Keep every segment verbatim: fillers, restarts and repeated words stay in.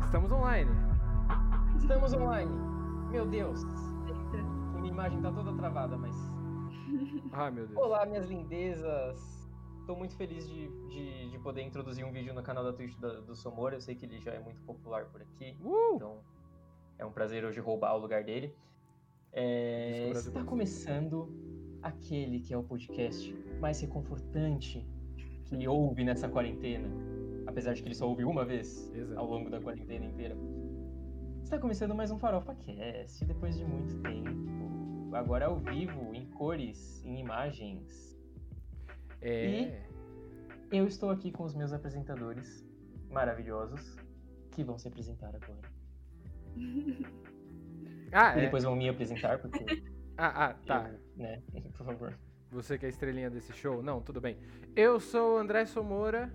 Estamos online. Estamos online. Meu Deus. Minha imagem tá toda travada, mas... Ai, meu Deus. Olá, minhas lindezas. Tô muito feliz de, de, de poder introduzir um vídeo no canal da Twitch do, do Somora. Eu sei que ele já é muito popular por aqui. Uh! Então, é um prazer hoje roubar o lugar dele. É, está começando aquele que é o podcast mais reconfortante que houve nessa quarentena. Apesar de que ele só ouve uma vez Exato. ao longo da quarentena inteira. Está começando mais um FarofaCast, depois de muito tempo. Agora ao vivo, em cores, em imagens. É. E eu estou aqui com os meus apresentadores maravilhosos, que vão se apresentar agora. Ah, E é. depois vão me apresentar, porque... Ah, ah, tá. eu, né, por favor. Você que é a estrelinha desse show? Não, tudo bem. Eu sou o André Somora.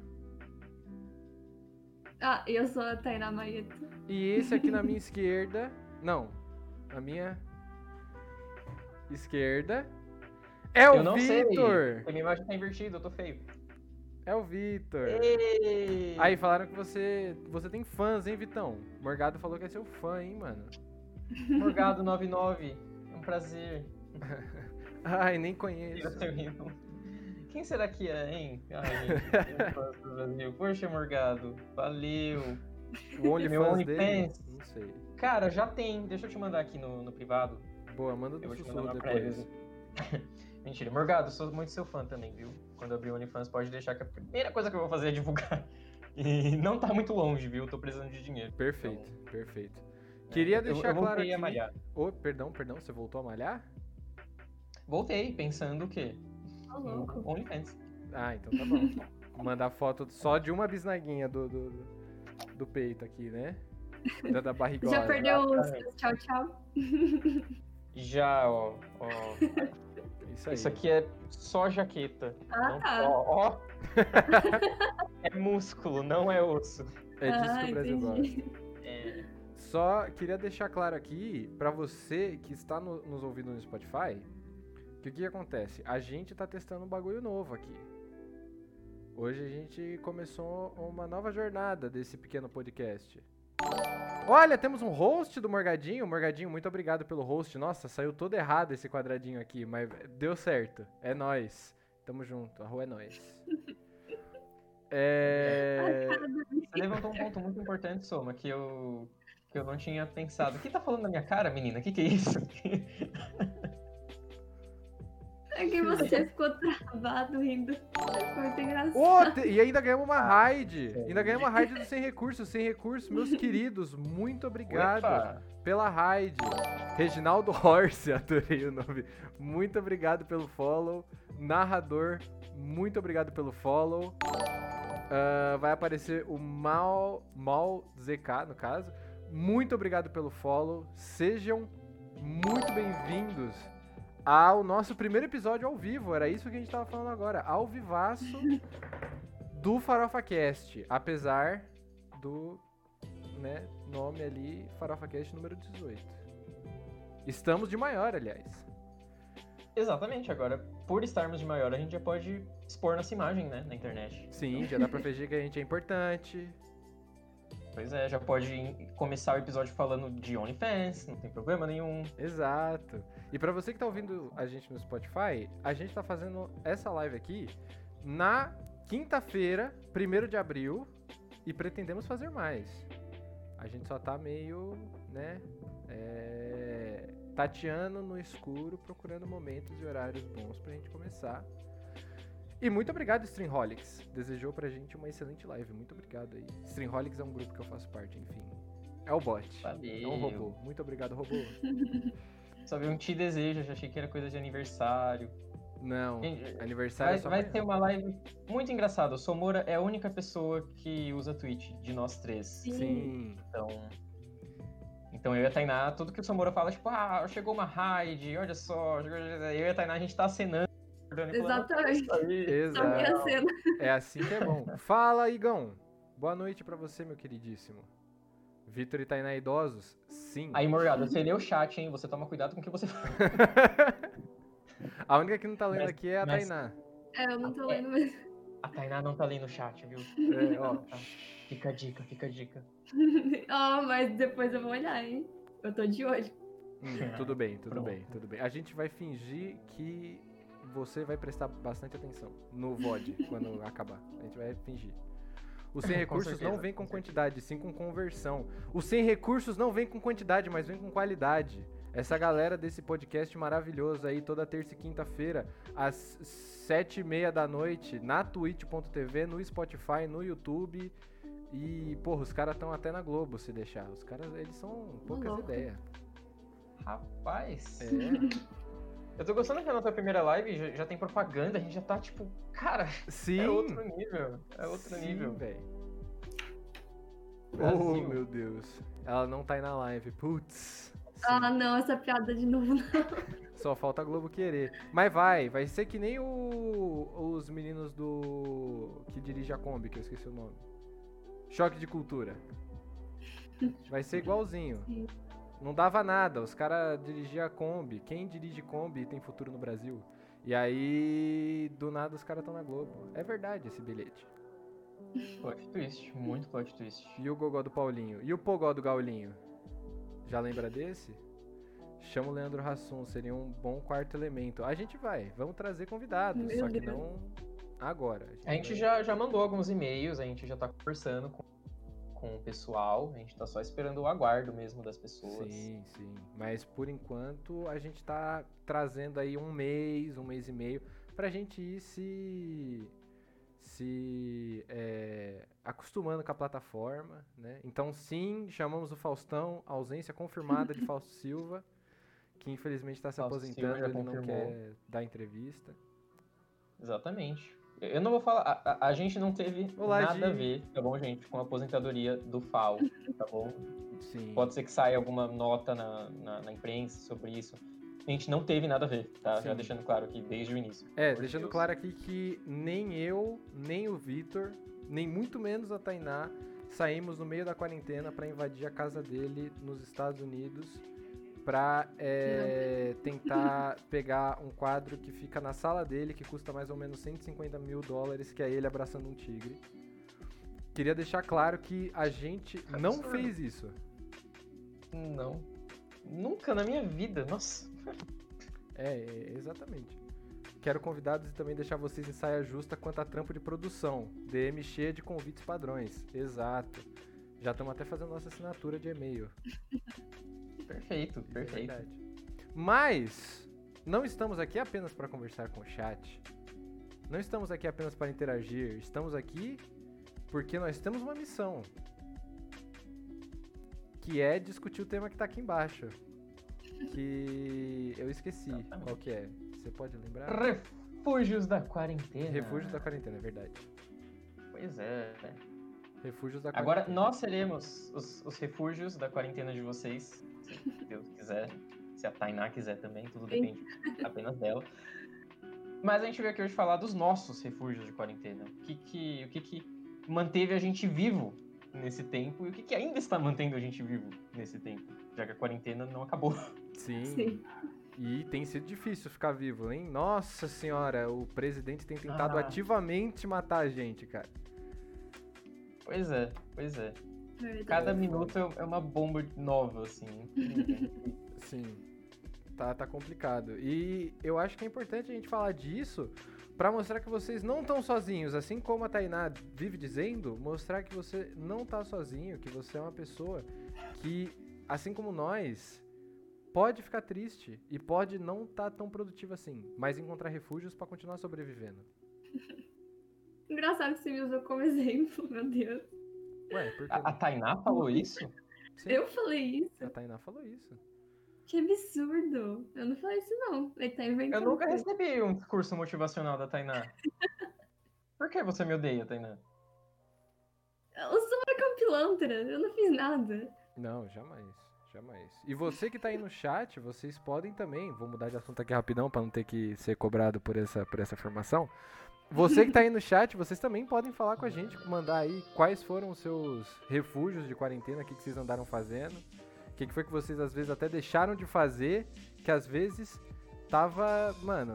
Ah, eu sou a Tainá Maieto. E esse aqui na minha esquerda... Não, na minha esquerda... É o Eu não sei, Vitor! a minha imagem tá invertida, eu tô feio. É o Vitor. Ei! Aí falaram que você você tem fãs, hein, Vitão? Morgado falou que é seu fã, hein, mano? Morgado noventa e nove, é um prazer. Ai, nem Eu conheço. tô rindo. Quem será que é, hein? Ai, gente, fãs do Brasil. Poxa, Morgado, valeu. O OnlyFans Meu dele? OnlyFans. Não sei. Cara, já tem. Deixa eu te mandar aqui no, no privado. Boa, manda Eu do vou te sussurro mandar uma depois. prévia. Mentira, Morgado, sou muito seu fã também, viu? Quando eu abrir o OnlyFans, pode deixar que a primeira coisa que eu vou fazer é divulgar. E não tá muito longe, viu? Tô precisando de dinheiro. Perfeito, Então, perfeito. Queria eu- deixar eu claro voltei aqui... a malhar. Oh, perdão, perdão, você voltou a malhar? Voltei, pensando o quê? Ô, No louco. OnlyFans. Ah, então tá bom. Mandar foto só de uma bisnaguinha do, do, do, do peito aqui, né? Da, da barrigola. Já perdeu os exatamente. os tchau, tchau? Já, ó. ó. Isso aí. Isso aqui é só jaqueta. Ah, não, tá. Ó, ó. É músculo, não é osso. É disso Ah, que o Brasil entendi. gosta. É, Só queria deixar claro aqui, pra você que está no- nos ouvindo no Spotify, que o que acontece? A gente tá testando um bagulho novo aqui. Hoje a gente começou uma nova jornada desse pequeno podcast. Olha, temos um host do Morgadinho. Morgadinho, muito obrigado pelo host. Nossa, saiu todo errado esse quadradinho aqui, mas deu certo. É nóis. Tamo junto, a rua é nóis. É... Você levantou um ponto muito importante, Soma, que eu, que eu não tinha pensado. O que tá falando na minha cara, menina? O que, que é isso? É que você ficou travado rindo. Foi muito engraçado. Ô, te- e ainda ganhamos uma raid. sério? Ainda ganhamos uma raid do Sem Recursos. Sem Recursos, meus queridos, muito obrigado Opa! pela raid. Reginaldo Horse, adorei o nome. Muito obrigado pelo follow. Narrador, muito obrigado pelo follow. Ah, vai aparecer o Mal, Mal Z K, no caso. Muito obrigado pelo follow. Sejam muito bem-vindos ao nosso primeiro episódio ao vivo. Era isso que a gente tava falando agora. Ao vivaço do FarofaCast. Apesar do, né, nome ali, FarofaCast número dezoito. Estamos de maior, aliás. Exatamente, agora, por estarmos de maior, a gente já pode expor nossa imagem, né, na internet. Sim, já dá pra fingir que a gente é importante. Pois é, já pode in- começar o episódio falando de OnlyFans, não tem problema nenhum. Exato. E pra você que tá ouvindo a gente no Spotify, a gente tá fazendo essa live aqui na quinta-feira, primeiro de abril, e pretendemos fazer mais. A gente só tá meio, né, é, tateando no escuro, procurando momentos e horários bons pra gente começar. E muito obrigado, Streamholics. Desejou pra gente uma excelente live. Muito obrigado aí. Streamholics é um grupo que eu faço parte, enfim. É o bot. Valeu. Não o robô. Muito obrigado, robô. Só vi um te deseja, já achei que era coisa de aniversário. Não, Gente, aniversário Vai, é só vai amanhã. ter uma live muito engraçada. O Somora é a única pessoa que usa Twitch de nós três. Sim. Então, então eu e a Tainá, tudo que o Somora fala, tipo, ah, chegou uma raid, olha só. chegou- Eu e a Tainá, a gente tá acenando. e falando, Exatamente. "Isso aí." Só minha Exato. cena. É assim que é bom. Fala, Igão. Boa noite pra você, meu queridíssimo. Vitor e Tainá idosos? Sim. Aí, Morgado, você lê o chat, hein? Você toma cuidado com o que você fala. A única que não tá lendo Mas- aqui é a mas- Tainá. É, eu não tô É. lendo mesmo. A Tainá não tá lendo o chat, viu? É, ó. Tá. Fica a dica, fica a dica. Ó, mas depois eu vou olhar, hein? Eu tô de olho. Hum, tudo bem, tudo Pronto. bem, tudo bem. A gente vai fingir que você vai prestar bastante atenção no V O D quando acabar. A gente vai fingir. O sem Com recursos certeza, não vem com com quantidade, sim com conversão. O sem recursos não vem com quantidade, mas vem com qualidade. Essa galera desse podcast maravilhoso aí, toda terça e quinta-feira, às sete e meia da noite, na twitch ponto tv, no Spotify, no YouTube. E, porra, os caras estão até na Globo, se deixar. Os caras, eles são poucas louco. ideias. Rapaz, É, eu tô gostando que a nossa primeira live já, já tem propaganda, a gente já tá tipo, cara, sim. é outro nível, é outro sim, nível. velho. Oh, Brasil. meu Deus. Ela não tá aí na live. Putz. Sim. Ah, não, essa piada de novo não. Só falta a Globo querer. Mas vai, vai ser que nem o, os meninos do... que dirige a Kombi, que eu esqueci o nome. Choque de Cultura. Vai ser igualzinho. Sim. Não dava nada, os caras dirigiam a Kombi. Quem dirige Kombi tem futuro no Brasil. E aí, do nada, os caras estão na Globo. É verdade esse bilhete. Plot twist, muito plot twist. E o gogó do Paulinho? E o pogó do Gaulinho? Já lembra desse? Chama o Leandro Hassum, seria um bom quarto elemento. A gente vai, vamos trazer convidados, Meu só que Deus. não agora. A gente vai- já, já mandou alguns e-mails, a gente já tá conversando com, com o pessoal, a gente tá só esperando o aguardo mesmo das pessoas. Sim, sim. Mas por enquanto a gente tá trazendo aí um mês, um mês e meio, pra gente ir se. se é, acostumando com a plataforma, né? Então sim, chamamos o Faustão, ausência confirmada de Fausto Silva, que infelizmente está se Fausto aposentando, Silva já ele não confirmou. quer dar entrevista. Exatamente. Eu não vou falar, a, a- a gente não teve Olá, nada a Gi. ver, tá bom, gente, com a aposentadoria do F A O, tá bom? Sim. Pode ser que saia alguma nota na, na, na imprensa sobre isso. A gente não teve nada a ver, tá? Já Sim. deixando claro aqui desde o início. pelo É, amor de deixando Deus. claro aqui que nem eu, nem o Vitor, nem muito menos a Tainá saímos no meio da quarentena pra invadir a casa dele nos Estados Unidos pra é, tentar pegar um quadro que fica na sala dele, que custa mais ou menos cento e cinquenta mil dólares, que é ele abraçando um tigre. Queria deixar claro que a gente não Absurdo. fez isso. Não. Nunca na minha vida, nossa. É, é, exatamente. Quero convidados e também deixar vocês em saia justa quanto a trampo de produção. D M cheia de convites padrões. Exato. Já estamos até fazendo nossa assinatura de e-mail. Perfeito, Isso é perfeito. verdade. Mas não estamos aqui apenas para conversar com o chat. Não estamos aqui apenas para interagir. Estamos aqui porque nós temos uma missão. Que é discutir o tema que tá aqui embaixo. Que eu esqueci Exatamente. qual que é. Você pode lembrar? Refúgios da quarentena. Refúgios da quarentena, é verdade. Pois é. Refúgios da Agora quarentena. nós seremos os, os refúgios da quarentena de vocês, se Deus quiser, se a Tainá quiser também, tudo Sim. depende apenas dela. Mas a gente veio aqui hoje falar dos nossos refúgios de quarentena. O que que, o que, que manteve a gente vivo nesse tempo e o que, que ainda está mantendo a gente vivo nesse tempo, já que a quarentena não acabou. Sim. Sim. E tem sido difícil ficar vivo, hein? Nossa senhora, o presidente tem tentado Ah. ativamente matar a gente, cara. Pois é, pois é. Verdade. Cada minuto é é uma bomba nova, assim. incrível. Sim. Tá, tá complicado. E eu acho que é importante a gente falar disso pra mostrar que vocês não estão sozinhos. Assim como a Tainá vive dizendo, mostrar que você não tá sozinho, que você é uma pessoa que, assim como nós, pode ficar triste e pode não estar tão produtivo assim, mas encontrar refúgios pra continuar sobrevivendo. Engraçado que você me usou como exemplo, meu Deus. Ué, por que A, a não? Tainá falou isso? Sim, Eu falei isso? a Tainá falou isso. Que absurdo. Eu não falei isso, não. Ele tá Eu inventando. nunca coisa. recebi um discurso motivacional da Tainá. Por que você me odeia, Tainá? Eu sou uma campilantra. Eu não fiz nada. Não, jamais, jamais. E você que tá aí no chat, vocês podem também, vou mudar de assunto aqui rapidão pra não ter que ser cobrado por essa, por essa formação. Você que tá aí no chat, vocês também podem falar com a gente, mandar aí quais foram os seus refúgios de quarentena, o que, que vocês andaram fazendo, o que, que foi que vocês às vezes até deixaram de fazer, que às vezes tava, mano,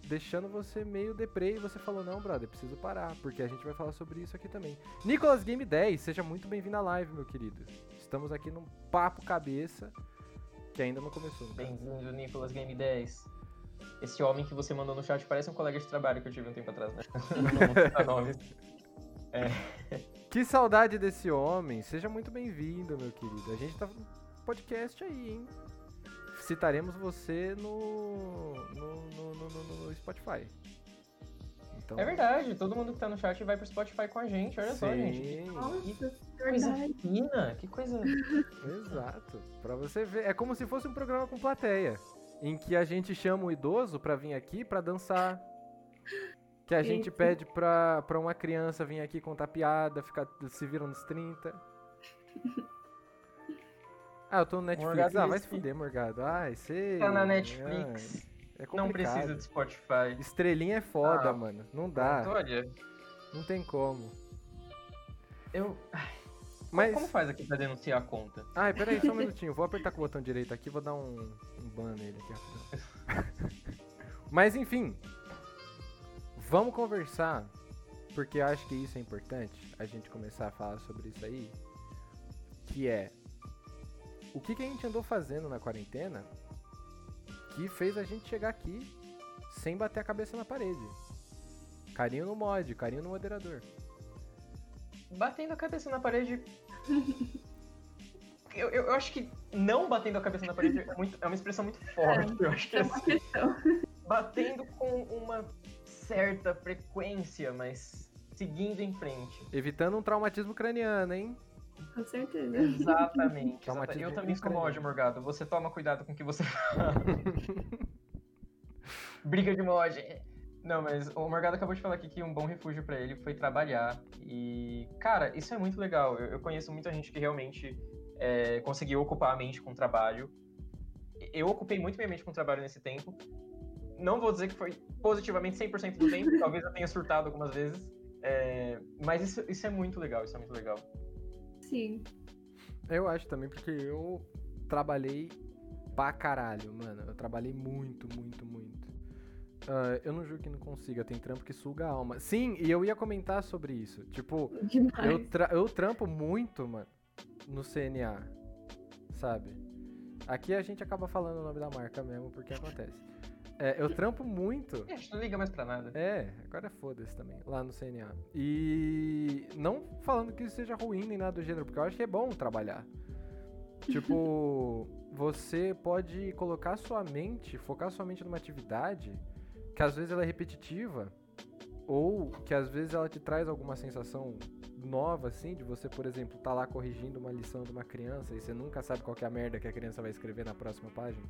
deixando você meio deprê e você falou, não, brother, preciso parar, porque a gente vai falar sobre isso aqui também. Nicolas Game dez, seja muito bem-vindo à live, meu querido. Estamos aqui num papo cabeça que ainda não começou. Bem-vindo, Nicolas Game dez. Esse homem que você mandou no chat parece um colega de trabalho que eu tive um tempo atrás, né? Não vou citar nomes. É. Que saudade desse homem. Seja muito bem-vindo, meu querido. A gente tá no podcast aí, hein? Citaremos você no, no, no, no, no, no Spotify. Então... É verdade, todo mundo que tá no chat vai pro Spotify com a gente, olha Sim. só, gente. Nossa, Que coisa fina, que coisa... Exato. Pra você ver, é como se fosse um programa com plateia, em que a gente chama o idoso pra vir aqui pra dançar, que a gente Eita. pede pra, pra uma criança vir aqui contar piada, ficar se viram nos trinta. Ah, eu tô no Netflix. Morgado Ah, vai disse se fuder, Morgado. Ai, você... Tá na Netflix, É, é não complicado. precisa de Spotify. Estrelinha é foda, Ah, mano. Não dá. Olha, Não tem como. eu... Mas... Como faz aqui pra denunciar a conta? Ai, peraí, só um minutinho. Vou apertar com o botão direito aqui e vou dar um, um ban nele aqui rapidão. Mas enfim. Vamos conversar, porque eu acho que isso é importante, a gente começar a falar sobre isso aí. Que é... O que, que a gente andou fazendo na quarentena que fez a gente chegar aqui sem bater a cabeça na parede. Carinho no mod, carinho no moderador. Batendo a cabeça na parede... eu, eu, eu acho que não batendo a cabeça na parede é, muito, é uma expressão muito forte. Eu acho que É uma assim, questão. batendo com uma certa frequência, mas seguindo em frente. Evitando um traumatismo craniano, hein? Com certeza. Exatamente. Traumatismo Eu também sou craniano. mod, Morgado. Você toma cuidado com o que você fala. Briga de mod. Não, mas o Morgado acabou de falar aqui que um bom refúgio pra ele foi trabalhar. E, cara, isso é muito legal. Eu, eu conheço muita gente que realmente é, conseguiu ocupar a mente com o trabalho. Eu ocupei muito minha mente com o trabalho nesse tempo. Não vou dizer que foi positivamente cem por cento do tempo. Talvez eu tenha surtado algumas vezes. É, mas isso, isso é muito legal. Isso é muito legal. Sim. Eu acho também, porque eu trabalhei pra caralho, mano. Eu trabalhei muito, muito, muito. Uh, eu não juro que não consiga, tem trampo que suga a alma. Sim, e eu ia comentar sobre isso. Tipo, Demais. eu, tra eu trampo muito, mano, no C N A, sabe? Aqui a gente acaba falando o nome da marca mesmo, porque acontece. É, eu trampo muito. A gente não liga mais pra nada. É, agora foda-se também, lá no C N A. E não falando que isso seja ruim nem nada do gênero, porque eu acho que é bom trabalhar. Tipo, você pode colocar sua mente, focar sua mente numa atividade que às vezes ela é repetitiva, ou que às vezes ela te traz alguma sensação nova, assim, de você, por exemplo, tá lá corrigindo uma lição de uma criança e você nunca sabe qual que é a merda que a criança vai escrever na próxima página.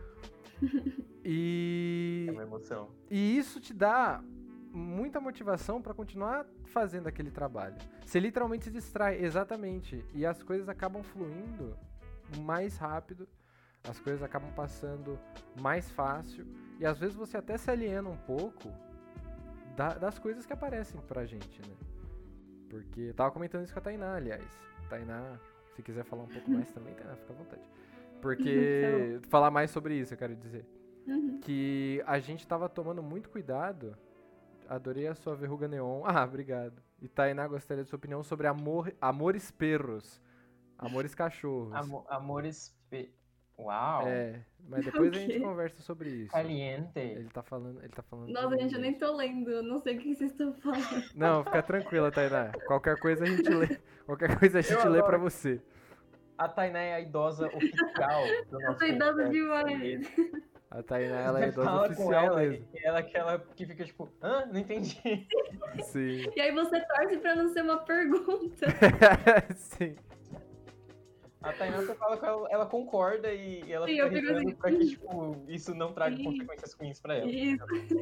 E... É uma emoção. E isso te dá muita motivação pra continuar fazendo aquele trabalho. Você literalmente se distrai, exatamente. E as coisas acabam fluindo mais rápido, as coisas acabam passando mais fácil. E às vezes você até se aliena um pouco da, das coisas que aparecem pra gente, né? Porque eu tava comentando isso com a Tainá, aliás. Tainá, se quiser falar um pouco mais também, Tainá, fica à vontade. Porque... falar mais sobre isso, eu quero dizer. Uhum. Que a gente tava tomando muito cuidado. Adorei a sua verruga neon. Ah, obrigado. E Tainá, gostaria da sua opinião sobre amor, amores perros. Amores cachorros. Amo, amores... Pe... Uau! É, mas depois O a gente quê? conversa sobre isso. Caliente. Ele tá falando, ele tá falando. Nossa, em gente, eu nem inglês. tô lendo. Eu não sei o que vocês estão falando. Não, fica tranquila, Tainá. Qualquer coisa a gente lê. Qualquer coisa a gente Eu lê adoro. pra você. A Tainá é a idosa oficial do Eu nosso tô idosa podcast. demais. A Tainá, ela é Você idosa fala com oficial ela, mesmo. e ela é aquela que fica tipo, hã? Não entendi. Sim. E aí você torce pra não ser uma pergunta. Sim. A Tainá, você fala com ela, ela concorda e, e ela Sim, fica eu fico rezando assim, pra que tipo, isso não traga sim. consequências ruins pra ela. Isso.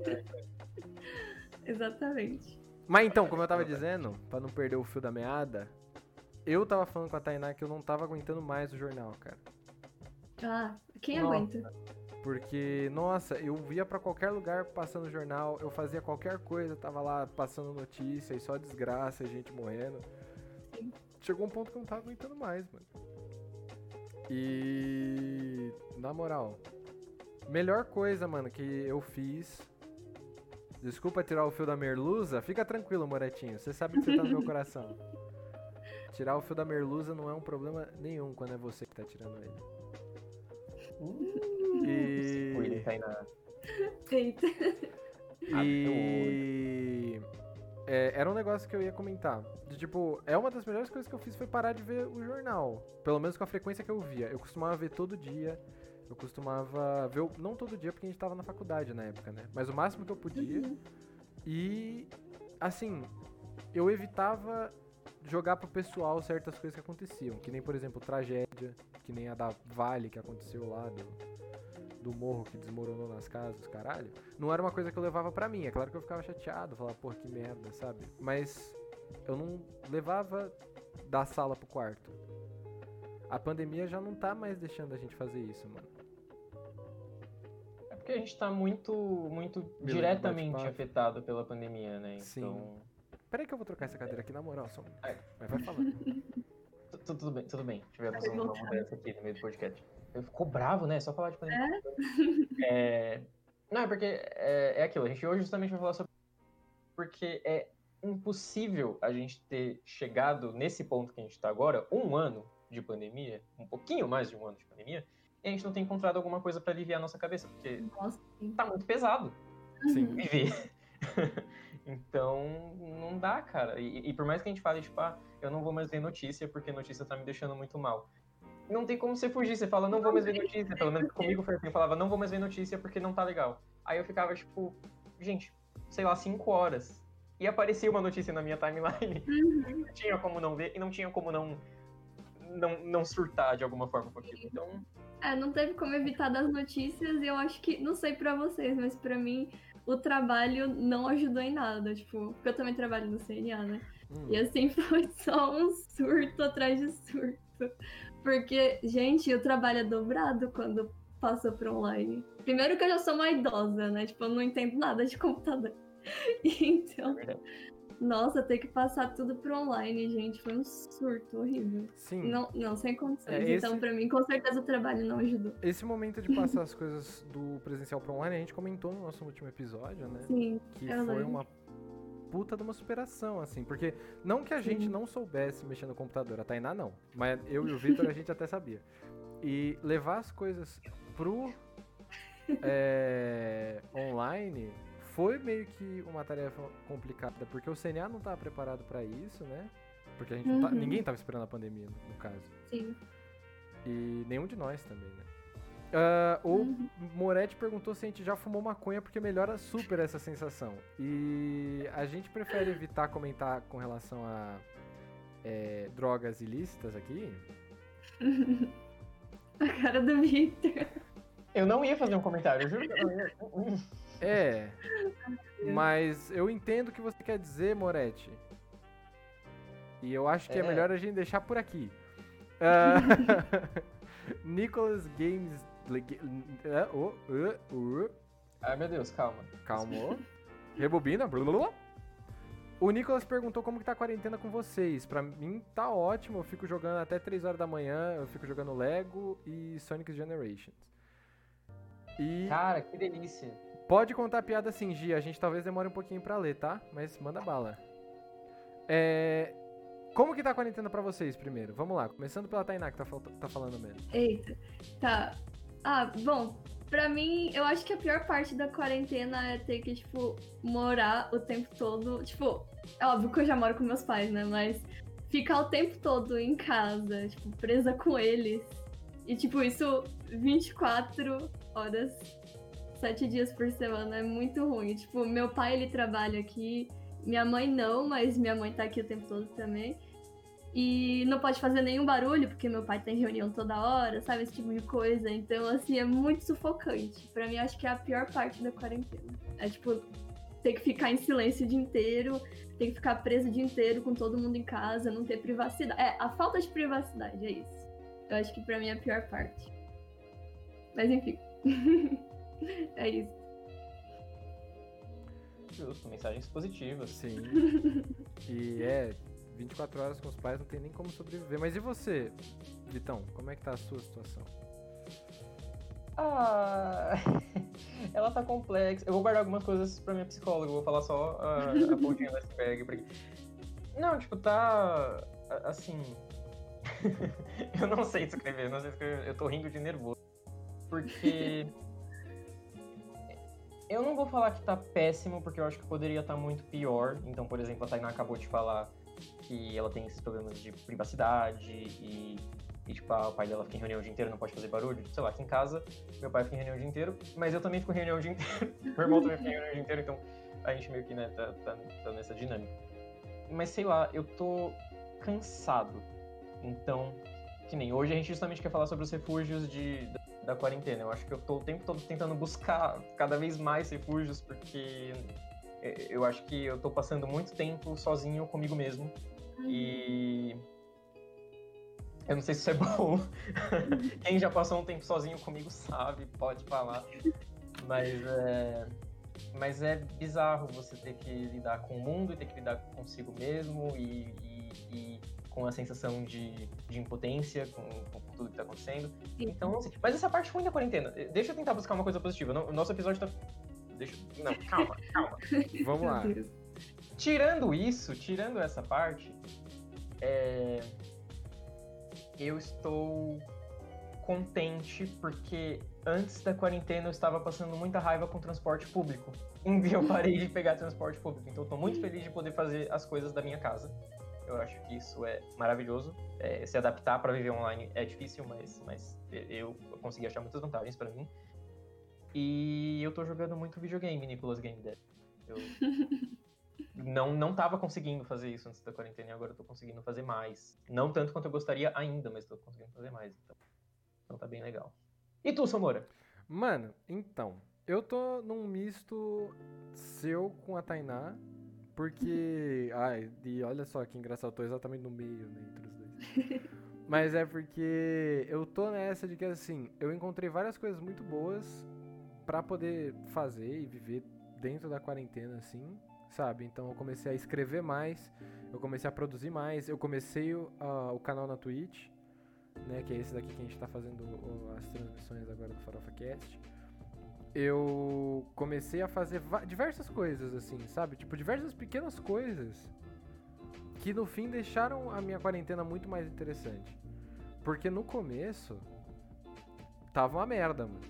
Exatamente. Mas então, como eu tava dizendo, pra não perder o fio da meada, eu tava falando com a Tainá que eu não tava aguentando mais o jornal, cara. Ah, quem Nossa. aguenta? Porque, nossa, eu via pra qualquer lugar passando jornal, eu fazia qualquer coisa, tava lá passando notícia e só desgraça, e gente morrendo. Sim. Chegou um ponto que eu não tava aguentando mais, mano. E, na moral, melhor coisa, mano, que eu fiz Desculpa tirar o fio da merluza. Fica tranquilo, Moretinho. Você sabe que você tá no meu coração. Tirar o fio da merluza não é um problema nenhum quando é você que tá tirando ele. E... Ele tá aí na... Eita. E... É, era um negócio que eu ia comentar. De, tipo, é uma das melhores coisas que eu fiz foi parar de ver o jornal. Pelo menos com a frequência que eu via. Eu costumava ver todo dia. Eu costumava ver, não todo dia porque a gente tava na faculdade na época, né? Mas o máximo que eu podia. Uhum. E, assim, eu evitava jogar pro pessoal certas coisas que aconteciam. Que nem, por exemplo, tragédia. Que nem a da Vale que aconteceu lá do, do morro que desmoronou nas casas, caralho. Não era uma coisa que eu levava pra mim. É claro que eu ficava chateado, falava, pô, que merda, sabe? Mas eu não levava da sala pro quarto. A pandemia já não tá mais deixando a gente fazer isso, mano. É porque a gente tá muito, muito Meu, diretamente bate-papo. afetado pela pandemia, né? Sim. Então... Peraí que eu vou trocar essa cadeira aqui, na moral, só um minuto. Ai. Mas vai falando. Tu- tu- Tudo bem, tudo bem. Tivemos Vai uma voltar. mudança aqui no meio do podcast. Eu ficou bravo, né? Só falar de pandemia. É? Não, é porque é, é aquilo. A gente hoje justamente vai falar sobre... Porque é impossível a gente ter chegado nesse ponto que a gente tá agora, um ano de pandemia, um pouquinho mais de um ano de pandemia, e a gente não tem encontrado alguma coisa pra aliviar a nossa cabeça, porque Nossa, sim. tá muito pesado Sim. viver. Então, não dá, cara. E, e por mais que a gente fale, tipo, ah, eu não vou mais ver notícia porque notícia tá me deixando muito mal. Não tem como você fugir, você fala, não vou mais ver notícia. Pelo menos comigo foi assim, eu falava, não vou mais ver notícia porque não tá legal. Aí eu ficava, tipo, gente, sei lá, cinco horas. E aparecia uma notícia na minha timeline. Uhum. Não tinha como não ver e não tinha como não, não, não surtar de alguma forma com aquilo. Então, É, não teve como evitar das notícias e eu acho que, não sei pra vocês, mas pra mim o trabalho não ajudou em nada, tipo, porque eu também trabalho no C N A, né? Hum. E assim foi só um surto atrás de surto. Porque, gente, o trabalho é dobrado quando passou pro online. Primeiro que eu já sou uma idosa, né? Tipo, eu não entendo nada de computador. é Então, verdade. nossa, ter que passar tudo pro online, gente, foi um surto horrível. Sim. Não, não, sem condições. É, esse- Então, pra mim, com certeza o trabalho não ajudou. Esse momento de passar as coisas do presencial pro online, a gente comentou no nosso último episódio, né? Sim, Que eu foi lembro. uma puta de uma superação, assim. Porque não que a Sim. gente não soubesse mexer no computador, a Tainá não. Mas eu e o Victor a gente até sabia. E levar as coisas pro é, online foi meio que uma tarefa complicada, porque o C N A não tava preparado pra isso, né? Porque a gente não tá- Uhum. ninguém tava esperando a pandemia, no, no caso. Sim. E nenhum de nós também, né? Ah, o Uhum. Moretti perguntou se a gente já fumou maconha, porque melhora super essa sensação. E a gente prefere evitar comentar com relação a é, drogas ilícitas aqui. A cara do Victor. Eu não ia fazer um comentário, eu juro que eu não ia. É, mas eu entendo o que você quer dizer, Moretti. E eu acho que é, É. melhor a gente deixar por aqui. Ah, Nicholas Games... é, oh, uh, uh, Ai, meu Deus, calma. calmou. Rebobina. blá, blá, blá. O Nicolas perguntou como que tá a quarentena com vocês. Pra mim tá ótimo, eu fico jogando até três horas da manhã, eu fico jogando Lego e Sonic Generations. E Cara, que delícia. pode contar a piada sim, Gi, a gente talvez demore um pouquinho pra ler, tá? Mas manda bala. É... Como que tá a quarentena pra vocês primeiro? Vamos lá, começando pela Tainá que tá, fal- tá falando mesmo. Eita. Tá. Ah, bom, pra mim, eu acho que a pior parte da quarentena é ter que, tipo, morar o tempo todo. Tipo, é óbvio que eu já moro com meus pais, né? Mas ficar o tempo todo em casa, tipo, presa com eles. E, tipo, isso vinte e quatro horas, sete dias por semana é muito ruim. Tipo, meu pai, ele trabalha aqui, minha mãe não, mas minha mãe tá aqui o tempo todo também. E não pode fazer nenhum barulho, porque meu pai tem reunião toda hora, sabe? Esse tipo de coisa. Então, assim, é muito sufocante. Pra mim, acho que é a pior parte da quarentena. É, tipo, ter que ficar em silêncio o dia inteiro, ter que ficar preso o dia inteiro com todo mundo em casa, não ter privacidade. É, a falta de privacidade, é isso. Eu acho que pra mim é a pior parte. Mas, enfim. É isso. Justo, mensagens positivas. Sim. E é, vinte e quatro horas com os pais não tem nem como sobreviver. Mas e você, Vitão? Como é que tá a sua situação? Ah, ela tá complexa. Eu vou guardar algumas coisas pra minha psicóloga, eu vou falar só a, a pontinha do iceberg. Porque... Não, tipo, tá... Assim... eu não sei escrever, não sei escrever. Eu tô rindo de nervoso. Porque... eu não vou falar que tá péssimo, porque eu acho que poderia estar muito pior. Então, por exemplo, a Tainá acabou de falar que ela tem esses problemas de privacidade e... E, tipo, ah, o pai dela fica em reunião o dia inteiro, não pode fazer barulho. Sei lá, aqui em casa, meu pai fica em reunião o dia inteiro, mas eu também fico em reunião o dia inteiro. Meu irmão também fica em reunião o dia inteiro, então a gente meio que, né, tá, tá, tá nessa dinâmica. Mas, sei lá, eu tô cansado. Então, que nem hoje a gente justamente quer falar sobre os refúgios de, da, da quarentena. Eu acho que eu tô o tempo todo tentando buscar cada vez mais refúgios, porque eu acho que eu tô passando muito tempo sozinho comigo mesmo. E... eu não sei se isso é bom. Quem já passou um tempo sozinho comigo sabe, pode falar. Mas é... mas é bizarro você ter que lidar com o mundo e ter que lidar consigo mesmo e, e, e com a sensação de, de impotência com, com tudo que tá acontecendo. Então, não sei. Mas essa parte ruim da quarentena, deixa eu tentar buscar uma coisa positiva. O nosso episódio tá... Deixa... Não, calma, calma. Vamos lá. Tirando isso, tirando essa parte, é... eu estou contente porque antes da quarentena eu estava passando muita raiva com transporte público. E eu parei de pegar transporte público. Então eu estou muito feliz de poder fazer as coisas da minha casa. Eu acho que isso é maravilhoso. É, se adaptar para viver online é difícil, mas, mas eu consegui achar muitas vantagens para mim. E eu estou jogando muito videogame, Nicolas Game Dev. Eu... Não, não tava conseguindo fazer isso antes da quarentena e agora eu tô conseguindo fazer mais. Não tanto quanto eu gostaria ainda, mas tô conseguindo fazer mais. Então, então tá bem legal. E tu, Samora? Mano, então, eu tô num misto seu com a Tainá, porque... ai, e olha só que engraçado, eu tô exatamente no meio, né, entre os dois. Mas é porque eu tô nessa de que, assim, eu encontrei várias coisas muito boas pra poder fazer e viver dentro da quarentena, assim... sabe? Então eu comecei a escrever mais, eu comecei a produzir mais, eu comecei o, a, o canal na Twitch, né, que é esse daqui que a gente tá fazendo o, as transmissões agora do Farofa Cast. Eu comecei a fazer diversas coisas, assim, sabe? Tipo, diversas pequenas coisas que no fim deixaram a minha quarentena muito mais interessante. Porque no começo tava uma merda, mano.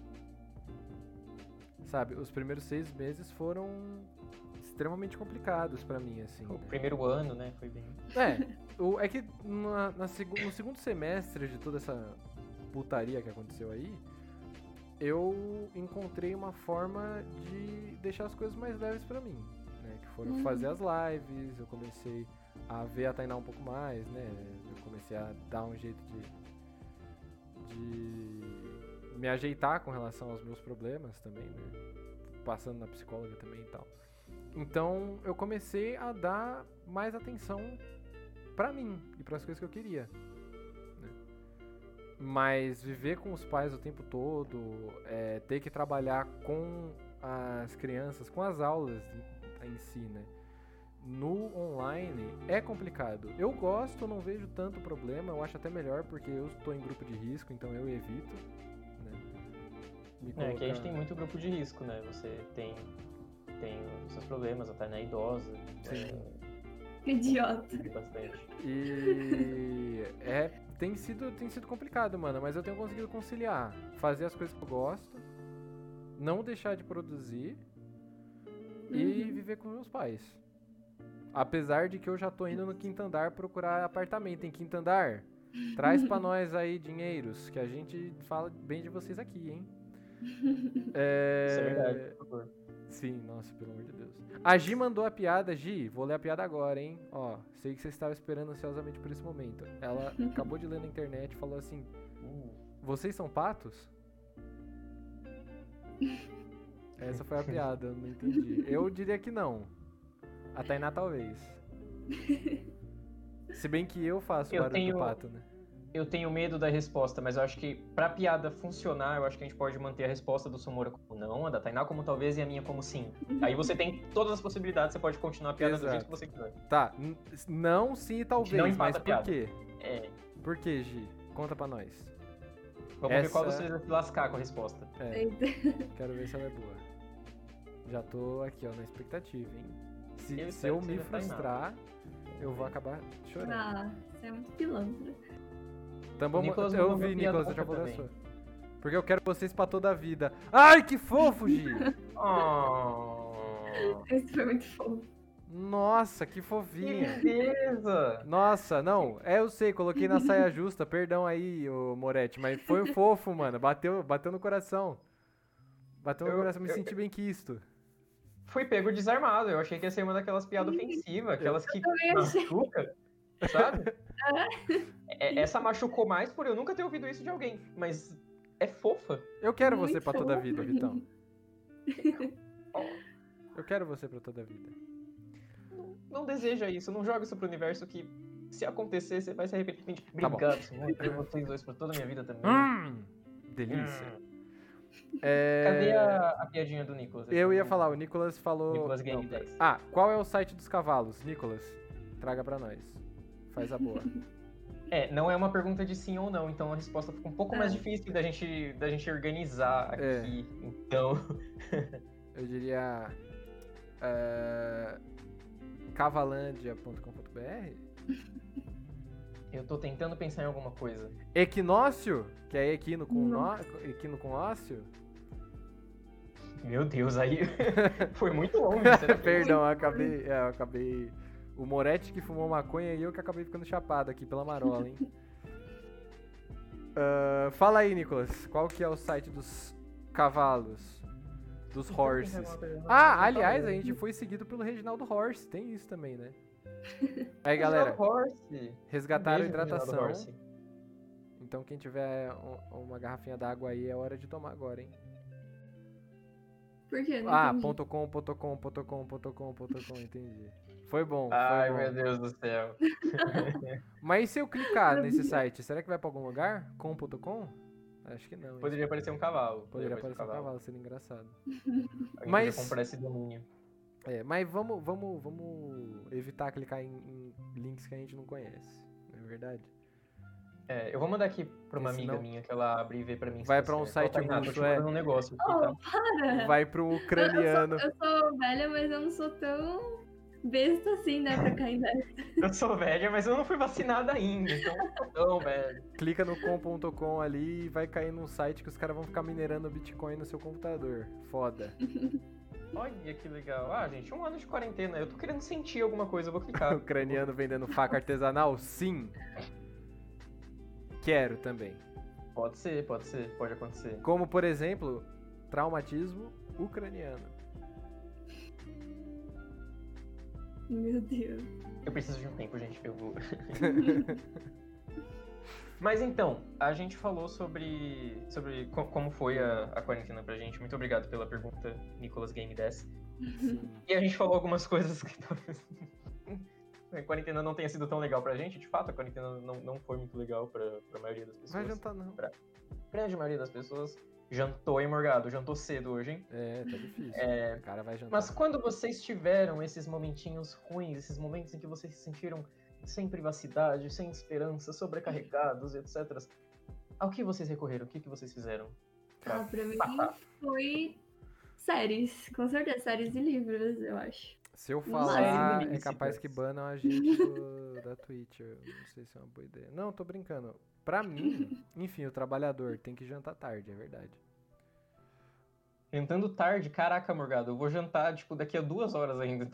Sabe? Os primeiros seis meses foram... extremamente complicados pra mim, assim. O né? primeiro ano, né, foi bem... É, o, é que na, na seg- no segundo semestre de toda essa putaria que aconteceu aí, eu encontrei uma forma de deixar as coisas mais leves pra mim, né? Que foram uhum. fazer as lives, eu comecei a ver a Tainá um pouco mais, né? Eu comecei a dar um jeito de, de me ajeitar com relação aos meus problemas também, né? Passando na psicóloga também e tal. Então eu comecei a dar mais atenção pra mim e pras coisas que eu queria, né? Mas viver com os pais o tempo todo, é, ter que trabalhar com as crianças, com as aulas em, em si, né? No online é complicado. Eu gosto, eu não vejo tanto problema, eu acho até melhor porque eu estou em grupo de risco, então eu evito, né? Me colocar... É que a gente tem muito grupo de risco, né? Você tem... tem os seus problemas, a Tainá é idosa. Sim. É... idiota. Bastante. E é, tem sido, tem sido complicado, mano, mas eu tenho conseguido conciliar, fazer as coisas que eu gosto, não deixar de produzir uhum. e viver com meus pais. Apesar de que eu já tô indo no quinto andar procurar apartamento em quinto andar. Traz pra nós aí dinheiros, que a gente fala bem de vocês aqui, hein? É... Isso é verdade, por favor. Sim, nossa, pelo amor de Deus. A Gi mandou a piada, Gi, vou ler a piada agora, hein? Ó, sei que você estava esperando ansiosamente por esse momento. Ela acabou de ler na internet e falou assim: uh, vocês são patos? Essa foi a piada, não entendi. Eu diria que não. A Tainá talvez. Se bem que eu faço eu barulho tenho... do pato, né? Eu tenho medo da resposta, mas eu acho que pra piada funcionar, eu acho que a gente pode manter a resposta do Samora como não, a da Tainá como talvez e a minha como sim. Aí você tem todas as possibilidades, você pode continuar a piada Exato. Do jeito que você quiser. Tá, n- não, sim e talvez, não mas por piada. quê? É. Por quê, Gi? Conta pra nós. Vamos Essa... ver qual dos três vai se lascar com a resposta. É, quero ver se ela é boa. Já tô aqui, ó, na expectativa, hein? Se eu, se eu me frustrar, eu vou acabar chorando. Ah, você é muito pilantra. Então vamos... Nicolas eu mandou vi, piada Nicolas, eu já vou dar a também. sua. Porque eu quero vocês pra toda a vida. Ai, que fofo, Gi! Oh, Esse foi muito fofo. Nossa, que que fofinha. beleza! Nossa, não, é, eu sei, coloquei na saia justa, perdão aí, ô Moretti, mas foi fofo, mano, bateu, bateu no coração. Bateu no Eu- coração, me eu- senti bem quisto. Fui pego desarmado. Eu achei que ia ser uma daquelas piadas ofensivas, aquelas que também achei. machuca, sabe? É, essa machucou mais por eu nunca ter ouvido isso de alguém, mas é fofa. Eu quero Muito você pra toda a vida, fofo. Vitão. Eu quero você pra toda a vida. Não deseja isso, não joga isso pro universo que, se acontecer, você vai se arrepender. Tá bom. Obrigado, Simone. Eu quero vocês dois pra toda a minha vida também. Hum, delícia. Hum. É, Cadê a, a piadinha do Nicolas? Eu ia falar, o Nicolas falou... Nicolas Game Não, dez. Ah, qual é o site dos cavalos? Nicolas, traga pra nós. Faz a boa. É, não é uma pergunta de sim ou não, então a resposta fica um pouco É. mais difícil da gente, da gente organizar aqui. É. Então, Eu diria... É, cavalandia ponto com ponto b r? eu tô tentando pensar em alguma coisa. Equinócio? Que é equino com, no... Nossa. equino com ócio? Meu Deus, aí foi muito longe. Será que- Perdão, eu acabei, é, eu acabei... O Moretti que fumou maconha e eu que acabei ficando chapado aqui pela marola, hein? Ah, fala aí, Nicolas. Qual que é o site dos cavalos? Dos Então, horses? pensar em alguma coisa. Ah, aliás, a gente foi seguido pelo Reginaldo Horse. Tem isso também, né? Aí, galera, Horse. resgataram a Um beijo, Reginaldo hidratação. Horse. Então quem tiver um- uma garrafinha d'água aí é hora de tomar agora, hein? Por quê? Não Ah, entendi. ponto .com, ponto .com, ponto .com, ponto .com, ponto .com, entendi. Foi bom, foi Ai, bom. meu Deus do céu. Mas e se eu clicar nesse site, será que vai pra algum lugar? com ponto com? Acho que não. hein? Poderia parecer um cavalo. Poderia aparecer um cavalo, seria engraçado. Alguém Mas- podia comprar esse domínio. É, mas vamos, vamos, vamos evitar clicar em, em links que a gente não conhece, não é verdade? É, eu vou mandar aqui pra uma Esse amiga não. minha que ela abre e vê pra mim. se Vai tá pra um certo. site Ó, Tainá, tô russo, te mandando é. um negócio aqui, Oh, tá? para! Vai pro ucraniano. Eu sou velha, mas eu não sou tão besta assim, né, pra cair nessa. Eu sou velha, mas eu não fui vacinada ainda, então não tô tão velho. Clica no com ponto com ali e vai cair num site que os caras vão ficar minerando Bitcoin no seu computador. Foda. Olha que legal. Ah, gente, um ano de quarentena. Eu tô querendo sentir alguma coisa, eu vou clicar. Ucraniano vendendo faca artesanal? Sim. Quero também. Pode ser, pode ser, pode acontecer. Como, por exemplo, traumatismo ucraniano. Meu Deus. Eu preciso de um tempo, gente, eu vou. Mas então, a gente falou sobre, sobre co- como foi a, a quarentena pra gente. Muito obrigado pela pergunta, Nicolas Game dez. Sim. E a gente falou algumas coisas que talvez a quarentena não tenha sido tão legal pra gente. De fato, a quarentena não, não foi muito legal pra, pra maioria das pessoas. Vai jantar não. Grande maioria das pessoas jantou, hein, Morgado? Jantou cedo hoje, hein? É, tá difícil. É, O cara vai jantar. Mas quando vocês tiveram esses momentinhos ruins, esses momentos em que vocês se sentiram sem privacidade, sem esperança, sobrecarregados, etcétera, ao que vocês recorreram? O que, que vocês fizeram? Ah, pra mim foi séries, com certeza, séries e livros, eu acho. Se eu Séries falar, é ilícitas. capaz que banam a gente do- da Twitch. Eu não sei se é uma boa ideia. Não, tô brincando. Pra mim, enfim, o trabalhador tem que jantar tarde, é verdade. Jantando tarde? Caraca, Morgado, eu vou jantar, tipo, daqui a duas horas ainda.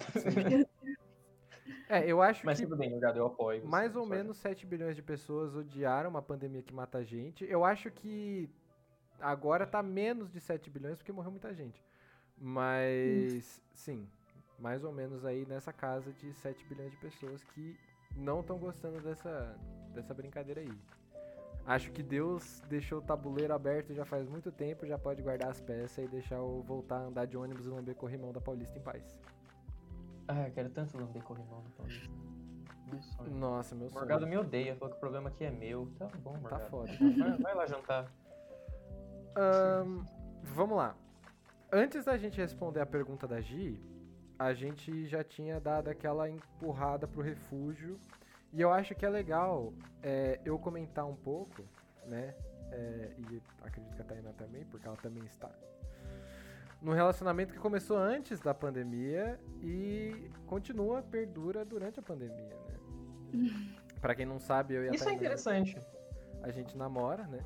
É, eu acho Mas que tudo bem, Morgado, eu apoio. você, mais ou só- menos sete bilhões de pessoas odiaram uma pandemia que mata a gente. Eu acho que agora tá menos de sete bilhões porque morreu muita gente. Mas, sim, mais ou menos aí nessa casa de sete bilhões de pessoas que não estão gostando dessa, dessa brincadeira aí. Acho que Deus deixou o tabuleiro aberto já faz muito tempo, já pode guardar as peças e deixar eu voltar a andar de ônibus e lamber corrimão da Paulista em paz. Ah, eu quero tanto lamber corrimão no Paulista. Meu sonho. Nossa, meu O sonho. Morgado me odeia, falou que o problema aqui é meu. Tá bom, Tá Morgado. foda. Vai, vai lá jantar. Ahn, vamos lá. Antes da gente responder a pergunta da Gi, a gente já tinha dado aquela empurrada pro refúgio. E eu acho que é legal é, eu comentar um pouco, né? é, e acredito que a Tainá também, porque ela também está num relacionamento que começou antes da pandemia e continua, perdura durante a pandemia, né? Pra quem não sabe, eu e a Isso Tainá, é interessante. a gente namora, né?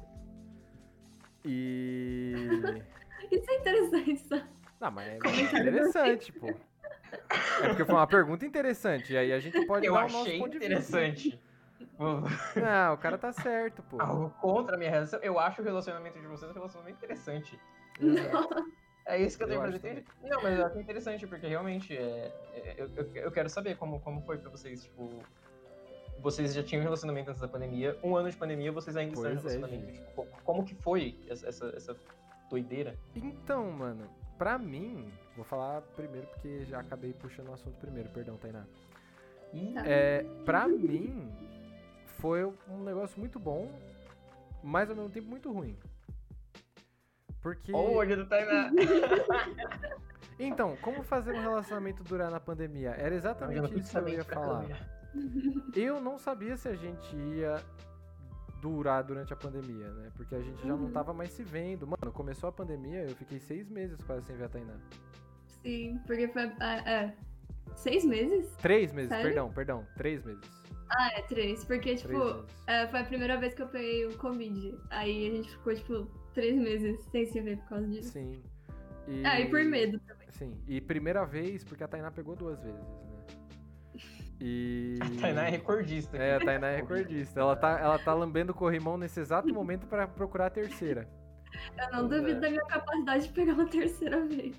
E... Isso é interessante, só. Não, mas é interessante, pô. É porque foi uma pergunta interessante, e aí a gente pode Eu dar o nosso achei ponto de vista. interessante. Não, o cara tá certo, pô. Algo contra a minha relação. Eu acho o relacionamento de vocês um relacionamento interessante. É isso que eu tenho Eu pra acho dizer. Não, mas eu acho interessante, porque realmente é, é, eu, eu, eu quero saber como, como foi pra vocês, tipo. Vocês já tinham um relacionamento antes da pandemia, um ano de pandemia, vocês ainda Pois estão em é, relacionamento. gente. Tipo, como que foi essa, essa, essa doideira? Então, mano, pra mim, vou falar primeiro porque já acabei puxando o assunto primeiro, perdão, Tainá. E Tá. É, pra mim, foi um negócio muito bom, mas ao mesmo tempo muito ruim. Porque. Olha o olho do Tainá. Então, como fazer um relacionamento durar na pandemia? Era exatamente isso que eu ia falar. Eu não sabia se a gente ia durar durante a pandemia, né? Porque a gente já não Uhum. tava mais se vendo. Mano, começou a pandemia, eu fiquei seis meses quase sem ver a Tainá. Sim, porque foi. Ah, é. Seis meses? Três meses, Sério? perdão, perdão. Três meses. Ah, é, três. Porque, Três tipo, meses. é, foi a primeira vez que eu peguei o Covid. Aí a gente ficou, tipo, três meses sem se ver por causa disso. Sim. E... Ah, e por medo também. Sim. E primeira vez, porque a Tainá pegou duas vezes, né? E... A Tainá é recordista. É, a Tainá é recordista. Ela tá, ela tá lambendo o corrimão nesse exato momento pra procurar a terceira. Eu não Pois duvido é. da minha capacidade de pegar uma terceira vez.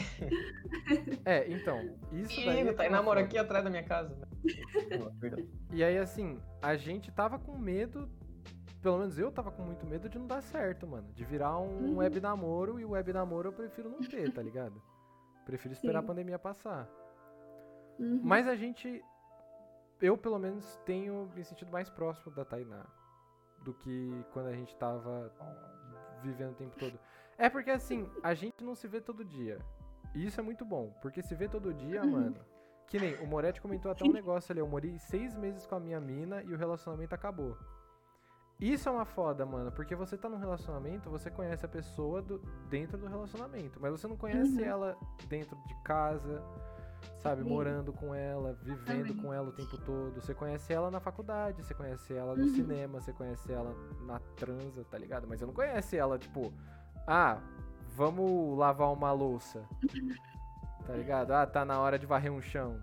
É, então, isso daí... é Ih, que o Tainá é uma mora foda. aqui atrás da minha casa. Não, perdão. E aí, assim, a gente tava com medo, pelo menos eu tava com muito medo de não dar certo, mano. De virar um Uhum. web namoro, e o web namoro eu prefiro não ter, tá ligado? Prefiro esperar Sim. a pandemia passar. Uhum. Mas a gente, eu pelo menos tenho me sentido mais próximo da Tainá do que quando a gente tava vivendo o tempo todo. É porque assim, a gente não se vê todo dia. E isso é muito bom, porque se vê todo dia, Uhum. mano. Que nem o Moretti comentou até um negócio ali, eu morei seis meses com a minha mina e o relacionamento acabou. Isso é uma foda, mano, porque você tá num relacionamento, você conhece a pessoa do- dentro do relacionamento, mas você não conhece Uhum. ela dentro de casa, sabe, Sim. morando com ela, vivendo Também. com ela o tempo todo. Você conhece ela na faculdade, você conhece ela no Uhum. cinema, você conhece ela na transa, tá ligado? Mas você não conhece ela, tipo, ah, vamos lavar uma louça, tá ligado? Ah, tá na hora de varrer um chão.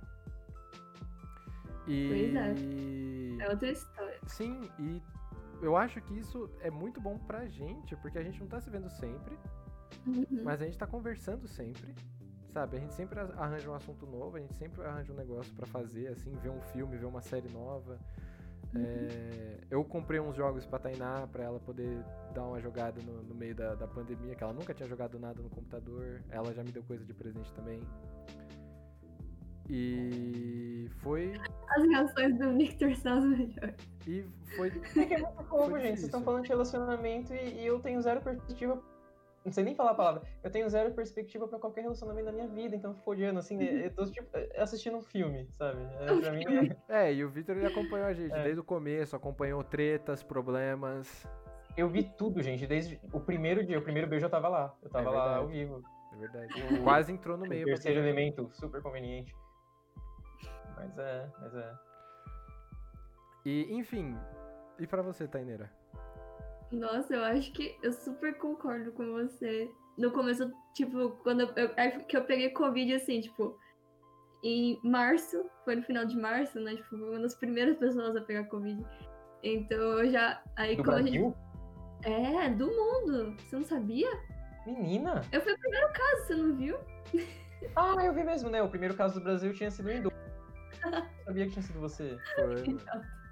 E... É outra história. Sim, e eu acho que isso é muito bom pra gente, porque a gente não tá se vendo sempre, Uhum. mas a gente tá conversando sempre, sabe? A gente sempre a- arranja um assunto novo, a gente sempre arranja um negócio pra fazer, assim, ver um filme, ver uma série nova. É, eu comprei uns jogos pra Tainá, pra ela poder dar uma jogada no, no meio da, da pandemia, que ela nunca tinha jogado nada no computador. Ela já me deu coisa de presente também. E foi... As reações do Victor são as melhores. E foi... É que é muito pouco, Foi gente. Vocês estão difícil. falando de relacionamento e, e eu tenho zero perspectiva. Não sei nem falar a palavra. Eu tenho zero perspectiva pra qualquer relacionamento da minha vida, então eu fico odiando, assim. Eu tô, tipo, assistindo um filme, sabe? É, pra mim é... É, e o Victor ele acompanhou a gente É. desde o começo, acompanhou tretas, problemas. Eu vi tudo, gente. Desde o primeiro dia, o primeiro beijo eu tava lá. Eu tava É lá verdade. ao vivo. É verdade. Quase entrou no O meio. pra terceiro beijar. elemento, super conveniente. Mas é, mas é. E, enfim, e pra você, Taineira? Nossa, eu acho que eu super concordo com você. No começo, tipo, quando eu, eu- é que eu peguei Covid, assim, tipo, em março, foi no final de março, né? Tipo, fui uma das primeiras pessoas a pegar Covid. Então eu já. Aí Do quando a gente. Brasil? É, do mundo. Você não sabia? Menina! Eu fui o primeiro caso, você não viu? Ah, eu vi mesmo, né? O primeiro caso do Brasil tinha sido em dois. Sabia que tinha sido você. Foi, mano.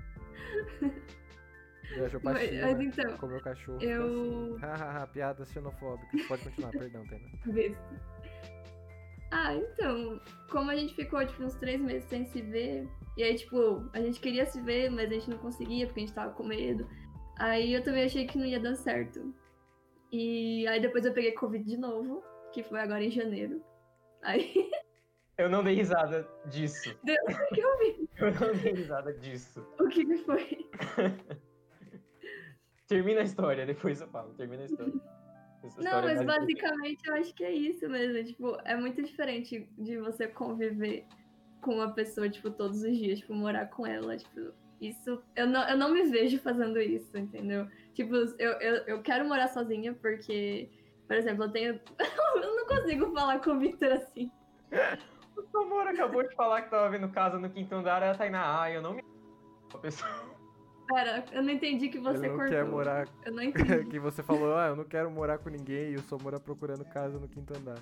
Viajou pra Mas, China, mas então, comeu cachorro. eu- Assim. Hahaha, piadas xenofóbicas. Pode continuar, perdão, Tainá. besta. Ah, então, como a gente ficou, tipo, uns três meses sem se ver, e aí, tipo, a gente queria se ver, mas a gente não conseguia porque a gente tava com medo. Aí eu também achei que não ia dar certo. E aí depois eu peguei Covid de novo, que foi agora em janeiro. Aí Eu não dei risada disso. Deus, o que eu vi? Eu não dei risada disso. O que que foi? Termina a história, depois eu falo. Termina a história. Essa Não, história é mas mais basicamente eu acho que é isso mesmo. Tipo, é muito diferente de você conviver com uma pessoa, tipo, todos os dias, tipo, morar com ela, tipo, isso. Eu não, eu não me vejo fazendo isso, entendeu? Tipo, eu, eu, eu quero morar sozinha porque, por exemplo, eu tenho. Eu não consigo falar com o Victor assim. O Tomura acabou de falar que tava vendo casa no quinto andar, aí a Tainá, ah, eu não me. A pessoa. Pera, eu não entendi que você Ele não cortou. quer morar. Eu não entendi. Que você falou, ah, eu não quero morar com ninguém e o Somura procurando casa no quinto andar.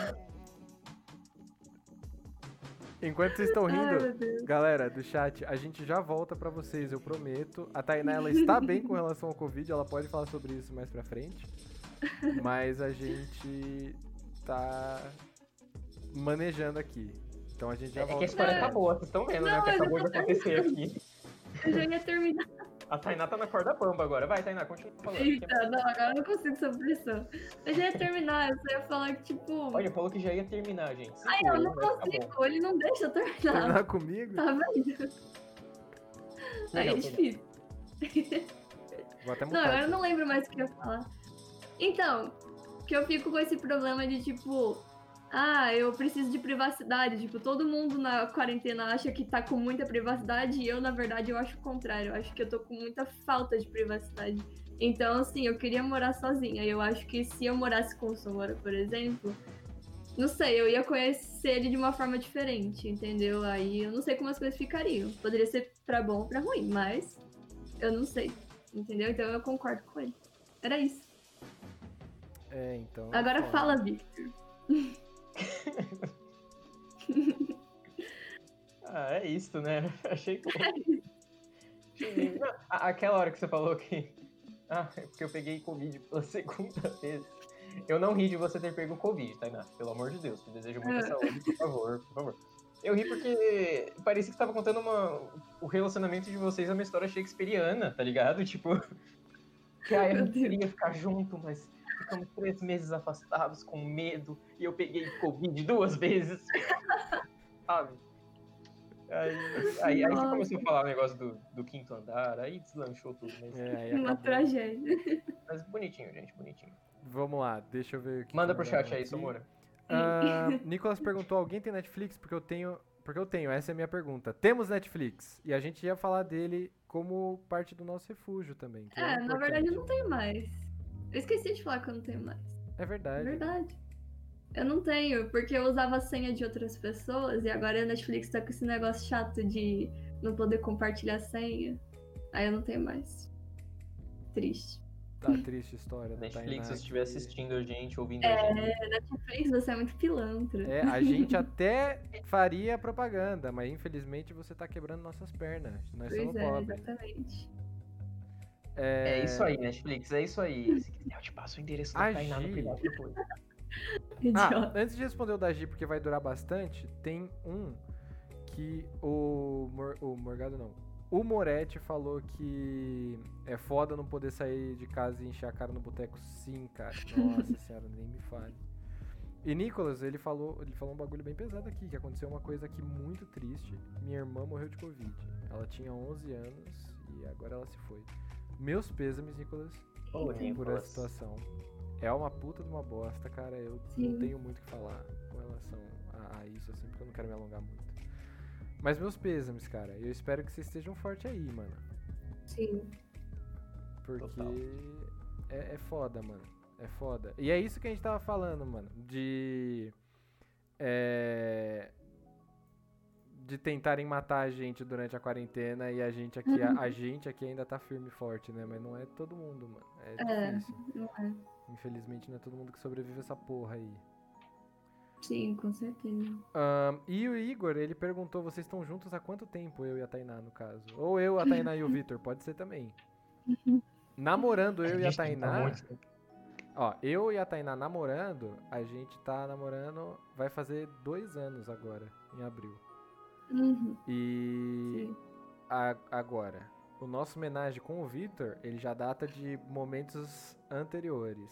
Enquanto vocês estão Ai, rindo, meu Deus. galera do chat, a gente já volta pra vocês, eu prometo. A Tainá, ela está bem com relação ao Covid, ela pode falar sobre isso mais pra frente. Mas a gente tá manejando aqui. Então a gente já É que volta. a história Não, tá boa, vocês estão vendo, né? não, O que mas eu acabou tô de acontecer aqui. Eu já ia terminar. A Tainá tá na corda bamba agora. Vai, Tainá, continua falando. Eita, não, agora eu não consigo sob pressão. Eu já ia terminar, eu só ia falar que, tipo. Olha, falou que já ia terminar, gente. Ai, eu não consigo, ele não deixa eu terminar. Terminar comigo? Tá vendo? Aí é difícil. Vou até Não, mutar agora eu aqui. não lembro mais o que eu ia falar. Então, que eu fico com esse problema de tipo, ah, eu preciso de privacidade. Tipo, todo mundo na quarentena acha que tá com muita privacidade e eu, na verdade, eu acho o contrário. Eu acho que eu tô com muita falta de privacidade. Então, assim, eu queria morar sozinha. E eu acho que se eu morasse com o Somora, por exemplo, não sei, eu ia conhecer ele de uma forma diferente, entendeu? Aí eu não sei como as coisas ficariam. Poderia ser pra bom ou pra ruim, mas eu não sei, entendeu? Então eu concordo com ele. Era isso. É, então. Agora foda. fala, Victor. Ah, é isso, né? Achei que. Achei- Não, a- Aquela hora que você falou que. Ah, é porque eu peguei Covid pela segunda vez. Eu não ri de você ter pego Covid, Tainá. Pelo amor de Deus. Te desejo muita Ah. saúde, por favor, por favor. Eu ri porque parecia que você tava contando uma... o relacionamento de vocês é uma história shakespeariana, tá ligado? Tipo, que ah, a Meu gente Deus. queria ficar junto, mas ficamos três meses afastados com medo e eu peguei Covid duas vezes. Sabe? Aí, aí, aí você Nossa. começou a falar o negócio do, do quinto andar, aí deslanchou tudo, mas, É, aí Uma acabou. tragédia. mas bonitinho, gente, bonitinho. Vamos lá, deixa eu ver o que. Manda que pro mandaram chat aí, aqui. Somura. Ah, Nicolas perguntou: alguém tem Netflix? Porque eu tenho. Porque eu tenho, essa é a minha pergunta. Temos Netflix. E a gente ia falar dele como parte do nosso refúgio também. Que é, É, na verdade eu importante. não tenho mais. Eu esqueci de falar que eu não tenho mais. É É verdade. verdade. Eu não tenho, porque eu usava a senha de outras pessoas e agora a Netflix tá com esse negócio chato de não poder compartilhar a senha. Aí eu não tenho mais. Triste. Tá triste a história da Netflix, Tainá se estiver aqui. assistindo a gente, ouvindo a gente. É, Netflix, você é muito pilantra. É, a gente até faria propaganda, mas infelizmente você tá quebrando nossas pernas. Nós Pois somos é, pobres. exatamente. É, É isso aí, Netflix, é isso aí. Se quiser, eu te passo o endereço da A Tainá no Gi. privado depois. Ah, Idiota. antes de responder o da Gi, porque vai durar bastante, tem um que o, Mor- o Morgado não. O Moretti falou que é foda não poder sair de casa e encher a cara no boteco. Sim, cara. Nossa senhora, nem me fale. E Nicolas, ele falou, ele falou um bagulho bem pesado aqui, que aconteceu uma coisa aqui muito triste. Minha irmã morreu de Covid. Ela tinha onze anos e agora ela se foi. Meus pêsames, Nicolas, Ô, por essa Nicolas. situação. É uma puta de uma bosta, cara. Eu Sim. não tenho muito o que falar com relação a, a isso, assim, porque eu não quero me alongar muito. Mas meus pêsames, cara. Eu espero que vocês estejam fortes aí, mano. Sim. Porque Total. é, é foda, mano. É foda. E é isso que a gente tava falando, mano. De. É. De tentarem matar a gente durante a quarentena e a gente aqui, a, a gente aqui ainda tá firme e forte, né? Mas não é todo mundo, mano. É, É. difícil. Não é. Infelizmente não é todo mundo que sobrevive a essa porra aí. Sim, com certeza. Ahn, e o Igor, ele perguntou, vocês estão juntos há quanto tempo, eu e a Tainá, no caso? Ou eu, a Tainá e o Vitor, pode ser também. Namorando eu e a gente tá Tainá... muito- Ó, eu e a Tainá namorando, a gente tá namorando, vai fazer dois anos agora, em abril. Uhum. E Sim. a- agora, o nosso homenagem com o Vitor, ele já data de momentos anteriores.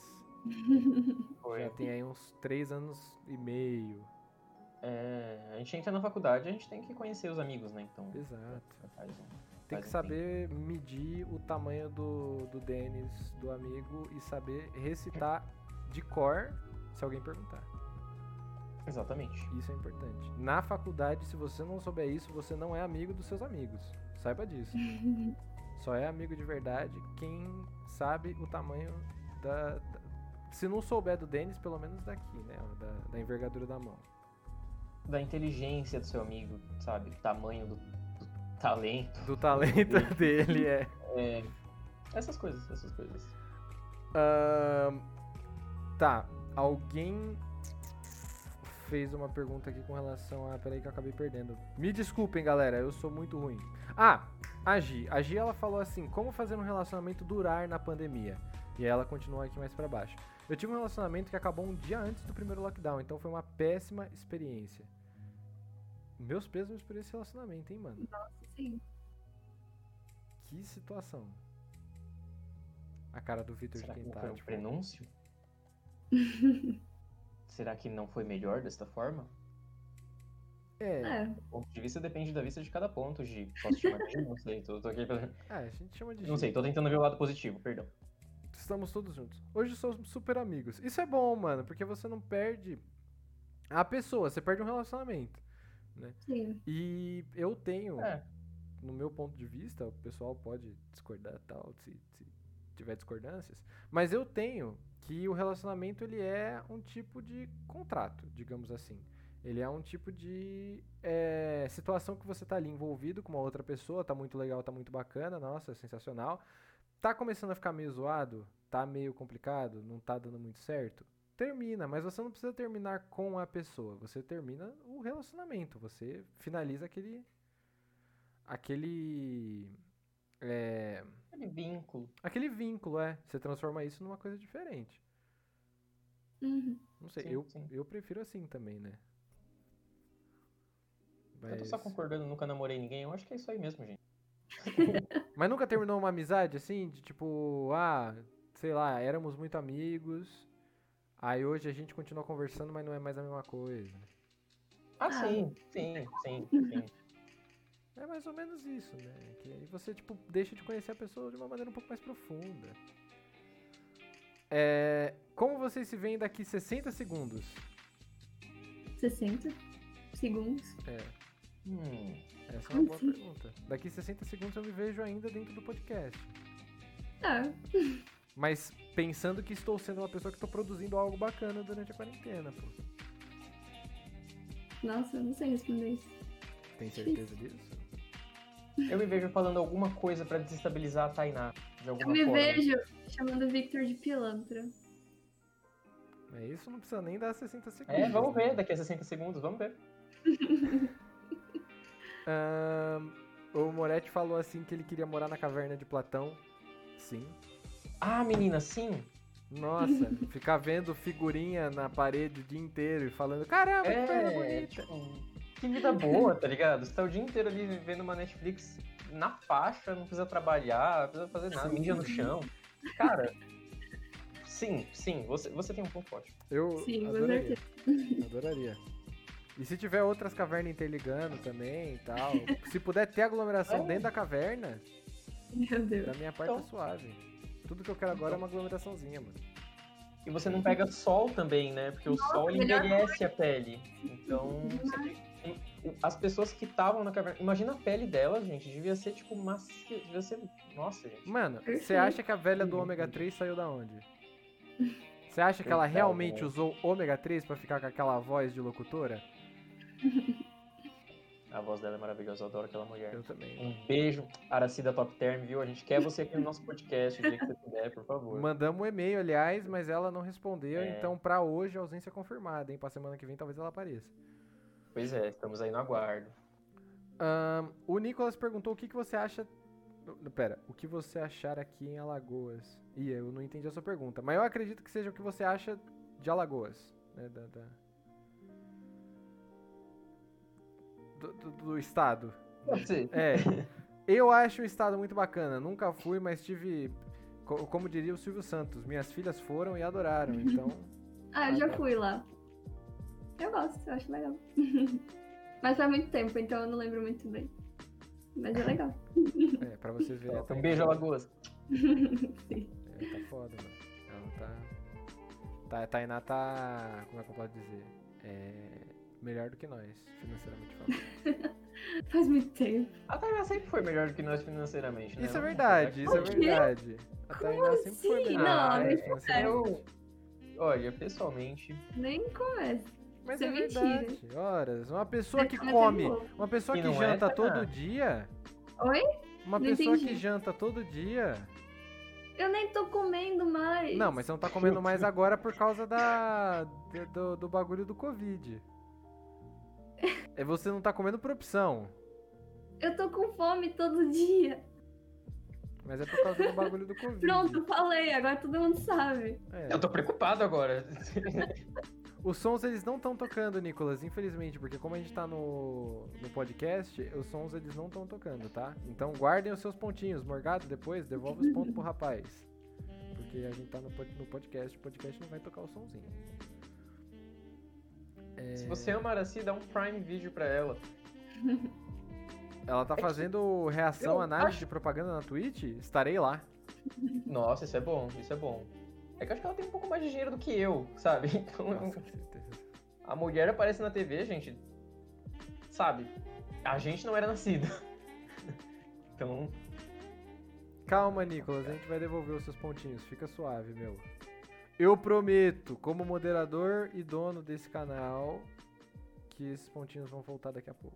Foi. Já tem aí uns três anos e meio. É, a gente entra na faculdade, a gente tem que conhecer os amigos, né? Então. Exato. faz um- tem Mas, que saber medir o tamanho do, do Denis, do amigo, e saber recitar de cor se alguém perguntar. Exatamente. Isso é importante. Na faculdade, se você não souber isso, você não é amigo dos seus amigos. Saiba disso. Só é amigo de verdade quem sabe o tamanho da... da se não souber do Denis, pelo menos daqui, né? Da, da envergadura da mão. Da inteligência do seu amigo, sabe? O tamanho do, do talento. Do talento dele, é. É. Essas coisas, essas coisas. Ahn, tá, alguém fez uma pergunta aqui com relação a... Peraí que eu acabei perdendo. Me desculpem, galera, eu sou muito ruim. Ah, a Gi. A Gi, ela falou assim, como fazer um relacionamento durar na pandemia? E ela continua aqui mais pra baixo. Eu tive um relacionamento que acabou um dia antes do primeiro lockdown, então foi uma péssima experiência. Meus pesos por esse relacionamento, hein, mano? Nossa, sim. Que situação. A cara do Vitor de Será quem que não tá, foi um tipo... prenúncio? Será que não foi melhor desta forma? É, É. O ponto de vista depende da vista de cada ponto, Gi. Posso chamar de Gi? Não sei, tô, tô aqui pra... é, a gente chama de Não sei, Gi. tô tentando ver o lado positivo, perdão. Estamos todos juntos. Hoje somos super amigos. Isso é bom, mano, porque você não perde a pessoa, você perde um relacionamento, né? Sim. E eu tenho, É, no meu ponto de vista, o pessoal pode discordar tal, se, se tiver discordâncias, mas eu tenho que o relacionamento ele é um tipo de contrato, digamos assim. Ele é um tipo de é, situação que você tá ali envolvido com uma outra pessoa, tá muito legal, tá muito bacana, nossa, é sensacional. Tá começando a ficar meio zoado, tá meio complicado, não tá dando muito certo, termina, mas você não precisa terminar com a pessoa, você termina o relacionamento, você finaliza aquele aquele é, aquele vínculo. aquele vínculo, é, você transforma isso numa coisa diferente. Uhum. Não sei, Sim, eu, sim. eu prefiro assim também, né? Eu tô só Mas, concordando, nunca namorei ninguém. Eu acho que é isso aí mesmo, gente. mas nunca terminou uma amizade assim, de tipo, ah, sei lá, éramos muito amigos, aí hoje a gente continua conversando, mas não é mais a mesma coisa. Ah, Ah. sim, sim, sim, sim. É mais ou menos isso, né? Que aí você, tipo, deixa de conhecer a pessoa de uma maneira um pouco mais profunda. É, como vocês se veem daqui sessenta segundos? sessenta segundos. É, Hum, essa é uma boa pergunta. Daqui sessenta segundos eu me vejo ainda dentro do podcast. Ah, Mas pensando que estou sendo uma pessoa que estou produzindo algo bacana durante a quarentena, pô. nossa, eu não sei responder isso. Tem certeza disso? eu me vejo falando alguma coisa pra desestabilizar a Tainá. De alguma Eu me forma. vejo chamando o Victor de pilantra. É isso, não precisa nem dar sessenta segundos. É, vamos né? ver daqui a sessenta segundos, vamos ver. Ahn, o Moretti falou assim que ele queria morar na caverna de Platão. Sim. Ah, menina, sim. Nossa, ficar vendo figurinha na parede o dia inteiro e falando, caramba, que coisa É, bonita. tipo, que vida boa, tá ligado? Você tá o dia inteiro ali vendo uma Netflix na faixa, não precisa trabalhar, não precisa fazer nada, mídia no chão. Cara, sim, sim, você, você tem um ponto forte. Eu Sim, com adoraria. certeza. Adoraria. E se tiver outras cavernas interligando também e tal, se puder ter aglomeração É. dentro da caverna, Meu Deus. da minha parte Então. é suave. Tudo que eu quero agora é uma aglomeraçãozinha, mano. E você não pega sol também, né? Porque o sol ele melhor envelhece a pele. Então, você- as pessoas que estavam na caverna. Imagina a pele delas, gente. Devia ser tipo macia. Devia ser. Nossa, gente. Mano, você Perfeito. acha que a velha do ômega três saiu da onde? Você acha que ela Verdade, realmente né? usou ômega três pra ficar com aquela voz de locutora? A voz dela é maravilhosa, eu adoro aquela mulher. Eu também. Um beijo, Aracida Top Term, viu? A gente quer você aqui no nosso podcast, o dia que você puder, por favor. Mandamos um e-mail, aliás, mas ela não respondeu, É. então pra hoje a ausência é confirmada, hein? Pra semana que vem talvez ela apareça. Pois é, estamos aí no aguardo. Ahn, o Nicolas perguntou o que, que você acha. N- Pera, o que você achar aqui em Alagoas? Ih, eu não entendi a sua pergunta, mas eu acredito que seja o que você acha de Alagoas, né? Da, da- Do, do- do estado. Pode ser. É, eu acho o estado muito bacana. Nunca fui, mas tive, co- como diria o Silvio Santos, minhas filhas foram e adoraram. Então, Ah, eu já tá. fui lá. Eu gosto, eu acho legal. Mas faz muito tempo, então eu não lembro muito bem. Mas é legal. É, pra vocês verem. Então, um beijo, Alagoas. Sim. É, tá foda, mano. Ela tá... tá. A Tainá tá. Como é que eu posso dizer? É. Melhor do que nós, financeiramente falando. Faz muito tempo. A Tainá sempre foi melhor do que nós financeiramente, né? Isso é Vamos verdade, isso é O quê? verdade. A Tainá sempre foi assim? melhor Não, do que nem nós financeiramente. Eu, olha, pessoalmente, Nem começa. Mas Isso é é verdade. mentira. Horas, uma pessoa Você que tá metendo come, louco. uma pessoa E que não é, janta Tainá? todo dia, Oi? uma Não pessoa entendi. que janta todo dia. Eu nem tô comendo mais. Não, mas você não tá comendo mais agora por causa da do, do, do bagulho do Covid. É, você não tá comendo por opção, Eu tô com fome todo dia. mas é por causa do bagulho do Covid. Pronto, falei, agora todo mundo sabe. É. eu tô preocupado agora. Os sons eles não estão tocando, Nicolas, infelizmente, porque como a gente tá no, no podcast, os sons eles não estão tocando, tá? Então guardem os seus pontinhos, Morgado, depois devolve os pontos pro rapaz. Porque a gente tá no, pod- no podcast, o podcast não vai tocar o sonzinho. É, Se você ama a Araci, dá um Prime Video pra ela. Ela tá É que- fazendo reação, eu análise acho- de propaganda na Twitch? Estarei lá. Nossa, isso é bom, isso é bom. É que eu acho que ela tem um pouco mais de dinheiro do que eu, sabe? Então, Nossa, com certeza. a mulher aparece na T V, gente. Sabe? A gente não era nascido. Então, Calma, Nicolas, a gente vai devolver os seus pontinhos, fica suave, meu. Eu prometo, como moderador e dono desse canal, que esses pontinhos vão voltar daqui a pouco.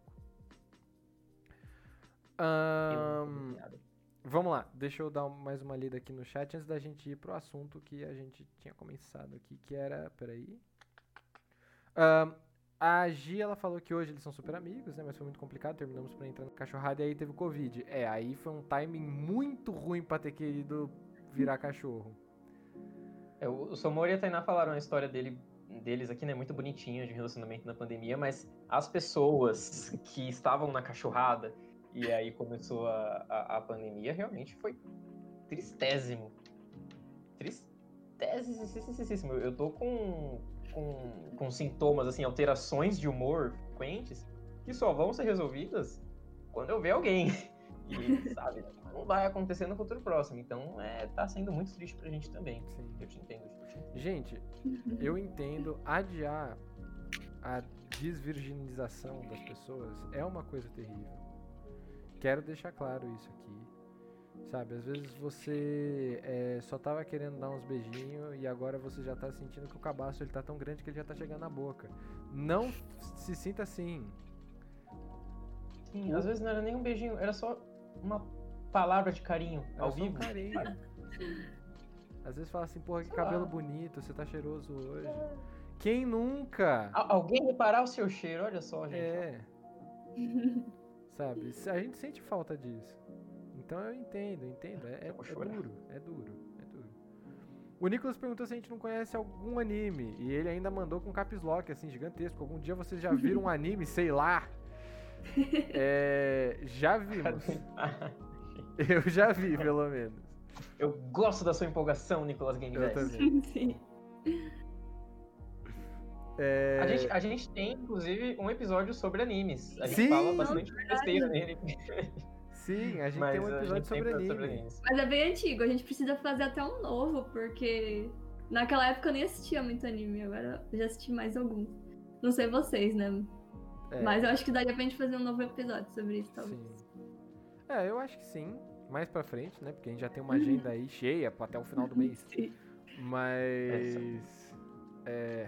Ahn, eu- vamos lá, deixa eu dar mais uma lida aqui no chat antes da gente ir pro assunto que a gente tinha começado aqui, que era... Peraí. Ahn, a Gi, ela falou que hoje eles são super amigos, né? Mas foi muito complicado, terminamos pra entrar na cachorrada e aí teve o Covid. É, aí foi um timing muito ruim pra ter querido virar cachorro. É, o o Somori e a Tainá falaram a história dele, deles aqui, né? Muito bonitinha, de relacionamento na pandemia, mas as pessoas que estavam na cachorrada e aí começou a, a, a pandemia, realmente foi tristésimo. Tristésimo. Eu tô com, com, com sintomas, assim, alterações de humor frequentes que só vão ser resolvidas quando eu ver alguém. E, sabe, não vai acontecer no futuro próximo. Então, é, tá sendo muito triste pra gente também. Sim. Eu te entendo, eu te entendo. Gente, eu entendo adiar a desvirginização das pessoas é uma coisa terrível. Quero deixar claro isso aqui. Sabe, às vezes você é, só tava querendo dar uns beijinhos e agora você já tá sentindo que o cabaço ele tá tão grande que ele já tá chegando na boca. Não se sinta assim. Sim, às vezes não era nem um beijinho, era só uma palavra de carinho É ao só um vivo. carinho. Às vezes fala assim, porra, que Sei lá. cabelo bonito, você tá cheiroso hoje. Quem nunca? Al- Alguém reparar o seu cheiro, olha só, gente. É. Sabe, se- a gente sente falta disso. Então eu entendo, eu entendo. É, é, Eu vou é chorar. duro, é duro, é duro. O Nicolas perguntou se a gente não conhece algum anime. E ele ainda mandou com caps lock, assim, gigantesco. Algum dia vocês já viram um anime, sei lá. É, já vimos. Eu já vi, pelo menos. Eu gosto da sua empolgação, Nicolas Game Eu dez. também. Sim. É, A gente, a gente tem, inclusive, um episódio sobre animes. A gente Sim! fala bastante besteira nele. Sim, a gente Mas tem um a episódio gente tem sobre episódio anime. animes. Mas é bem antigo, a gente precisa fazer até um novo, porque naquela época eu nem assistia muito anime, agora eu já assisti mais alguns. Não sei vocês, né? É, Mas eu acho que daria pra gente fazer um novo episódio sobre isso, talvez. sim. É, eu acho que sim. Mais pra frente, né? Porque a gente já tem uma agenda aí cheia pra até o final do mês. Sim. Mas. É.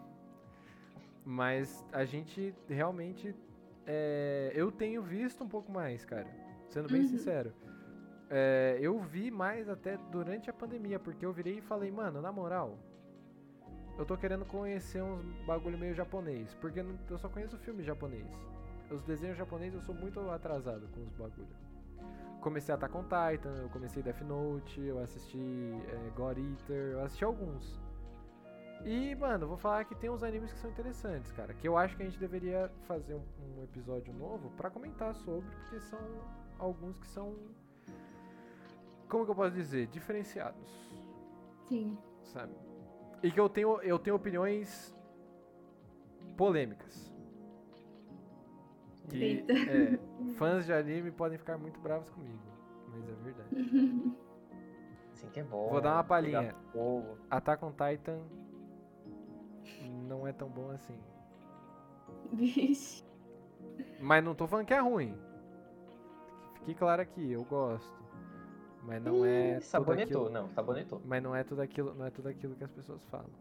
Mas a gente realmente. é, eu tenho visto um pouco mais, cara. Sendo bem Uhum. sincero. É, eu vi mais até durante a pandemia, porque eu virei e falei, mano, na moral, eu tô querendo conhecer uns bagulho meio japonês. Porque não- eu só conheço filme japonês. Os desenhos japoneses eu sou muito atrasado com os bagulho. Comecei Attack on Titan, eu comecei Death Note, eu assisti é, God Eater, eu assisti alguns. E, mano, vou falar que tem uns animes que são interessantes, cara. Que eu acho que a gente deveria fazer um, um episódio novo pra comentar sobre, porque são alguns que são. Como que eu posso dizer? Diferenciados, Sim. sabe? E que eu tenho, eu tenho opiniões polêmicas. Que, é, fãs de anime podem ficar muito bravos comigo, mas é verdade. Assim que é bom. Vou dar uma palhinha. pegar fogo. Attack on Titan não é tão bom assim. Vixe. Mas não tô falando que é ruim. Fique claro aqui, eu gosto. Mas não é tudo Sabonetou, aquilo, não, sabonetou. mas não é tudo aquilo, não é tudo aquilo que as pessoas falam.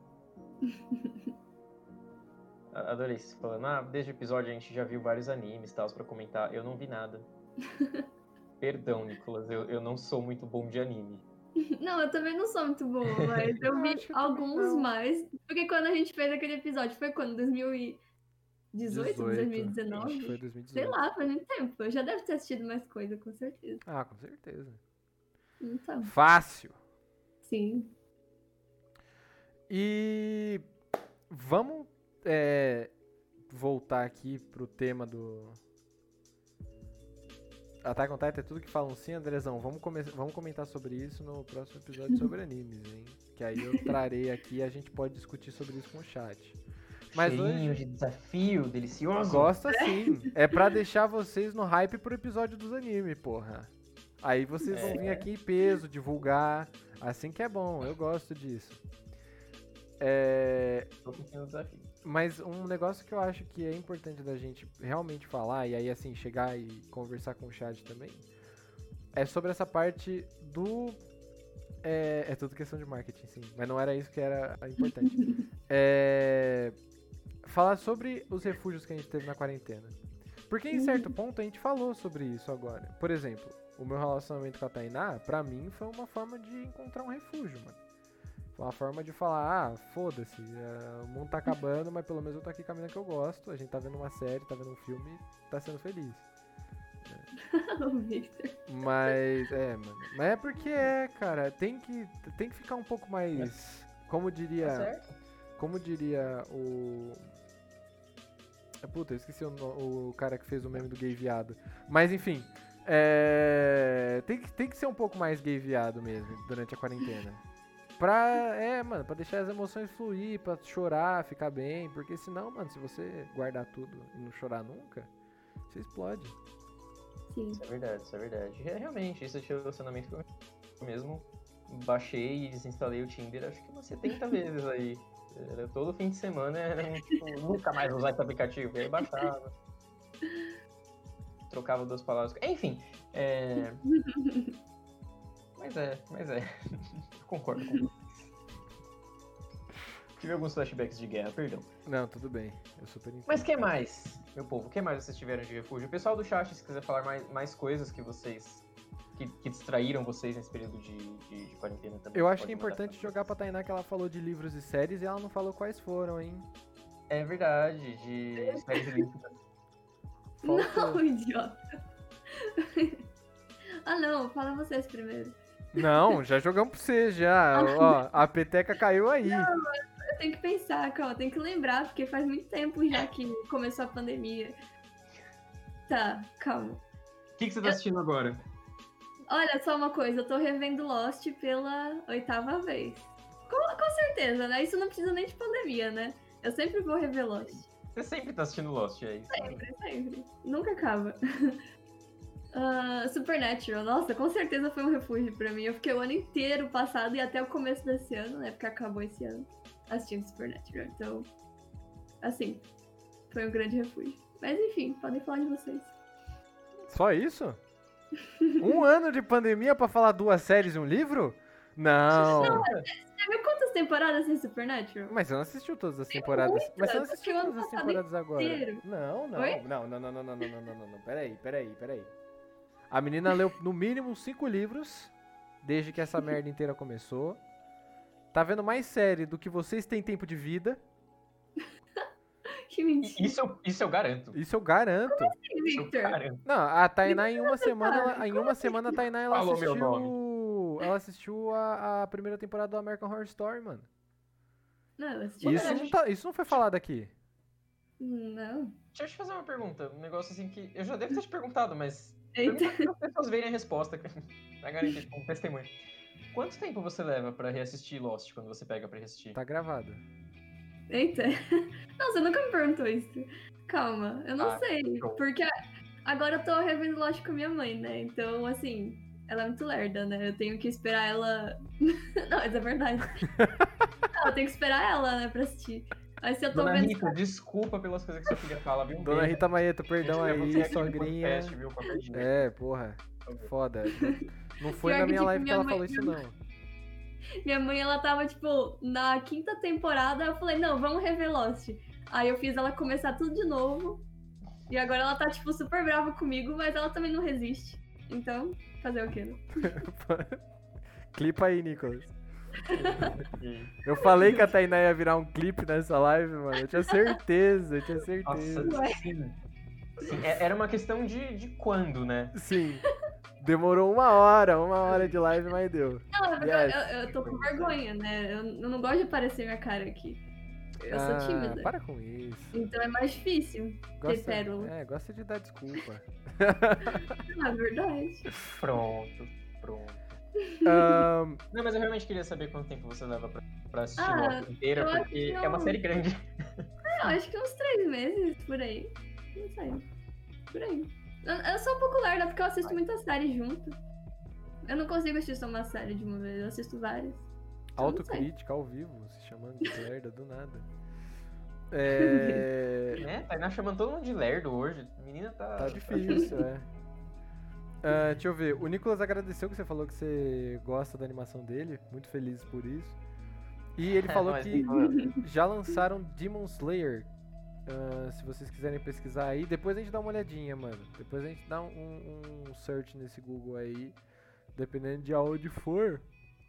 Adorei você falando, ah, desde o episódio a gente já viu vários animes e tal pra comentar. Eu não vi nada. Perdão, Nicolas, eu, eu não sou muito bom de anime. Não, eu também não sou muito boa, mas eu Eu vi acho que eu alguns também não. mais. Porque quando a gente fez aquele episódio, foi quando? dois mil e dezoito, dois mil e dezenove? Acho que foi dois mil e dezoito. Sei lá, faz muito tempo. Eu já deve ter assistido mais coisa, com certeza. Ah, com certeza. Então, Fácil. sim. E vamos é, voltar aqui pro tema do Attack on Titan, é tudo que falam sim, Andrezão. Vamos, come... vamos comentar sobre isso no próximo episódio sobre animes, hein? Que aí eu trarei aqui e a gente pode discutir sobre isso com o chat. Mas Cheirinho hoje de desafio, delicioso. gosta sim. É pra deixar vocês no hype pro episódio dos animes, porra. Aí vocês vão É. vir aqui em peso, divulgar. Assim que é bom, eu gosto disso. É... Tô curtindo o desafio. Mas um negócio que eu acho que é importante da gente realmente falar, e aí assim, chegar e conversar com o chat também, é sobre essa parte do... É, é tudo questão de marketing, sim, mas não era isso que era importante. É, falar sobre os refúgios que a gente teve na quarentena. Porque em certo ponto a gente falou sobre isso agora. Por exemplo, o meu relacionamento com a Tainá, pra mim, foi uma forma de encontrar um refúgio, mano. Foi uma forma de falar, ah, foda-se, é, o mundo tá acabando, mas pelo menos eu tô aqui com a mina que eu gosto, a gente tá vendo uma série, tá vendo um filme, tá sendo feliz. O Victor. Mas, é, mano, mas é porque é, cara, tem que, tem que ficar um pouco mais, como Tá diria, certo? como diria o... Puta, eu esqueci o, no- o cara que fez o meme do gay viado. Mas enfim, é, tem, que, tem que ser um pouco mais gay viado mesmo, durante a quarentena. Pra, é, mano, pra deixar as emoções fluir, pra chorar, ficar bem. Porque senão, mano, se você guardar tudo e não chorar nunca, você explode. Sim. Isso é verdade, isso é verdade. É, realmente, isso de relacionamento que eu mesmo baixei e desinstalei o Tinder, acho que umas setenta vezes aí. Era todo fim de semana, era um, tipo, nunca mais usar esse aplicativo. E aí baixava. Trocava duas palavras. Enfim, é... Mas é, mas é. Eu concordo com vocês. Tive alguns flashbacks de guerra, perdão. Não, tudo bem. Eu super entendo. Mas o que mais, meu povo? O que mais vocês tiveram de refúgio? O pessoal do chat, se quiser falar mais, mais coisas que vocês... Que, que distraíram vocês nesse período de, de, de quarentena também. Eu acho pode que é mandar importante pra jogar pra vocês. Tainá que ela falou de livros e séries e ela não falou quais foram, hein? É verdade, de séries olímpicas. Faltou. Não, idiota. Ah, não, fala vocês primeiro. Não, já jogamos pra você, já. Ó, a peteca caiu aí. Eu tenho que pensar, calma, eu tenho que lembrar, porque faz muito tempo já que começou a pandemia. Tá, calma. O que, que você tá assistindo agora? Olha, só uma coisa, eu tô revendo Lost pela oitava vez. Com, com certeza, né? Isso não precisa nem de pandemia, né? Eu sempre vou rever Lost. Você sempre tá assistindo Lost, é isso? Sempre, sempre. Nunca acaba. Ah, Supernatural, nossa, com certeza foi um refúgio pra mim. Eu fiquei o ano inteiro passado e até o começo desse ano, né? Porque acabou esse ano, assistindo Supernatural. Então, assim, foi um grande refúgio. Mas enfim, podem falar de vocês. Só isso? Um ano de pandemia pra falar duas séries e um livro? Não. Você viu quantas temporadas tem Supernatural? Mas você não assistiu todas as temporadas. muitas, Mas você não eu assistiu assisti o ano todas as passado temporadas agora. inteiro. Não, não. Oi? Não, não, não, não, não, não, não, não, não, não. Peraí, peraí, peraí. A menina leu no mínimo cinco livros desde que essa merda inteira começou. Tá vendo mais série do que vocês têm tempo de vida. Que mentira, Isso eu, isso eu garanto. Isso eu garanto. Isso eu Victor. garanto. Não, a Tainá em uma semana, ela- em uma semana a Tainá ela Falou meu assistiu, ela assistiu a, a primeira temporada do American Horror Story, mano. Não, eu assisti Isso Lost. não, tá, isso não foi falado aqui. Não. Deixa eu te fazer uma pergunta. Um negócio assim que eu já devo ter te perguntado, mas Eita. pergunta para as pessoas verem a resposta. Pra garantir, como testemunho. Quanto tempo você leva pra reassistir Lost quando você pega pra reassistir? Tá gravado. Eita. Não, você nunca me perguntou isso. Calma, eu não Ah, sei. show. Porque agora eu tô revendo Lost com minha mãe, né? Então, assim, ela é muito lerda, né? Eu tenho que esperar ela. Não, isso é verdade. Não, eu tenho que esperar ela, né, pra assistir. Mas se eu tô Dona vendo. Rita, desculpa pelas coisas que sua filha fala, viu? Um Dona beijo. Rita Maieto, perdão A gente quer você aí, aqui no sogrinha. podcast, viu? Qualquer dia. É, porra, foda. Não foi Pior na que, minha tipo, live que minha ela mãe- falou isso, não. Minha mãe, ela tava, tipo, na quinta temporada. Eu falei, não, vamos rever Lost. Aí eu fiz ela começar tudo de novo. E agora ela tá, tipo, super brava comigo, mas ela também não resiste. Então, fazer o quê, né? Clipa aí, Nicolas. Eu falei que a Tainá ia virar um clipe nessa live, mano. Eu tinha certeza, eu tinha certeza. Nossa, sim. Sim, é- Era uma questão de, de quando, né? Sim. Demorou uma hora, uma hora de live, mas deu. Não, é porque Yes. eu, eu, eu tô com vergonha, né? Eu, eu não gosto de aparecer minha cara aqui. Eu sou Ah, tímida. para com isso. Então é mais difícil ter Gosta, pérola. é, gosta de dar desculpa. Ah, é verdade. Pronto, pronto. Ahn, Não, mas eu realmente queria saber quanto tempo você leva pra, pra assistir Ah, Lost inteira, eu acho porque que é uma eu- série grande. Ah, acho que uns três meses, por aí. Não sei. Por aí. Eu, eu sou um pouco lerda, porque eu assisto muitas séries junto. Eu não consigo assistir só uma série de uma vez, eu assisto várias. Eu não sei. autocrítica ao vivo, se chamando de lerda do nada. É. Né? Tainá chamando todo mundo de lerdo hoje. A menina tá. Tá difícil, é. Ah, deixa eu ver. O Nicolas agradeceu que você falou que você gosta da animação dele. Muito feliz por isso. E ele falou Mas, que pô, já lançaram Demon Slayer. Ah, se vocês quiserem pesquisar aí, depois a gente dá uma olhadinha, mano. Depois a gente dá um, um search nesse Google aí. Dependendo de aonde for,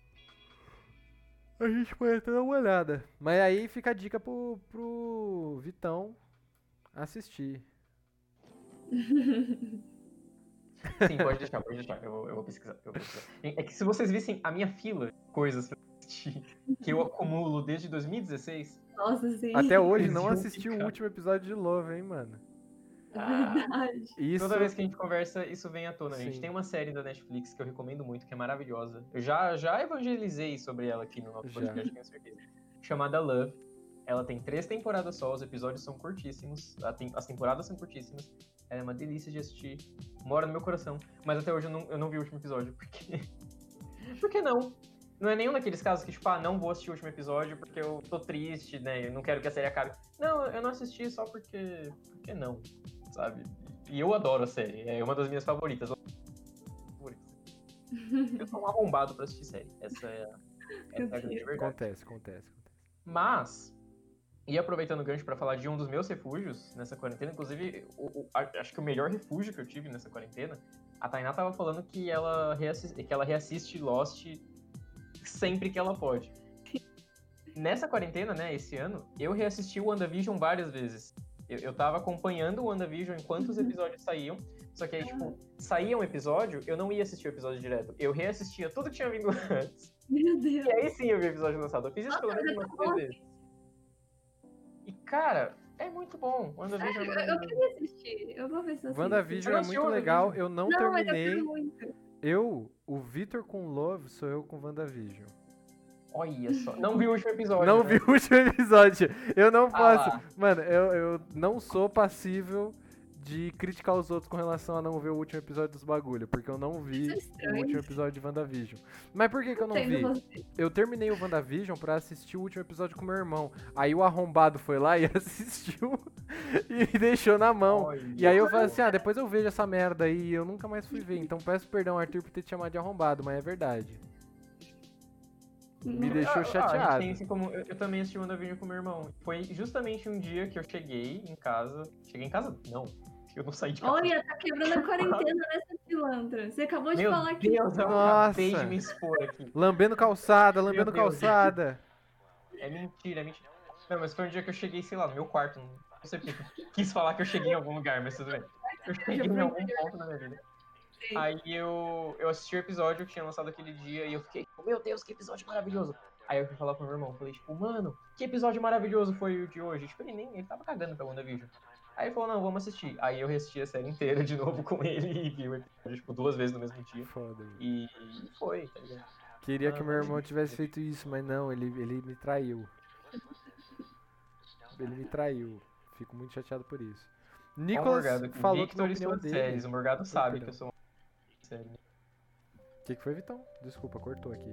a gente pode até dar uma olhada. Mas aí fica a dica pro, pro Vitão assistir. Sim, pode deixar, pode deixar. Eu, vou- eu vou pesquisar, eu vou pesquisar. É que se vocês vissem a minha fila de coisas pra assistir, que eu acumulo desde dois mil e dezesseis. Nossa, sim. Até hoje Eles não iam assisti o ficar. último episódio de Love, hein, mano. É verdade. Isso. Toda vez que a gente conversa, isso vem à tona. A gente Sim. tem uma série da Netflix que eu recomendo muito, que é maravilhosa. Eu já, já evangelizei sobre ela aqui no nosso Já. podcast, tenho certeza. Chamada Love. Ela tem três temporadas só, os episódios são curtíssimos, a tem- as temporadas são curtíssimas. Ela é uma delícia de assistir, mora no meu coração. Mas até hoje eu não, eu não vi o último episódio, porque... Por que não? Não é nenhum daqueles casos que, tipo, ah, não vou assistir o último episódio porque eu tô triste, né, eu não quero que a série acabe. Não, eu não assisti só porque... Porque não, sabe? E eu adoro a série, é uma das minhas favoritas. Eu sou um arrombado pra assistir série, essa é a, essa é a grande verdade. Acontece, acontece, acontece. Mas, e aproveitando o gancho pra falar de um dos meus refúgios nessa quarentena, inclusive, o, o- a- acho que o melhor refúgio que eu tive nessa quarentena, a Tainá tava falando que ela, reassiste, que ela reassiste Lost sempre que ela pode. Nessa quarentena, né, esse ano, eu reassisti o WandaVision várias vezes. Eu, eu tava acompanhando o WandaVision enquanto os episódios saíam, só que aí, tipo, saía um episódio, eu não ia assistir o episódio direto. Eu reassistia tudo que tinha vindo antes. Meu Deus. E aí sim eu vi o episódio lançado. Eu fiz isso pelo menos umas três vezes. E, cara, é muito bom. WandaVision é Eu, eu maravilhoso. queria assistir. Eu vou ver se eu assisto. WandaVision Você é não muito assistiu legal, WandaVision? eu não, Não, mas eu terminei. quero muito. Eu, o Vitor com Love, sou eu com WandaVision. Olha só. Não vi o último episódio. Não né? vi o último episódio. Eu não Ah posso. lá. Mano, eu, eu não sou passível de criticar os outros com relação a não ver o último episódio dos bagulho, porque eu não vi Isso é o estranho. último episódio de WandaVision. Mas por que que eu não Entendo vi? você. Eu terminei o WandaVision pra assistir o último episódio com meu irmão. Aí o arrombado foi lá e assistiu e me deixou na mão. Olha E aí eu falei só. assim, ah, depois eu vejo essa merda aí e eu nunca mais fui ver. Então peço perdão, Arthur, por ter te chamado de arrombado, mas é verdade. Me Não. deixou Ah, ah, a gente chateado. tem, assim, como, eu, eu também assisti WandaVision com meu irmão. Foi justamente um dia que eu cheguei em casa. Cheguei em casa? Não. Eu não saí de casa. Olha, tá quebrando a quarentena nessa pilantra. Você acabou de Meu falar que. Deus, eu Nossa. acabei de me expor aqui. Lambendo calçada, lambendo Deus. calçada. É mentira, é mentira. Não, mas foi um dia que eu cheguei, sei lá, no meu quarto. Não sei porque. Quis falar que eu cheguei em algum lugar, mas tudo bem. Eu cheguei em algum ponto na minha vida. Sim. Aí eu, eu assisti o episódio que tinha lançado aquele dia e eu fiquei, tipo, meu Deus, que episódio maravilhoso. Aí eu fui falar pro meu irmão, falei, tipo, mano, que episódio maravilhoso foi o de hoje? Tipo, ele nem, ele tava cagando pra WandaVision. Aí ele falou, não, vamos assistir. Aí eu reassisti a série inteira de novo com ele e vi o episódio, tipo, duas vezes no mesmo dia. Foda. velho. E, e foi, tá ligado? Queria que Ah, meu mas- irmão tivesse feito isso, mas não, ele, ele me traiu. Ele me traiu. Fico muito chateado por isso. Nicolas Morgado, falou que na Victor e opinião suas dele... séries. O Morgado sabe perdão. que eu sou uma série. O que, que foi, Vitão? Desculpa, cortou aqui.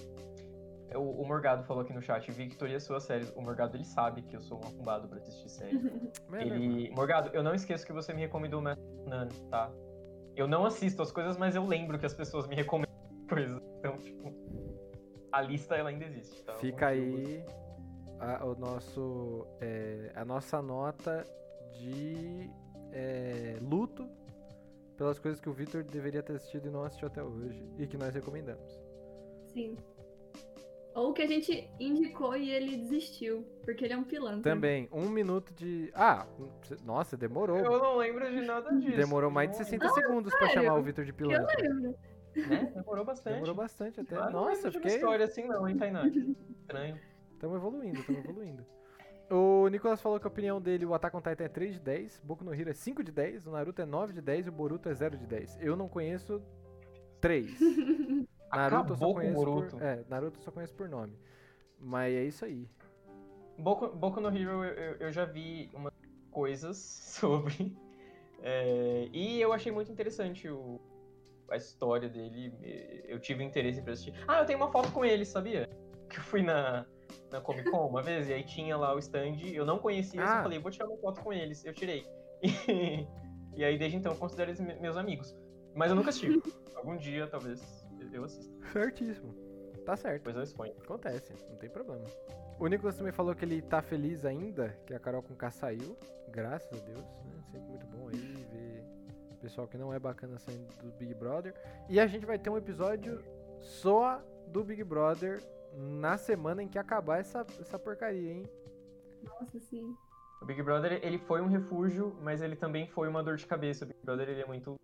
O, o Morgado falou aqui no chat, Victor e as suas séries. O Morgado, ele sabe que eu sou um arrombado pra assistir série. É, ele... Morgado, eu não esqueço que você me recomendou o Matt Nani, tá? Eu não assisto as coisas, mas eu lembro que as pessoas me recomendam coisas. Então, tipo, a lista, ela ainda existe, tá? Fica aí a, o nosso, é, a nossa nota de é, luto pelas coisas que o Victor deveria ter assistido e não assistiu até hoje. E que nós recomendamos. Sim. Ou que a gente indicou e ele desistiu, porque ele é um pilantra. Também, um minuto de... Ah, nossa, demorou. Eu não lembro de nada disso. Demorou mais de sessenta segundos pra sério? chamar o Victor de Eu pilantra. lembro. Né? Demorou bastante. Demorou bastante até. Ah, não Nossa, lembro de uma fiquei... história assim não, hein, Tainá? Estranho. Tamo evoluindo, tamo evoluindo. O Nicolas falou que a opinião dele, o Attack on Titan é três de dez, Boku no Hero é cinco de dez, o Naruto é nove de dez e o Boruto é zero de dez. Eu não conheço três. Naruto eu só Acabou com o conheço Boruto. por... É, Naruto eu só conheço por nome. Mas é isso aí. Boku, Boku no Hero, eu, eu- eu já vi umas coisas sobre. é, e eu achei muito interessante o, a história dele. Eu tive interesse pra assistir. Ah, eu tenho uma foto com ele, sabia? Que eu fui na, na Comic Con uma vez e aí tinha lá o stand. Eu não conhecia, eu Ah. só falei, vou tirar uma foto com eles. Eu tirei. E, e aí desde então eu considero eles me- meus amigos. Mas eu nunca assisti. Algum dia, talvez, eu assista. Certíssimo. Tá certo. Depois eu exponho. Acontece, não tem problema. O Nicolas também falou que ele tá feliz ainda, que a Carol com K saiu. Graças a Deus, né? Sempre muito bom aí ver pessoal que não é bacana saindo do Big Brother. E a gente vai ter um episódio só do Big Brother na semana em que acabar essa, essa porcaria, hein? Nossa, sim. O Big Brother, ele foi um refúgio, mas ele também foi uma dor de cabeça. O Big Brother, ele é muito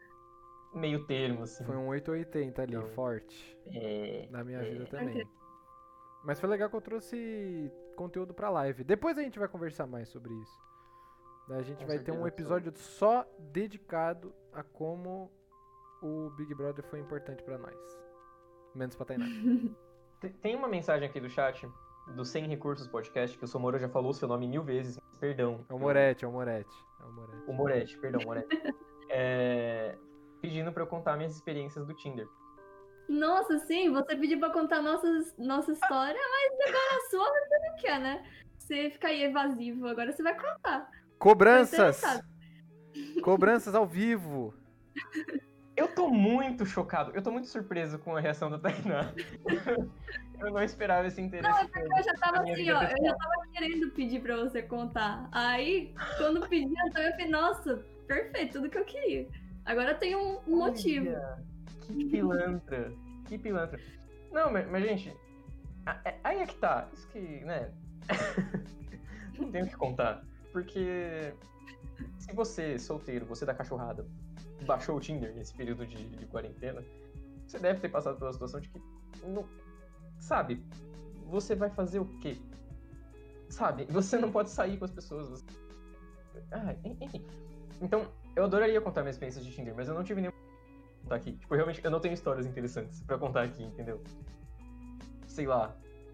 meio termo, assim. Foi um oito ou oitenta ali, Então, forte. É... Na minha é. vida também. Mas foi legal que eu trouxe conteúdo pra live. Depois a gente vai conversar mais sobre isso. A gente Com vai ter um certeza, episódio só dedicado a como o Big Brother foi importante pra nós. Menos pra Tainá. Tem- Tem uma mensagem aqui do chat, do Sem Recursos Podcast, que o Somoro já falou o seu nome mil vezes, mas perdão. É o Moretti, é o Moretti. É o Moretti. O Moretti, perdão, Moretti. É, pedindo pra eu contar minhas experiências do Tinder. Nossa, sim, você pediu pra contar nossas, nossa história, mas agora a sua você não quer, né? Você fica aí evasivo, agora você vai contar. Cobranças! interessado. Cobranças ao vivo! Eu tô muito chocado, eu tô muito surpreso com a reação da Tainá. Eu não esperava esse interesse. Não, é porque eu já tava A minha assim, vida ó, eu pessoal. já tava querendo pedir pra você contar. Aí, quando pedi, eu também falei, nossa, perfeito, tudo que eu queria. Agora eu tenho um, um motivo. Olha, que pilantra, que pilantra. Não, mas, mas, gente, a- é- aí é que tá, isso que, né, não tenho o que contar, porque se você, solteiro, você da cachorrada, baixou o Tinder nesse período de, de quarentena, você deve ter passado pela situação de que, não, sabe, você vai fazer o quê? Sabe, você não pode sair com as pessoas, você... Ah, en- enfim. Então, eu adoraria contar minhas experiências de Tinder, mas eu não tive nenhum pra contar aqui. Tipo, realmente, eu não tenho histórias interessantes pra contar aqui, entendeu? Sei lá.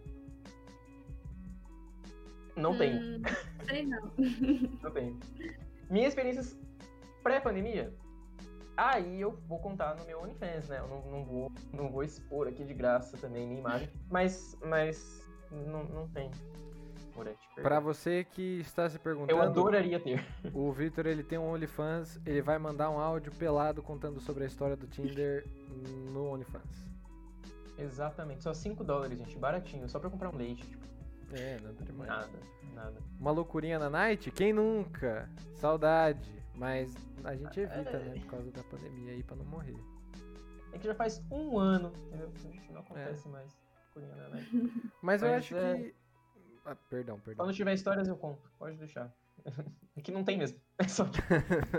Não tenho, Hum, sei não. não tenho. Minhas experiências pré-pandemia, aí eu vou contar no meu OnlyFans, né? Eu não, não, vou, não vou expor aqui de graça também minha imagem, mas, mas não, não tem. Moretti, perdão. Pra você que está se Eu perguntando, adoraria ter. o Victor ele tem um OnlyFans, ele vai mandar um áudio pelado contando sobre a história do Tinder no OnlyFans. Exatamente, só cinco dólares, gente, baratinho, só pra comprar um leite, tipo, É, nada demais. nada, nada. Uma loucurinha na night? Quem nunca? Saudade. Mas a gente evita, né? Por causa da pandemia aí, pra não morrer. É que já faz um ano, entendeu? Não acontece mais. Curinha na net. Mas eu Mas acho é- que... Ah, perdão, perdão. Quando tiver histórias eu conto, pode deixar. É que não tem mesmo. É só que...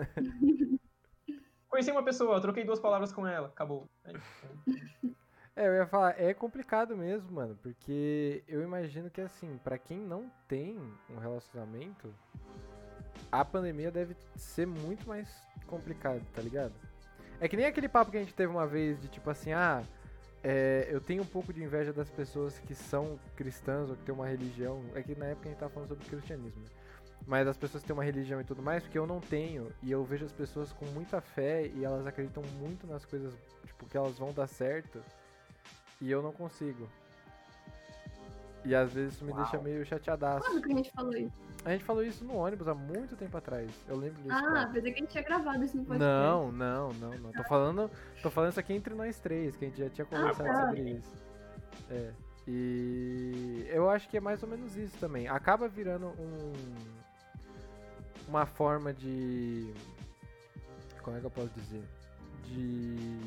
Conheci uma pessoa, troquei duas palavras com ela, acabou. É isso. É, eu ia falar, é complicado mesmo, mano, porque eu imagino que, assim, pra quem não tem um relacionamento, a pandemia deve ser muito mais complicado, tá ligado? É que nem aquele papo que a gente teve uma vez de tipo assim, ah, é, eu tenho um pouco de inveja das pessoas que são cristãs ou que têm uma religião. É que na época a gente tava falando sobre cristianismo, né? mas as pessoas têm uma religião e tudo mais, porque eu não tenho, e eu vejo as pessoas com muita fé e elas acreditam muito nas coisas, tipo, que elas vão dar certo, e eu não consigo. E às vezes isso me Uau. deixa meio chateadaço. Quando que a gente falou isso? A gente falou isso no ônibus há muito tempo atrás. Eu lembro disso. Ah, cara. pensei que a gente tinha gravado isso no podcast. Não, não, não, não. Tô falando, tô falando isso aqui entre nós três, que a gente já tinha conversado tá. sobre isso. É. E eu acho que é mais ou menos isso também. Acaba virando um uma forma de, como é que eu posso dizer? De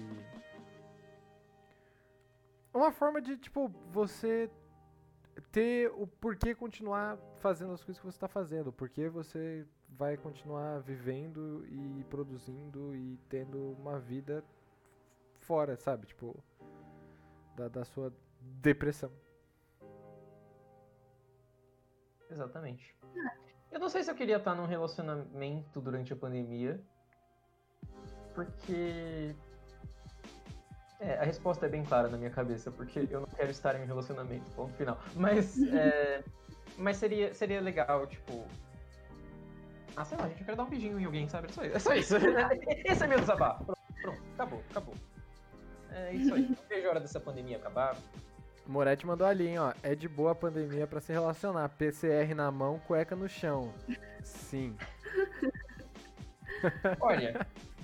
uma forma de, tipo, você ter o porquê continuar fazendo as coisas que você está fazendo, porque você vai continuar vivendo e produzindo e tendo uma vida fora, sabe? Tipo, da, da sua depressão. Exatamente. Eu não sei se eu queria estar num relacionamento durante a pandemia, porque... É, a resposta é bem clara na minha cabeça, porque eu não quero estar em um relacionamento, ponto final. Mas, é, mas seria, seria legal, tipo... Ah, sei lá, gente, eu quero dar um beijinho em alguém, sabe? É só isso. É só isso. Esse é meu desabafo. Pronto, pronto, acabou, acabou. É isso aí. Não vejo a hora dessa pandemia acabar. Moretti mandou ali, hein, ó. É de boa a pandemia pra se relacionar. P C R na mão, cueca no chão. Sim. Olha...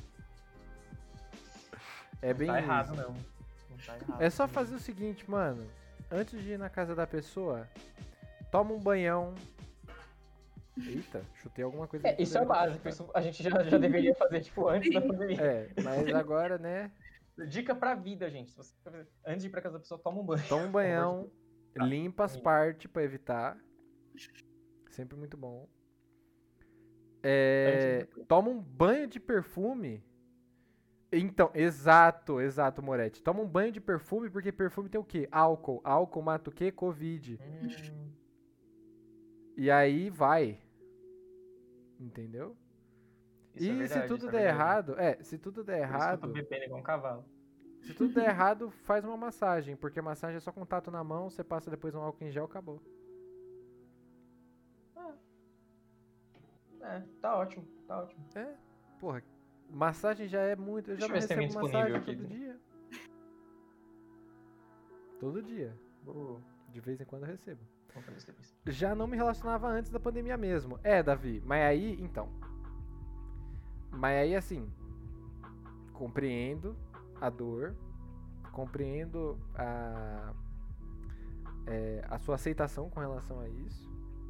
É bem não tá isso. errado, não. Não tá errado. É só fazer o seguinte, mano. Antes de ir na casa da pessoa, toma um banhão. Eita, chutei alguma coisa. É, isso é o básico. Isso a gente já, já deveria fazer, tipo, antes da pandemia. É, mas agora, né? Dica pra vida, gente. Se você, antes de ir pra casa da pessoa, toma um banho. Toma um banhão, limpa as partes pra evitar. Sempre muito bom. É, toma um banho de perfume. Então, exato, exato, Moretti. Toma um banho de perfume, porque perfume tem o quê? Álcool. Álcool mata o quê? Covid. Hum. E aí vai. Entendeu? Isso é E verdade, se tudo isso é der verdade. errado, é, se tudo der Por isso que eu errado, tô bebendo igual um cavalo. se tudo der errado, faz uma massagem, porque massagem é só contato na mão, você passa depois um álcool em gel, acabou. É, tá ótimo, tá ótimo. É, porra, massagem já é muito, eu já Deixa eu não ver se tem recebo alguém massagem disponível todo aqui. dia. Todo dia. Vou, De vez em quando eu recebo. vou fazer isso depois. Já não me relacionava antes da pandemia mesmo. É, Davi, mas aí, então. Mas aí, assim, compreendo a dor, compreendo a, é, a sua aceitação com relação a isso.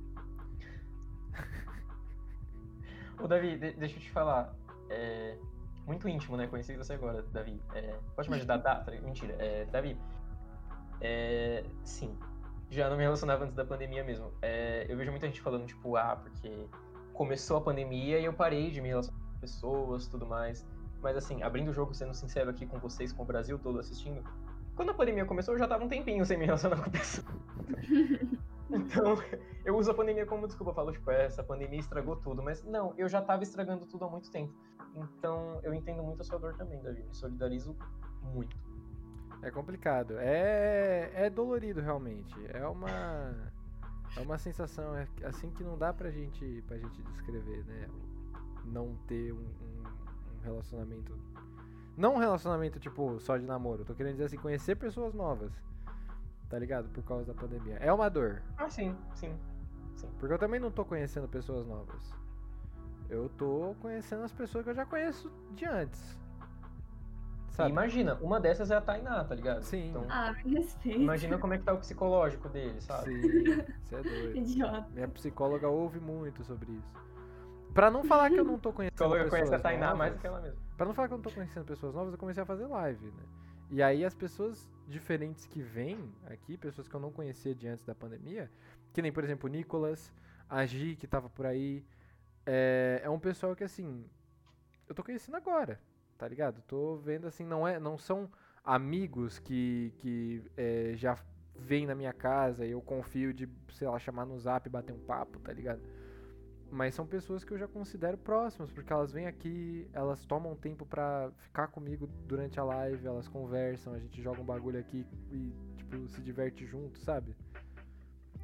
Ô, Davi, de- deixa eu te falar. É muito íntimo, né? Conheci você agora, Davi. É, pode me ajudar? Tá, mentira. É, Davi, é, sim. Já não me relacionava antes da pandemia mesmo. É, eu vejo muita gente falando, tipo, ah, porque começou a pandemia e eu parei de me relacionar com pessoas, tudo mais. Mas assim, abrindo o jogo, sendo sincero aqui com vocês, com o Brasil todo assistindo, quando a pandemia começou, eu já tava um tempinho sem me relacionar com pessoas. Então, eu uso a pandemia como desculpa, eu falo, tipo, essa pandemia estragou tudo, mas não, eu já tava estragando tudo há muito tempo. Então, eu entendo muito a sua dor também, Davi, me solidarizo muito. É complicado. É, é dolorido, realmente. É uma, é uma sensação, é assim que não dá pra gente, pra gente descrever, né? Não ter um, um, um relacionamento... Não um relacionamento, tipo, só de namoro. Eu tô querendo dizer assim, conhecer pessoas novas. Tá ligado? Por causa da pandemia. É uma dor. Ah, sim, sim, sim. Porque eu também não tô conhecendo pessoas novas. Eu tô conhecendo as pessoas que eu já conheço de antes. E Sabe? imagina, uma dessas é a Tainá, tá ligado? Sim. Então, Ah, me respeita. imagina como é que tá o psicológico dele, sabe? Sim, você é doido. Idiota. Minha psicóloga ouve muito sobre isso. Pra não falar que eu não tô conhecendo Psicóloga pessoas conhece a Tainá novas, mais do que ela mesma. Pra não falar que eu não tô conhecendo pessoas novas, eu comecei a fazer live, né? E aí as pessoas diferentes que vêm aqui, pessoas que eu não conhecia de antes da pandemia, que nem, por exemplo, o Nicolas, a Gi, que tava por aí, é, é um pessoal que, assim, eu tô conhecendo agora, tá ligado? Tô vendo, assim, não, é, não são amigos que, que é, já vêm na minha casa e eu confio de, sei lá, chamar no zap e bater um papo, tá ligado? Mas são pessoas que eu já considero próximas, porque elas vêm aqui, elas tomam tempo pra ficar comigo durante a live, elas conversam, a gente joga um bagulho aqui e, tipo, se diverte junto, sabe?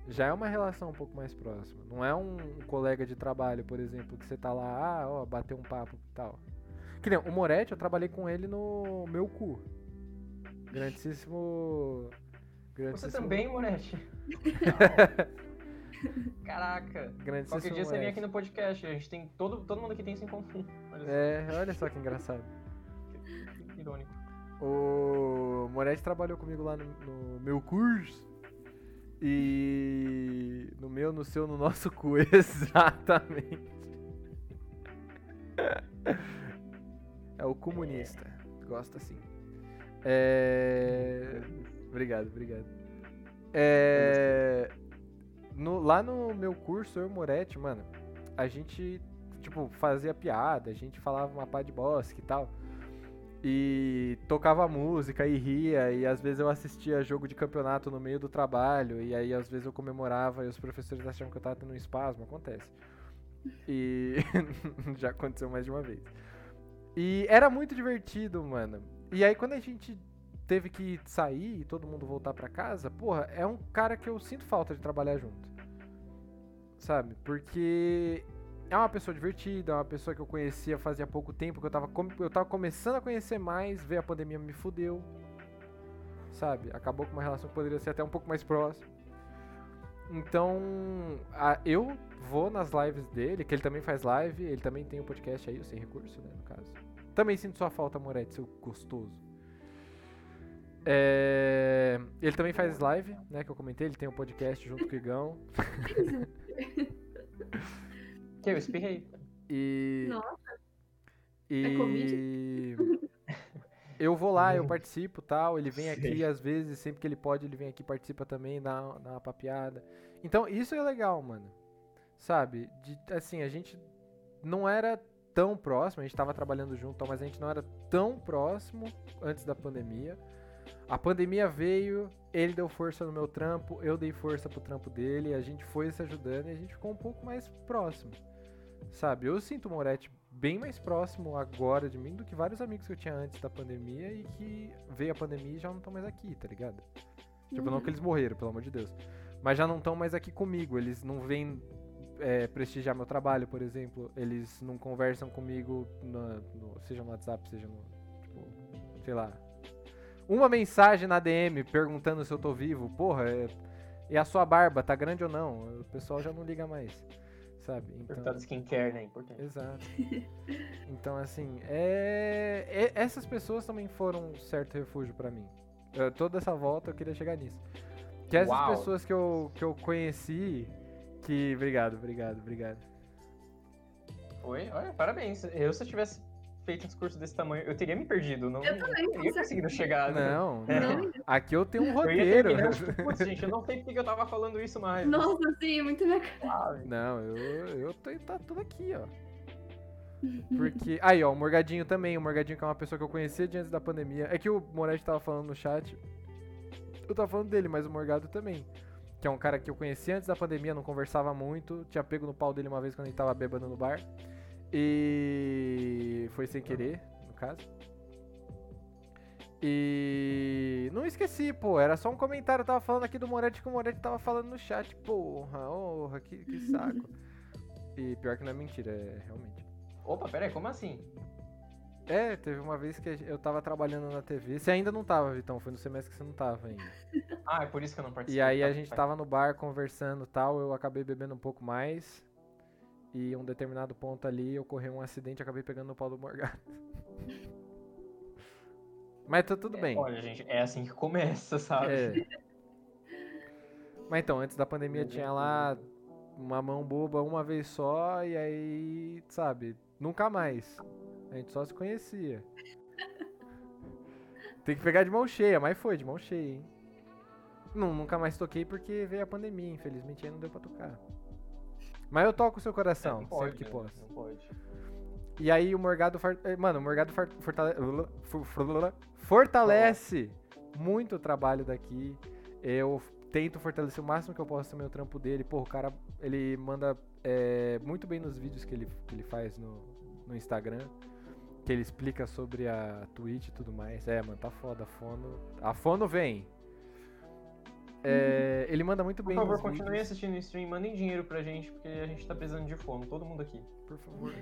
já é uma relação um pouco mais próxima. Não é um, um colega de trabalho, por exemplo, que você tá lá, ah, ó, bateu um papo e tal. Que nem o Moretti, eu trabalhei com ele no Meu Cu. Grandíssimo... grandíssimo... Você também, Moretti? Caraca. Grandíssimo Qualquer dia você vem Moretti. aqui no podcast. A gente tem... Todo, todo mundo aqui tem isso em comum. Olha só. É, olha só que engraçado. Que irônico. O Moretti trabalhou comigo lá no, no meu curso. E... no meu, no seu, no nosso cu. Exatamente. É o comunista. Gosta assim. É... Obrigado, obrigado. É... No, lá no meu curso, eu e o Moretti, mano, a gente, tipo, fazia piada, a gente falava uma pá de bosque e tal. E tocava música e ria, e às vezes eu assistia jogo de campeonato no meio do trabalho, e aí às vezes eu comemorava e os professores achavam que eu tava tendo um espasmo, acontece. E já aconteceu mais de uma vez. E era muito divertido, mano. E aí quando a gente teve que sair e todo mundo voltar pra casa, porra, é um cara que eu sinto falta de trabalhar junto. Sabe? Porque é uma pessoa divertida, é uma pessoa que eu conhecia fazia pouco tempo, que eu tava, com- eu tava começando a conhecer mais, veio a pandemia me fudeu. Sabe? Acabou com uma relação que poderia ser até um pouco mais próxima. Então, a- eu vou nas lives dele, que ele também faz live, ele também tem o podcast aí, o Sem Recurso, né, no caso. Também sinto sua falta, Moretti, seu gostoso. É, ele também faz live, né, que eu comentei, ele tem um podcast junto com o Igão. Que eu espirrei. E... Nossa. E... É Covid? Eu vou lá, eu participo e tal, ele vem aqui Sei. às vezes, sempre que ele pode, ele vem aqui, participa também, dá, dá uma papeada. Então, isso é legal, mano. Sabe? De, assim, a gente não era tão próximo, a gente tava trabalhando junto, mas a gente não era tão próximo antes da pandemia. A pandemia veio, ele deu força no meu trampo, eu dei força pro trampo dele, a gente foi se ajudando e a gente ficou um pouco mais próximo. Sabe? Eu sinto o Moretti bem mais próximo agora de mim do que vários amigos que eu tinha antes da pandemia e que veio a pandemia e já não estão mais aqui, tá ligado? Tipo, não que eles morreram, pelo amor de Deus. Mas já não estão mais aqui comigo, eles não vêm é, prestigiar meu trabalho, por exemplo. Eles não conversam comigo, no, no- seja no WhatsApp, seja no, tipo, sei lá. Uma mensagem na D M perguntando se eu tô vivo, porra, é, e a sua barba, tá grande ou não? O pessoal já não liga mais, sabe? Então... Perguntar do skincare, né? Importante. Exato. Então, assim, é... é- essas pessoas também foram um certo refúgio pra mim. Eu- toda essa volta eu queria chegar nisso. Que essas Uau. pessoas que eu, que eu conheci, que... Obrigado, obrigado, obrigado. Oi, olha, parabéns. Eu, se eu tivesse feito um discurso desse tamanho, eu teria me perdido. Não, Eu também, não com teria certeza. conseguido chegar. né? Não, É. não. Aqui eu tenho um Eu ia roteiro. terminar, tipo, putz, gente, eu não sei porque que eu tava falando isso mais. Nossa, sim, muito minha cara. Ah, Não, eu, eu tô, tá tudo aqui, ó. Porque. Aí, ó, o Morgadinho também. O Morgadinho que é uma pessoa que eu conhecia de antes da pandemia. É que o Moretti tava falando no chat. Eu tava falando dele, mas o Morgado também. Que é um cara que eu conhecia antes da pandemia, não conversava muito. Tinha pego no pau dele uma vez quando a gente tava bêbado no bar. E. Foi sem querer, no caso. E. Não esqueci, pô. Era só um comentário. Eu tava falando aqui do Moretti que o Moretti tava falando no chat. Porra, porra, que, que saco. E pior que não é mentira, é realmente. Opa, peraí, como assim? É, teve uma vez que eu tava trabalhando na T V. Você ainda não tava, Vitão. Foi no semestre que você não tava ainda. Ah, é por isso que eu não participei. E aí a Tá, gente tá. tava no bar conversando e tal. Eu acabei bebendo um pouco mais. E em um determinado ponto ali ocorreu um acidente e acabei pegando no pau do Morgado. Mas tá tudo É, bem. Olha, gente, é assim que começa, sabe? É. Mas então, antes da pandemia tinha lá uma mão boba uma vez só e aí, sabe, nunca mais. A gente só se conhecia. Tem que pegar de mão cheia, mas foi de mão cheia, hein? Não, nunca mais toquei porque veio a pandemia, infelizmente aí não deu pra tocar. Mas eu toco o seu É, coração, não pode, sempre que né? posso. Não pode. E aí o Morgado... far- eh, Mano, o Morgado far- fortale- fortalece muito o trabalho daqui. Eu f- tento fortalecer o máximo que eu posso também o trampo dele. Pô, o cara, ele manda é, muito bem nos vídeos que ele, que ele faz no, no Instagram. Que ele explica sobre a Twitch e tudo mais. É, mano, tá foda. A Fono, a Fono vem. É, ele manda muito Por bem favor, nos continuem vídeos. assistindo o stream, mandem dinheiro pra gente, porque a gente tá precisando de fome, todo mundo aqui. Por favor.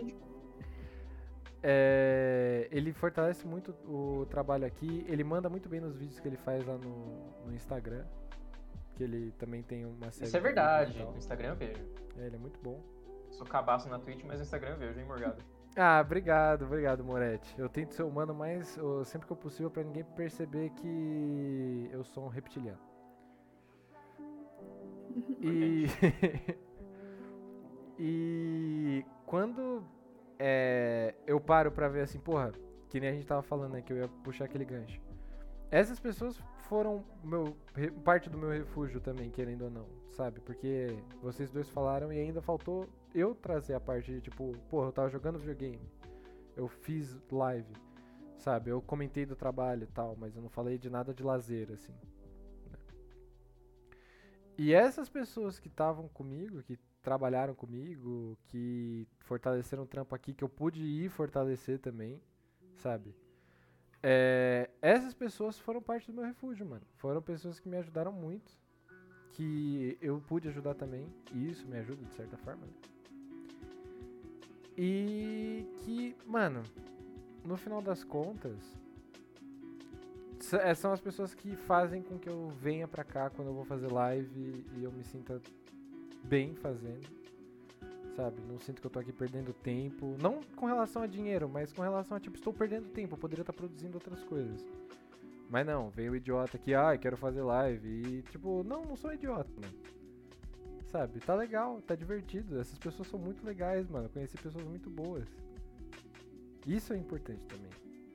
É, ele fortalece muito o trabalho aqui. Ele manda muito bem nos vídeos que ele faz lá no, no Instagram. Que ele também tem uma série. Isso é de verdade, vídeos e tal. no Instagram eu vejo. É, ele é muito bom. Sou cabaço na Twitch, mas no Instagram eu vejo, hein, Morgado? Ah, obrigado, obrigado, Moretti. Eu tento ser humano, mas eu, sempre que eu possível pra ninguém perceber que eu sou um reptiliano. E e quando é, eu paro pra ver assim, porra, que nem a gente tava falando, né, que eu ia puxar aquele gancho. Essas pessoas foram meu, re- parte do meu refúgio também, querendo ou não, sabe? Porque vocês dois falaram e ainda faltou eu trazer a parte de tipo, porra, eu tava jogando videogame, eu fiz live, sabe? Eu comentei do trabalho e tal, mas eu não falei de nada de lazer, assim. né? E essas pessoas que estavam comigo, que trabalharam comigo, que fortaleceram o trampo aqui, que eu pude ir fortalecer também, sabe? É, essas pessoas foram parte do meu refúgio, mano. Foram pessoas que me ajudaram muito, que eu pude ajudar também, e isso me ajuda de certa forma, né? E que, mano, no final das contas, s- é, são as pessoas que fazem com que eu venha pra cá quando eu vou fazer live e eu me sinta bem fazendo, sabe? Não sinto que eu tô aqui perdendo tempo. Não com relação a dinheiro, mas com relação a, tipo, estou perdendo tempo, eu poderia estar produzindo outras coisas. Mas não, vem o idiota aqui, ah, quero fazer live. E, tipo, não, não sou idiota, mano. Sabe? Tá legal, tá divertido. Essas pessoas são muito legais, mano. Eu conheci pessoas muito boas. Isso é importante também.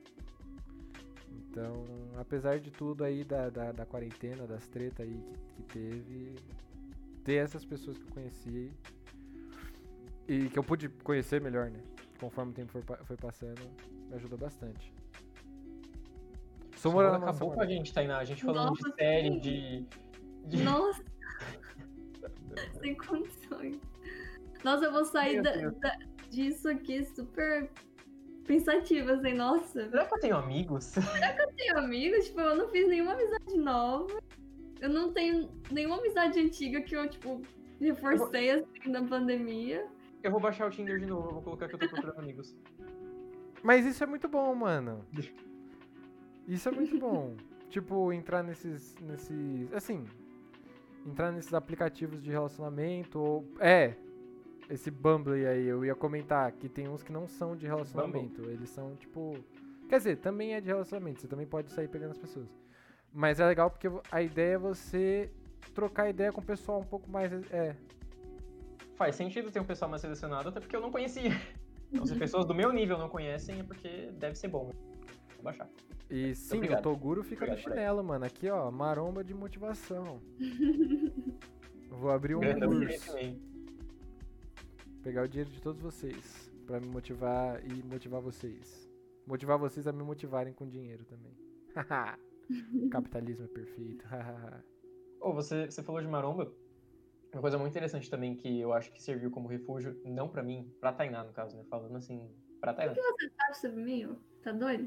Então, apesar de tudo aí da, da, da quarentena, das tretas aí que, que teve, ter essas pessoas que eu conheci e que eu pude conhecer melhor, né? Conforme o tempo foi, pa- foi passando, me ajudou bastante. Sou Samora morando na acabou Samora. com a gente, Tainá. A gente falando Nossa, de série, sim. de. de... Nossa, sem condições. Nossa, eu vou sair Meu da- Deus. da- disso aqui super pensativa, assim, nossa. Será que eu tenho amigos? Eu tenho amigos, tipo, eu não fiz nenhuma amizade nova. Eu não tenho nenhuma amizade antiga que eu, tipo, reforcei assim na pandemia. Eu vou baixar o Tinder de novo, eu vou colocar que eu tô procurando amigos. Mas isso é muito bom, mano. Isso é muito bom. Tipo, entrar nesses, nesses... Assim, entrar nesses aplicativos de relacionamento ou... É, esse Bumble aí, eu ia comentar que tem uns que não são de relacionamento. Eles são, tipo... Quer dizer, também é de relacionamento. Você também pode sair pegando as pessoas. Mas é legal porque a ideia é você trocar ideia com o pessoal um pouco mais... É, Faz sentido ter um pessoal mais selecionado, até porque eu não conhecia. Então, se pessoas do meu nível não conhecem, é porque deve ser bom. Vou baixar. e sim, Obrigado. o Toguro fica Obrigado, no chinelo, mano. Aqui, ó, maromba de motivação. Vou abrir um Grandão curso. direito também. Pegar o dinheiro de todos vocês pra me motivar e motivar vocês. Motivar vocês a me motivarem com dinheiro também. Capitalismo é perfeito. Ô, você, você falou de maromba. Uma coisa muito interessante também que eu acho que serviu como refúgio, não pra mim, pra Tainá, no caso, né? Falando assim, pra Tainá. Você sabe sobre mim? ó? Tá doido?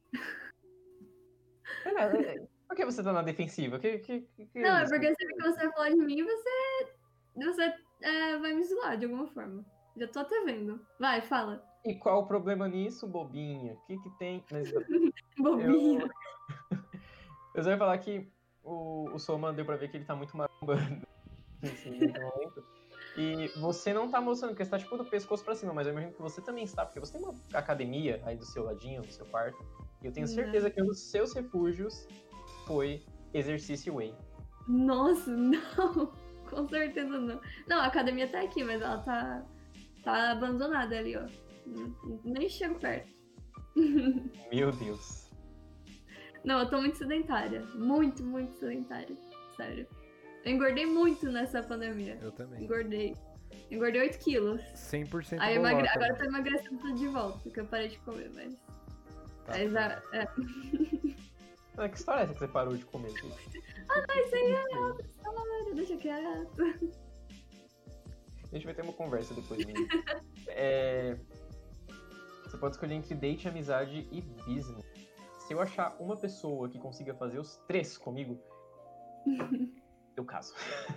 Tainá, é- é- por que você tá na defensiva? Que, que, que, que Não, é isso? porque sempre que você falar de mim, você. Você é, vai me zoar de alguma forma. Já tô até vendo. Vai, fala. E qual o problema nisso, bobinha? O que que tem? Mas Bobinha. eu só ia falar que o, o Soma deu pra ver que ele tá muito marombando nesse nesse momento. E você não tá mostrando, porque você tá tipo do pescoço pra cima, mas eu imagino que você também está, porque você tem uma academia aí do seu ladinho, do seu quarto. E eu tenho certeza que um dos seus refúgios foi exercício whey. Nossa, não. Com certeza não. Não, a academia tá aqui, mas ela tá. Tá abandonada ali, ó. Nem chego perto. Meu Deus. Não, eu tô muito sedentária. Muito, muito sedentária. Sério. Eu engordei muito nessa pandemia. Eu também. Engordei. Engordei oito quilos. cem por cento Aí eu emagre... bolota, agora eu mano. tô emagrecendo tudo de volta, porque eu parei de comer, mas. Tá Mas certo. a- é. Ah, que história é essa que você parou de comer? Ah, isso aí é outra história, deixa quieto. A gente vai ter uma conversa depois disso. É... Você pode escolher entre date, amizade e business. Se eu achar uma pessoa que consiga fazer os três comigo, eu caso.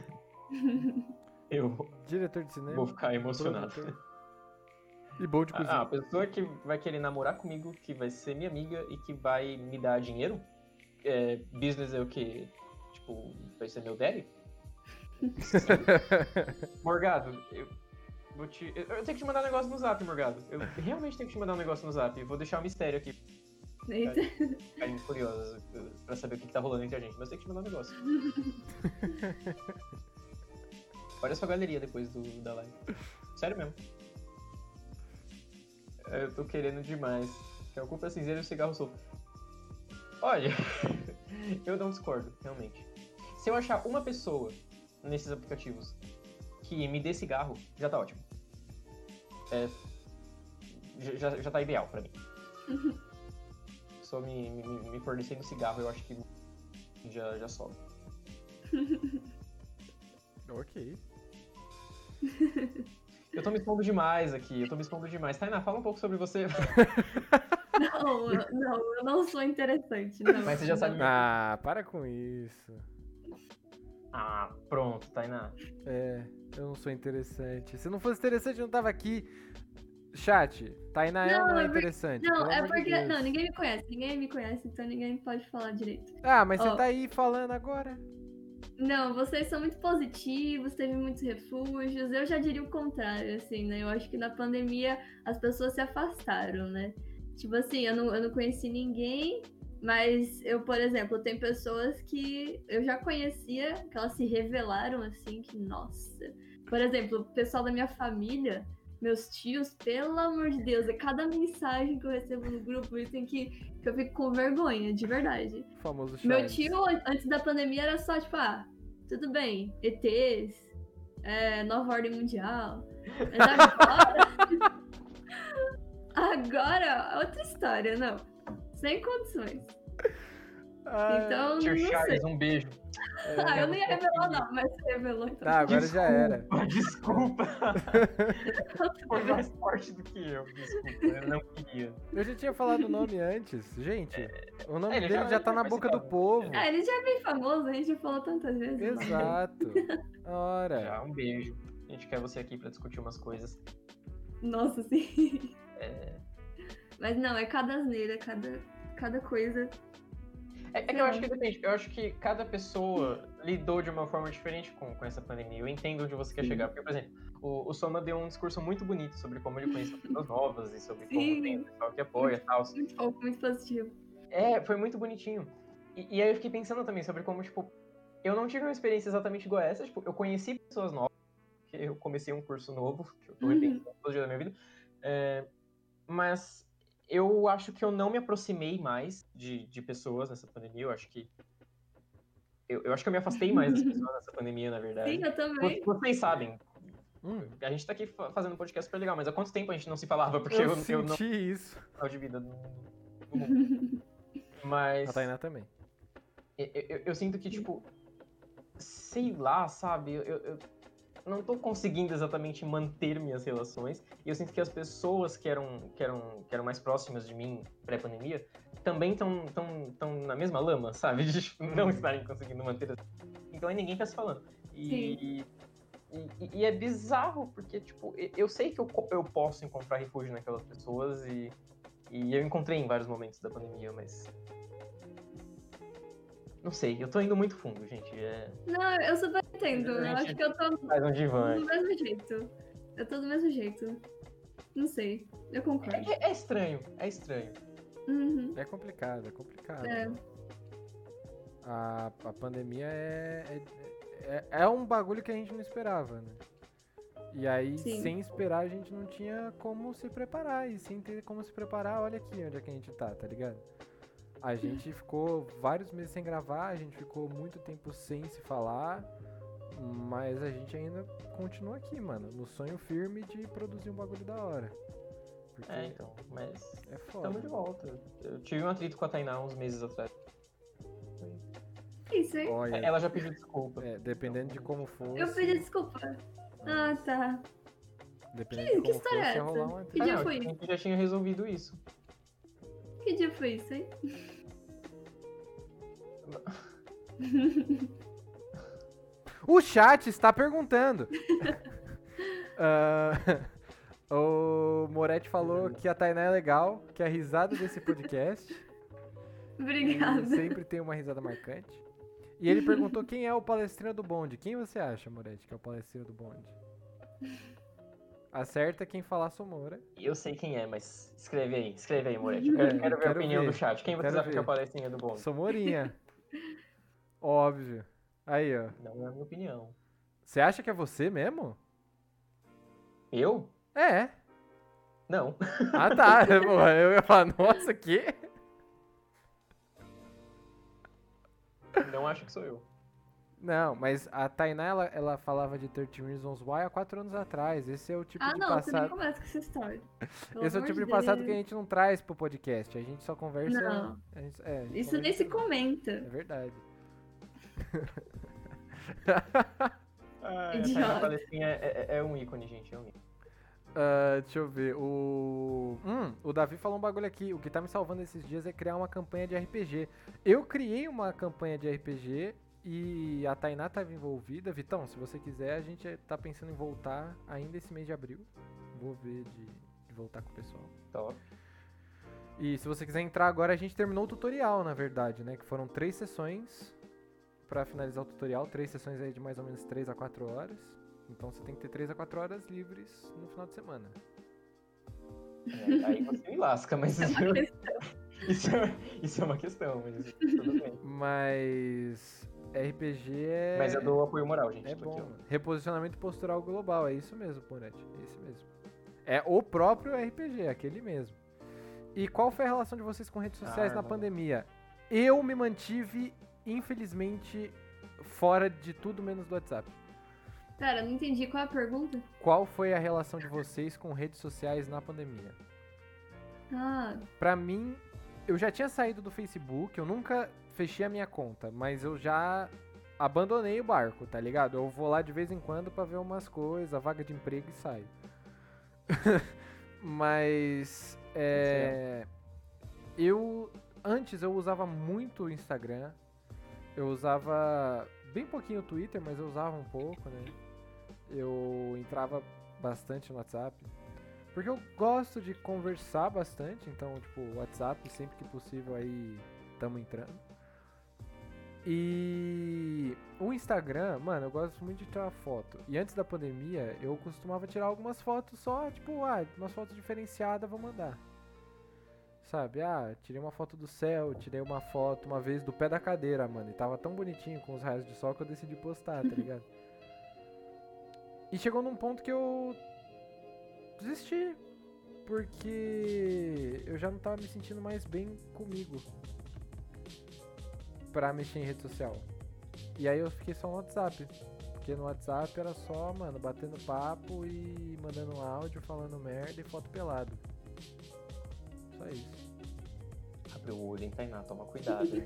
Eu Diretor de cinema. vou ficar emocionado. Produtor. E bom de cozinha. Ah, a pessoa que vai querer namorar comigo, que vai ser minha amiga e que vai me dar dinheiro? É, business é o quê? Tipo, vai ser meu daddy? Morgado, eu vou te... Eu tenho que te mandar um negócio no zap, Morgado. Eu realmente tenho que te mandar um negócio no zap. Vou deixar um mistério aqui. Eita. Ficarem curiosos pra saber o que tá rolando entre a gente. Mas eu tenho que te mandar um negócio. Olha a sua galeria depois do, da live. Sério mesmo. Eu tô querendo demais. Que a culpa é cinzeiro e o cigarro solto. Olha, eu não discordo, realmente. Se eu achar uma pessoa nesses aplicativos que me dê cigarro, já tá ótimo. É, já, já tá ideal pra mim. Só me, me, me fornecendo cigarro, eu acho que já, já sobe. Ok. Eu tô me expondo demais aqui, eu tô me expondo demais. Tainá, fala um pouco sobre você. Não, eu- não, eu não sou interessante. Não. Mas você já sabe... Ah, para com isso. Ah, pronto, Tainá. É, eu não sou interessante. Se não fosse interessante, eu não tava aqui. Chat, Tainá é ou Não, não é é porque- interessante? Não, Pelo é amor de porque. Deus. Não, ninguém me conhece. Ninguém me conhece, então ninguém pode falar direito. Ah, mas você Ó. tá aí falando agora. Não, vocês são muito positivos, teve muitos refúgios. Eu já diria o contrário, assim, né? Eu acho que na pandemia as pessoas se afastaram, né? Tipo assim, eu não, eu não conheci ninguém, mas eu, por exemplo, tem pessoas que eu já conhecia, que elas se revelaram, assim, que, nossa. Por exemplo, o pessoal da minha família, meus tios, pelo amor de Deus, é cada mensagem que eu recebo no grupo, eu tenho que, que eu fico com vergonha, de verdade. O famoso Charles. Meu tio, an- antes da pandemia, era só, tipo, ah, tudo bem, E Tês, é, nova ordem mundial. Mas agora... agora, outra história, não. Sem condições. Ai, Então, Tio não sei. Charles, um beijo. Ah, eu não ia revelar, não, mas você revelou, então. Tá, agora já era. Desculpa. Foi mais forte do que eu, desculpa. Eu não queria. Eu já tinha falado o nome antes. Gente, o nome É, ele dele já- já, tá ele já na boca do participava. povo. Ah, ele já é bem famoso, a gente já falou tantas vezes. Exato. Ora. Já, um beijo. A gente quer você aqui pra discutir umas coisas. Nossa, sim. É, Mas não, é cada asneira, cada, cada coisa. é, é que eu acho que depende. Eu acho que cada pessoa lidou de uma forma diferente com, com essa pandemia. Eu entendo onde você quer Sim. chegar. Porque, por exemplo, o, o Soma deu um discurso muito bonito sobre como ele conhece pessoas novas e sobre como Sim. tem o pessoal que apoia e tal. Muito fofo, muito positivo. É, foi muito bonitinho. E, e aí eu fiquei pensando também sobre como, tipo, eu não tive uma experiência exatamente igual a essa. Tipo, eu conheci pessoas novas, porque eu comecei um curso novo, que eu tô Uhum. repensando todo dia da minha vida. É, mas eu acho que eu não me aproximei mais de, de pessoas nessa pandemia. Eu acho que. Eu, eu acho que eu me afastei mais das pessoas nessa pandemia, na verdade. Sim, eu também. Vo- Vocês sabem, Hum, a gente tá aqui fa- fazendo um podcast super legal, mas há quanto tempo a gente não se falava? Porque eu eu, eu não senti isso. tenho de vida no no mundo. Mas. A Tainá também. Eu, eu- eu sinto que, tipo, sei lá, sabe? Eu, eu- eu não tô conseguindo exatamente manter minhas relações. E eu sinto que as pessoas que eram, que eram, que eram mais próximas de mim pré-pandemia também estão tão, tão na mesma lama, sabe? De tipo, não estarem conseguindo manter. as- Então aí ninguém tá se falando. E, e, e é bizarro, porque, tipo, eu- eu sei que eu, co- eu posso encontrar refúgio naquelas pessoas e, e eu encontrei em vários momentos da pandemia, mas. Não sei, eu tô indo muito fundo, gente. É... Não, eu super entendo. Eu acho que eu tô Faz um divã. do mesmo jeito. Eu tô do mesmo jeito. Não sei. Eu concordo. É, é estranho, é estranho. Uhum. É complicado, é complicado. É. A, a pandemia é, é, é, é um bagulho que a gente não esperava, né? E aí, Sim. sem esperar, a gente não tinha como se preparar. E sem ter como se preparar, olha aqui onde é que a gente tá, tá ligado? A gente ficou vários meses sem gravar, a gente ficou muito tempo sem se falar, mas a gente ainda continua aqui, mano, no sonho firme de produzir um bagulho da hora. Porque É, então, mas é foda. estamos de volta. Eu tive um atrito com a Tainá uns meses atrás. Isso, hein? Olha, Ela já pediu desculpa. é, dependendo de como fosse. Eu pedi desculpa. Ah, tá. Dependendo Que- de que como história fosse, é ia rolar essa? um Que Ah, dia não, foi a gente já tinha resolvido isso. Que dia foi isso, hein? O chat está perguntando. uh, o Moretti falou que a Tainá é legal, que é a risada desse podcast. Obrigada. E sempre tem uma risada marcante. E ele perguntou quem é o palestrino do bonde. Quem você acha, Moretti, que é o palestrino do bonde? Acerta quem falar sua Moura. Eu sei quem é, mas escreve aí, escreve aí, Moretti. Eu É, quero, quero ver quero a opinião ver, do chat. Quem quero você acha ver. que é o palestrinha do bonde? Sou Mourinha. Óbvio. Aí, ó. Não é a minha opinião. Você acha que é você mesmo? Eu? É. Não. Ah, tá. Porra, eu ia falar, nossa, que? Não acho que sou eu. Não, mas a Tainá, ela, ela falava de treze Reasons Why há quatro anos atrás. Esse é o tipo Ah, de não, você nem passado... começa com essa história. Pelo Esse é o amor tipo de de passado Deus. que a gente não traz pro podcast. A gente só conversa... Não. a gente- é, a gente Isso conversa- nem se comenta. É verdade. Ah, Idiota. a palestrinha é, é, é um ícone, gente, é um ícone. Ah, deixa eu ver. O... Hum, o Davi falou um bagulho aqui. O que tá me salvando esses dias é criar uma campanha de R P G. Eu criei uma campanha de R P G e a Tainá tava envolvida. Vitão, se você quiser, a gente tá pensando em voltar ainda esse mês de abril. Vou ver de, de voltar com o pessoal. Top. E se você quiser entrar agora, a gente terminou o tutorial, na verdade, né? Que foram três sessões pra finalizar o tutorial. Três sessões aí de mais ou menos três a quatro horas. Então você tem que ter três a quatro horas livres no final de semana. É, aí você me lasca, mas isso, É uma questão. isso, é, isso é uma questão, mas tudo bem. Mas R P G é... Mas eu dou apoio moral, gente. É tô bom. aqui, ó. Mano. Reposicionamento postural global, é isso mesmo, Moretti. É isso mesmo. É o próprio R P G, aquele mesmo. E qual foi a relação de vocês com redes sociais Ah, na não. pandemia? Eu me mantive, infelizmente, fora de tudo menos do WhatsApp. Pera, não entendi qual é a pergunta. Qual foi a relação de vocês com redes sociais na pandemia? Ah, Pra mim, eu já tinha saído do Facebook, eu nunca fechei a minha conta, mas eu já abandonei o barco, tá ligado? Eu vou lá de vez em quando pra ver umas coisas, vaga de emprego e saio. Mas, é... Eu, antes eu usava muito o Instagram, eu usava bem pouquinho o Twitter, mas eu usava um pouco, né? Eu entrava bastante no WhatsApp. Porque eu gosto de conversar bastante, então, tipo, WhatsApp, sempre que possível, aí tamo entrando. E o Instagram, mano, eu gosto muito de tirar foto. E antes da pandemia, eu costumava tirar algumas fotos só, tipo, ah, umas fotos diferenciadas, vou mandar. Sabe, ah, tirei uma foto do céu, tirei uma foto uma vez do pé da cadeira, mano. E tava tão bonitinho com os raios de sol que eu decidi postar, tá ligado? E chegou num ponto que eu desisti, porque eu já não tava me sentindo mais bem comigo pra mexer em rede social. E aí eu fiquei só no WhatsApp, porque no WhatsApp era só, mano, batendo papo e mandando um áudio, falando merda e foto pelado. Só isso. Abre o olho, hein, Tainá? Toma cuidado, hein?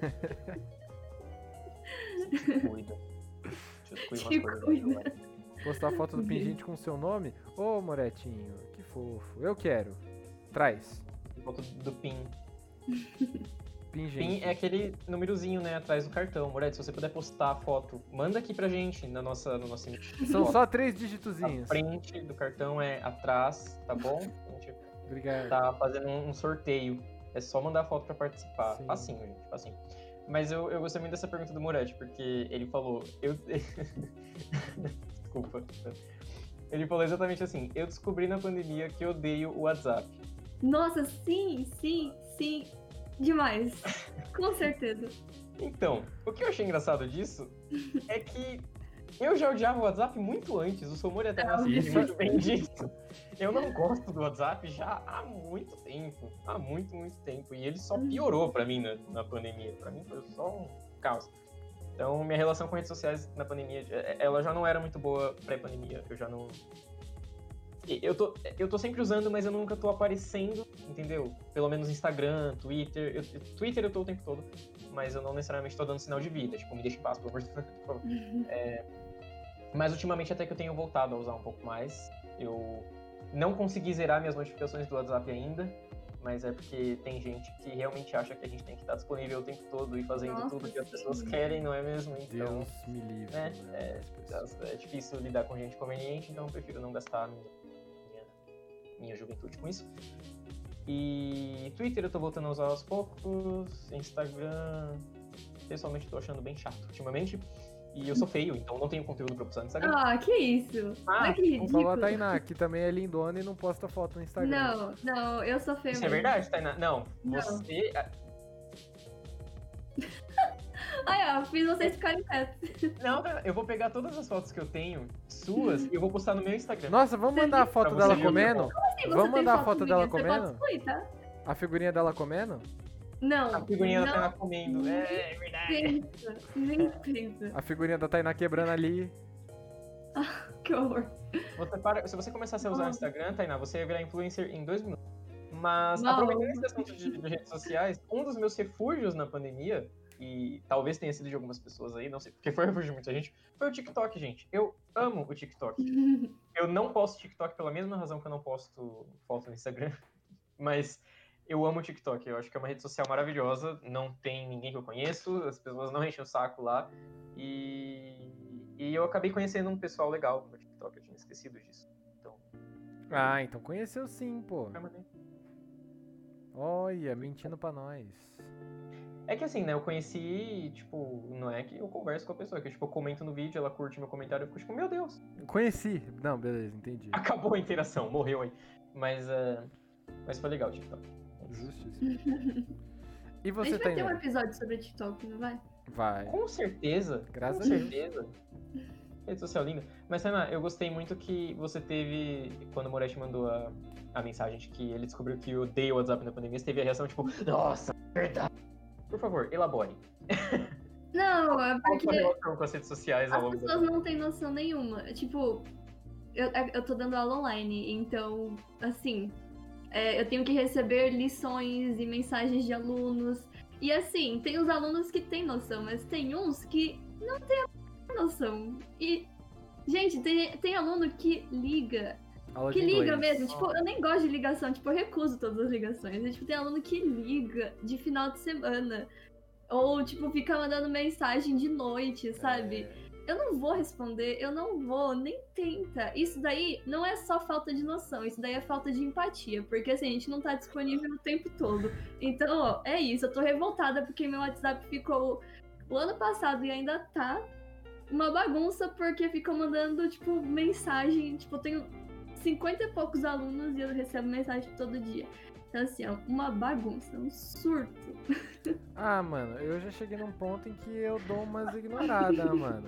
Se cuida. Te cuida Se umas coisas cuida. agora. Postar foto do pingente com seu nome? Ô, Moretinho, que fofo. Eu quero. Traz. Foto do PIN. Pingente. PIN é aquele númerozinho, né, atrás do cartão. Moretti, se você puder postar a foto, manda aqui pra gente na nossa, no nosso São foto. só três A dígitozinhos. frente do cartão é atrás, tá bom? A gente Obrigado. tá fazendo um um sorteio. É só mandar foto pra participar. Sim. Facinho, gente, facinho. Mas eu, eu gostei muito dessa pergunta do Moretti, porque ele falou... Eu... Desculpa. Ele falou exatamente assim, eu descobri na pandemia que eu odeio o WhatsApp. nossa, sim, sim, sim. Demais. Com certeza. Então, o que eu achei engraçado disso é que eu já odiava o WhatsApp muito antes, o Somori até É, me isso- muito bem disso. Eu não gosto do WhatsApp já há muito tempo, há muito, muito tempo. E ele só piorou pra mim na, na pandemia, pra mim foi só um caos. Então, minha relação com redes sociais na pandemia, eh, ela já não era muito boa pré-pandemia, eu já não... Eu tô, eu tô sempre usando, mas eu nunca tô aparecendo, entendeu? Pelo menos Instagram, Twitter. Eu, Twitter eu tô o tempo todo, mas eu não necessariamente tô dando sinal de vida. Tipo, me deixa em paz, pelo amor de Deus. por favor. É, mas ultimamente até que eu tenho voltado a usar um pouco mais. Eu não consegui zerar minhas notificações do WhatsApp ainda, mas é porque tem gente que realmente acha que a gente tem que estar disponível o tempo todo e fazendo Nossa, tudo que as sim. pessoas querem, não é mesmo? Então, Deus me livre. né, né, é, das pessoas. é difícil lidar com gente conveniente, então eu prefiro não gastar a minha, minha, minha juventude com isso. E Twitter eu tô voltando a usar aos poucos, Instagram, pessoalmente tô achando bem chato ultimamente. E eu sou feio, então não tenho conteúdo pra postar no Instagram. Ah, que isso? Ah, Olha que Vamos falar a ridículo. Tainá, que também é lindona e não posta foto no Instagram. Não, não, eu sou feia Isso é mesmo. verdade, Tainá? Não, Não. você... Ai, ó, fiz vocês ficarem quietos. Não, Tainá, eu vou pegar todas as fotos que eu tenho, suas, e eu vou postar no meu Instagram. Nossa, vamos Você mandar a viu? foto Pra dela você ver o que eu comendo? posto. Assim, você Vamos tem mandar a foto minha, dela você comendo? pode excluir, tá? A figurinha dela comendo? Não. A figurinha da não Tainá comendo. É, é verdade. pensa, nem pensa. A figurinha da Tainá quebrando ali. Que horror. Você para, se você começasse a usar o Instagram, Tainá, você ia virar influencer em dois minutos. Mas, Não. aproveitando esse assunto de, de redes sociais, um dos meus refúgios na pandemia, e talvez tenha sido de algumas pessoas aí, não sei, porque foi refúgio de muita gente, foi o TikTok, gente. Eu amo o TikTok. Eu não posto TikTok pela mesma razão que eu não posto foto no Instagram, mas eu amo o TikTok. Eu acho que é uma rede social maravilhosa, não tem ninguém que eu conheço, as pessoas não enchem o saco lá, e, e eu acabei conhecendo um pessoal legal no TikTok, eu tinha esquecido disso. Então, Ah, então conheceu sim, pô. é maneiro. Olha, mentindo pra nós. É que assim, né, eu conheci, tipo, não é que eu converso com a pessoa, é que tipo, eu comento no vídeo, ela curte meu comentário, eu fico tipo, meu Deus, Conheci. Não, beleza, entendi. acabou a interação, morreu aí. Mas, uh, mas foi legal o TikTok. Justíssimo. E A você, gente vai ter um Tainá? episódio sobre TikTok, não vai? Vai. Com certeza, Graças com a Deus. certeza. Rede social linda. Mas, Tainá, eu gostei muito que você teve, quando o Moretti mandou a, a mensagem de que ele descobriu que eu odeio o WhatsApp na pandemia, você teve a reação tipo, nossa, verdade. Por favor, elabore. Não, é Qual a sua porque relação com as redes sociais ao as longo da pessoas não têm noção nenhuma. Tipo, eu, eu tô dando aula online, então, assim, é, eu tenho que receber lições e mensagens de alunos. E assim, tem os alunos que têm noção, mas tem uns que não têm a noção. E, gente, tem, tem aluno que liga. Aula Que de liga inglês. mesmo, tipo, eu nem gosto de ligação, tipo, eu recuso todas as ligações. E, tipo, tem aluno que liga de final de semana. Ou, tipo, fica mandando mensagem de noite, sabe? É. Eu não vou responder, eu não vou, nem tenta. Isso daí não é só falta de noção, isso daí é falta de empatia. Porque assim, a gente não tá disponível o tempo todo. Então, ó, é isso, eu tô revoltada porque meu WhatsApp ficou o ano passado e ainda tá uma bagunça porque ficam mandando, tipo, mensagem. Tipo, eu tenho cinquenta e poucos alunos e eu recebo mensagem todo dia. Então, assim, é uma bagunça, um surto. Ah, mano, eu já cheguei num ponto em que eu dou umas ignoradas, mano.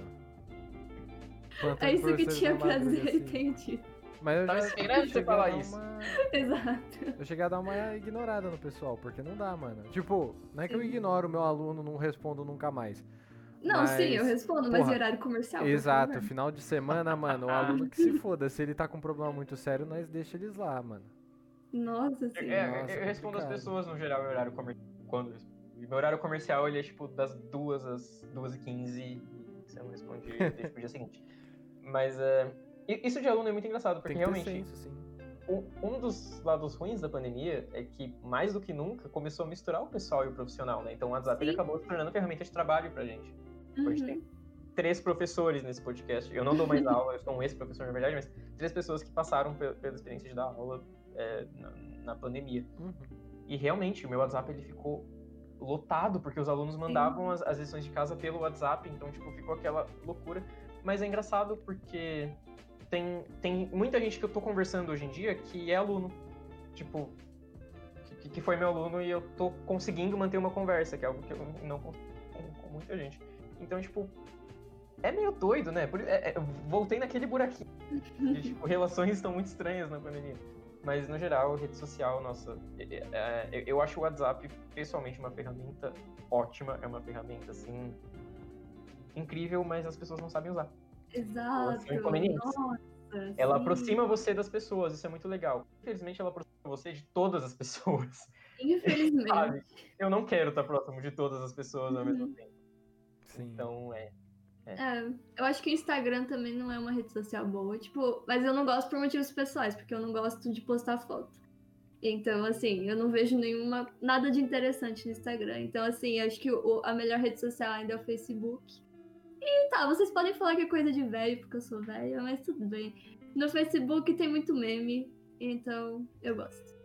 Quanto É de isso que professores tinha da Madrid, prazer, assim. entendi. Mas eu Tava já esperando você cheguei a falar dar isso. uma- Exato. Eu cheguei a dar uma ignorada no pessoal, porque não dá, mano. Tipo, não é que eu Sim. ignoro o meu aluno, não respondo nunca mais. Não, Mas, sim, eu respondo, mas porra, em horário comercial. por Exato, favor. final de semana, mano, o aluno que se foda. Se ele tá com um problema muito sério, nós deixa eles lá, mano. Nossa, sim. É, Nossa, eu respondo as complicado. pessoas no geral em horário comercial. Quando eu respondo. E meu horário comercial ele é tipo das duas às duas e quinze e se eu não respondi, eu deixo pro dia seguinte. Mas é, i- isso de aluno é muito engraçado, porque Tem que ter realmente senso, sim. um, um dos lados ruins da pandemia é que, mais do que nunca, começou a misturar o pessoal e o profissional, né? Então o WhatsApp ele Sim. acabou se tornando ferramenta de trabalho pra gente. Tipo, a gente Uhum. tem três professores nesse podcast. Eu não dou mais aula, eu sou um ex-professor, na verdade, mas três pessoas que passaram pe- pela experiência de dar aula é, na, na pandemia. Uhum. E realmente, o meu WhatsApp ele ficou lotado, porque os alunos mandavam as, as lições de casa pelo WhatsApp, então, tipo, ficou aquela loucura. Mas é engraçado porque tem, tem muita gente que eu tô conversando hoje em dia que é aluno. Tipo, que, que foi meu aluno e eu tô conseguindo manter uma conversa, que é algo que eu não consigo com, com muita gente. Então, tipo, é meio doido, né? Por, é, é, eu voltei naquele buraquinho. E, tipo, relações estão muito estranhas na pandemia. Mas, no geral, rede social, nossa, é, é, eu acho o WhatsApp, pessoalmente, uma ferramenta ótima. É uma ferramenta, assim, incrível, mas as pessoas não sabem usar. Exato. são inconvenientes. Nossa, Ela sim. aproxima você das pessoas, isso é muito legal. Infelizmente, ela aproxima você de todas as pessoas. Infelizmente. Sabe? Eu não quero estar próximo de todas as pessoas ao mesmo Uhum. tempo. Sim. Então, é. É, eu acho que o Instagram também não é uma rede social boa, tipo, mas eu não gosto por motivos pessoais, porque eu não gosto de postar foto. Então, assim, eu não vejo nenhuma nada de interessante no Instagram. Então, assim, acho que o, a melhor rede social ainda é o Facebook. E tá, vocês podem falar que é coisa de velho, porque eu sou velha, mas tudo bem. No Facebook tem muito meme, então eu gosto.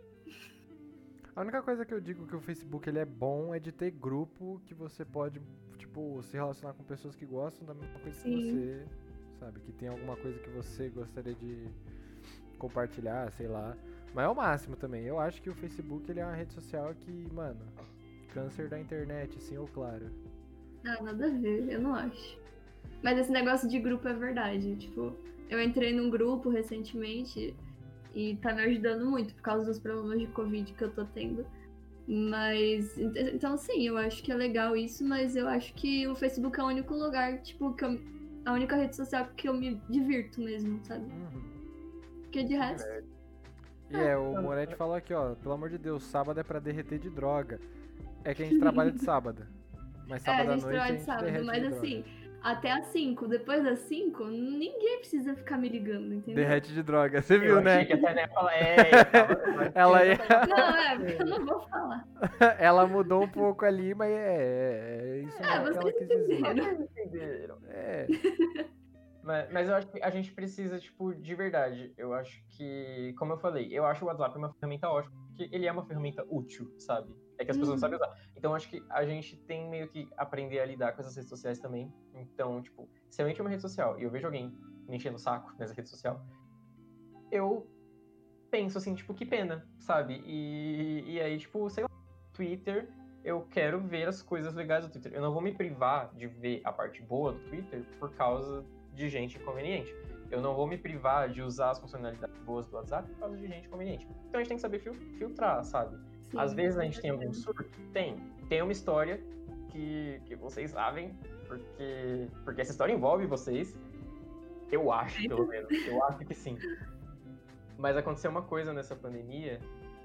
A única coisa que eu digo que o Facebook ele é bom é de ter grupo que você pode, tipo, se relacionar com pessoas que gostam da mesma coisa Sim. que você, sabe? Que tem alguma coisa que você gostaria de compartilhar, sei lá. Mas é o máximo também. Eu acho que o Facebook ele é uma rede social que, mano, câncer da internet, assim, ou claro. Ah, nada a ver, eu não acho. Mas esse negócio de grupo é verdade. Tipo, eu entrei num grupo recentemente e tá me ajudando muito por causa dos problemas de Covid que eu tô tendo. Mas, então sim, eu acho que é legal isso, mas eu acho que o Facebook é o único lugar, tipo, que eu, a única rede social que eu me divirto mesmo, sabe? Uhum. Porque de resto... E é, o Moretti falou aqui, ó, pelo amor de Deus, sábado é pra derreter de droga. É que a gente trabalha de sábado. Mas sábado é, a à gente noite a trabalha gente de sábado, derrete mas de assim, droga. até às cinco, depois das cinco, ninguém precisa ficar me ligando, entendeu? Derrete de droga, você viu, eu né? achei que até ia falar, é, eu tava- Ela ia... Não, é, porque eu não vou falar. Ela mudou um pouco ali, mas é, é, é isso É, mesmo que ela vocês quis dizer. entenderam. Vocês entenderam. É, Mas, mas eu acho que a gente precisa, tipo, de verdade. Eu acho que, como eu falei, eu acho o WhatsApp uma ferramenta ótima, porque ele é uma ferramenta útil, sabe? É que as pessoas não Uhum. sabem usar. Então, eu acho que a gente tem meio que aprender a lidar com essas redes sociais também. Então, tipo, se eu entro em uma rede social e eu vejo alguém me enchendo o saco nessa rede social, eu penso assim, tipo, que pena, sabe? E, e aí, tipo, sei lá, Twitter, eu quero ver as coisas legais do Twitter. Eu não vou me privar de ver a parte boa do Twitter por causa de gente inconveniente. Eu não vou me privar de usar as funcionalidades boas do WhatsApp por causa de gente inconveniente. Então a gente tem que saber fil- filtrar, sabe? Sim, Às vezes a gente com tem algum certeza. surto? Tem. Tem uma história que, que vocês sabem, porque, porque essa história envolve vocês. Eu acho, pelo menos. Eu acho que sim. Mas aconteceu uma coisa nessa pandemia.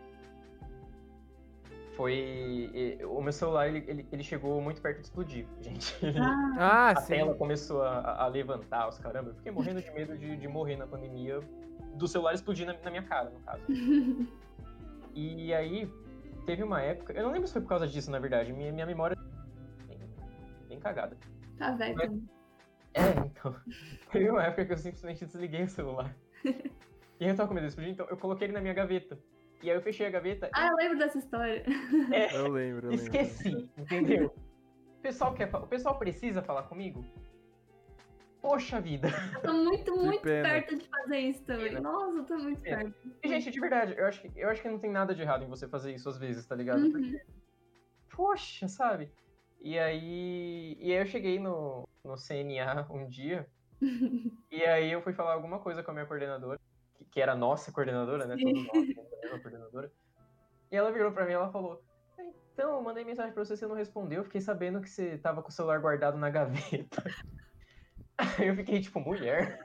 Foi... e- O meu celular, ele, ele, ele chegou muito perto de explodir, gente. Ah, ah, A sim. tela começou a, a levantar, os caramba. Eu fiquei morrendo de medo de, de morrer na pandemia, do celular explodir na, na minha cara, no caso. E aí, teve uma época... Eu não lembro se foi por causa disso, na verdade. Minha, minha memória é bem, bem cagada. tá velho Mas- também. É, então. Teve uma época que eu simplesmente desliguei o celular. E aí eu tava com medo de explodir, então eu coloquei ele na minha gaveta. E aí eu fechei a gaveta Ah, eu lembro dessa história. e é, Eu lembro, eu lembro. esqueci, entendeu? O pessoal, quer, fa- o pessoal precisa falar comigo? Poxa vida. Eu tô muito, muito pena. perto de fazer isso também. Pena. Nossa, eu tô muito Pena. perto. E, gente, de verdade, eu acho, que, eu acho que não tem nada de errado em você fazer isso às vezes, tá ligado? Uhum. Porque, poxa, sabe? E aí, e aí eu cheguei no, no C N A um dia, e aí eu fui falar alguma coisa com a minha coordenadora, que, que era a nossa coordenadora, né? Sim. Todos nós temos a mesma coordenadora. E ela virou pra mim e ela falou, então, eu mandei mensagem pra você, você não respondeu, eu fiquei sabendo que você tava com o celular guardado na gaveta. Aí eu fiquei tipo, mulher?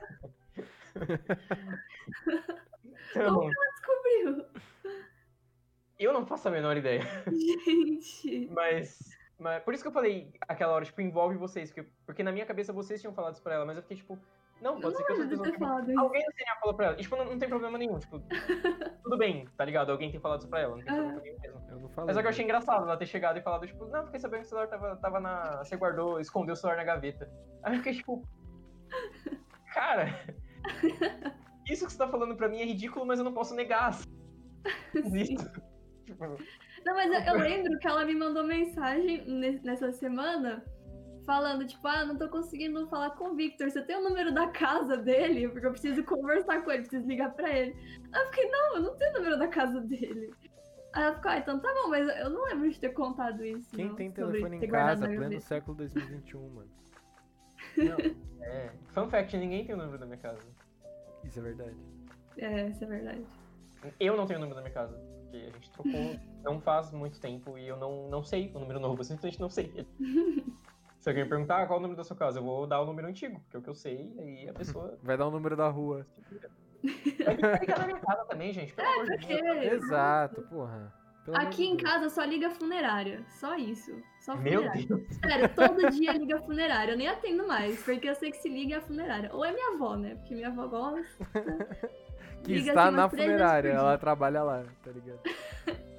Então, Como que ela descobriu? eu não faço a menor ideia. Gente. Mas, mas por isso que eu falei aquela hora, tipo, envolve vocês. Porque, porque na minha cabeça vocês tinham falado isso pra ela, mas eu fiquei tipo, não, pode ser que outras Deve pessoas ter tenham- falado isso. Alguém no C N A falou pra ela. E, tipo, não, não tem problema nenhum. Tipo, tudo bem, tá ligado? Alguém tem falado isso pra ela, não tem problema nenhum mesmo. Eu não falei. Mas só que eu achei engraçado ela ter chegado e falado, tipo, não, fiquei sabendo que o celular tava, tava na. Você guardou, escondeu o celular na gaveta. Aí eu fiquei tipo. Cara, isso que você tá falando pra mim é ridículo, mas eu não posso negar. Isso. Tipo, Não, mas eu, eu lembro que ela me mandou mensagem ne- nessa semana falando, tipo, ah, não tô conseguindo falar com o Victor. Você tem o número da casa dele? Porque eu preciso conversar com ele, preciso ligar pra ele. Aí eu fiquei, não, eu não tenho o número da casa dele. Aí ela ficou, ah, então tá bom, mas eu não lembro de ter contado isso. Quem não, tem sobre telefone ter em guardado casa, na pleno gaveta. século dois mil e vinte e um, mano? não, é. Fun fact, ninguém tem o número da minha casa. Isso é verdade. É, isso é verdade. Eu não tenho o número da minha casa, porque a gente trocou não faz muito tempo e eu não, não sei o número novo, eu simplesmente não sei. Se alguém me perguntar ah, qual é o número da sua casa, eu vou dar o número antigo, porque é o que eu sei, aí a pessoa Vai dar o número da rua. vai ligar na minha casa também, gente, pelo amor de Porque Deus. Exato, porra. Pelo amor aqui de em Deus. casa só liga funerária. Só isso. Só Meu funerária. Deus. Sério, todo dia liga funerária. Eu nem atendo mais, porque eu sei que se liga é a funerária. Ou é minha avó, né? Porque minha avó gosta. Que liga está assim na umas três vezes funerária, por ela dia. trabalha lá, tá ligado?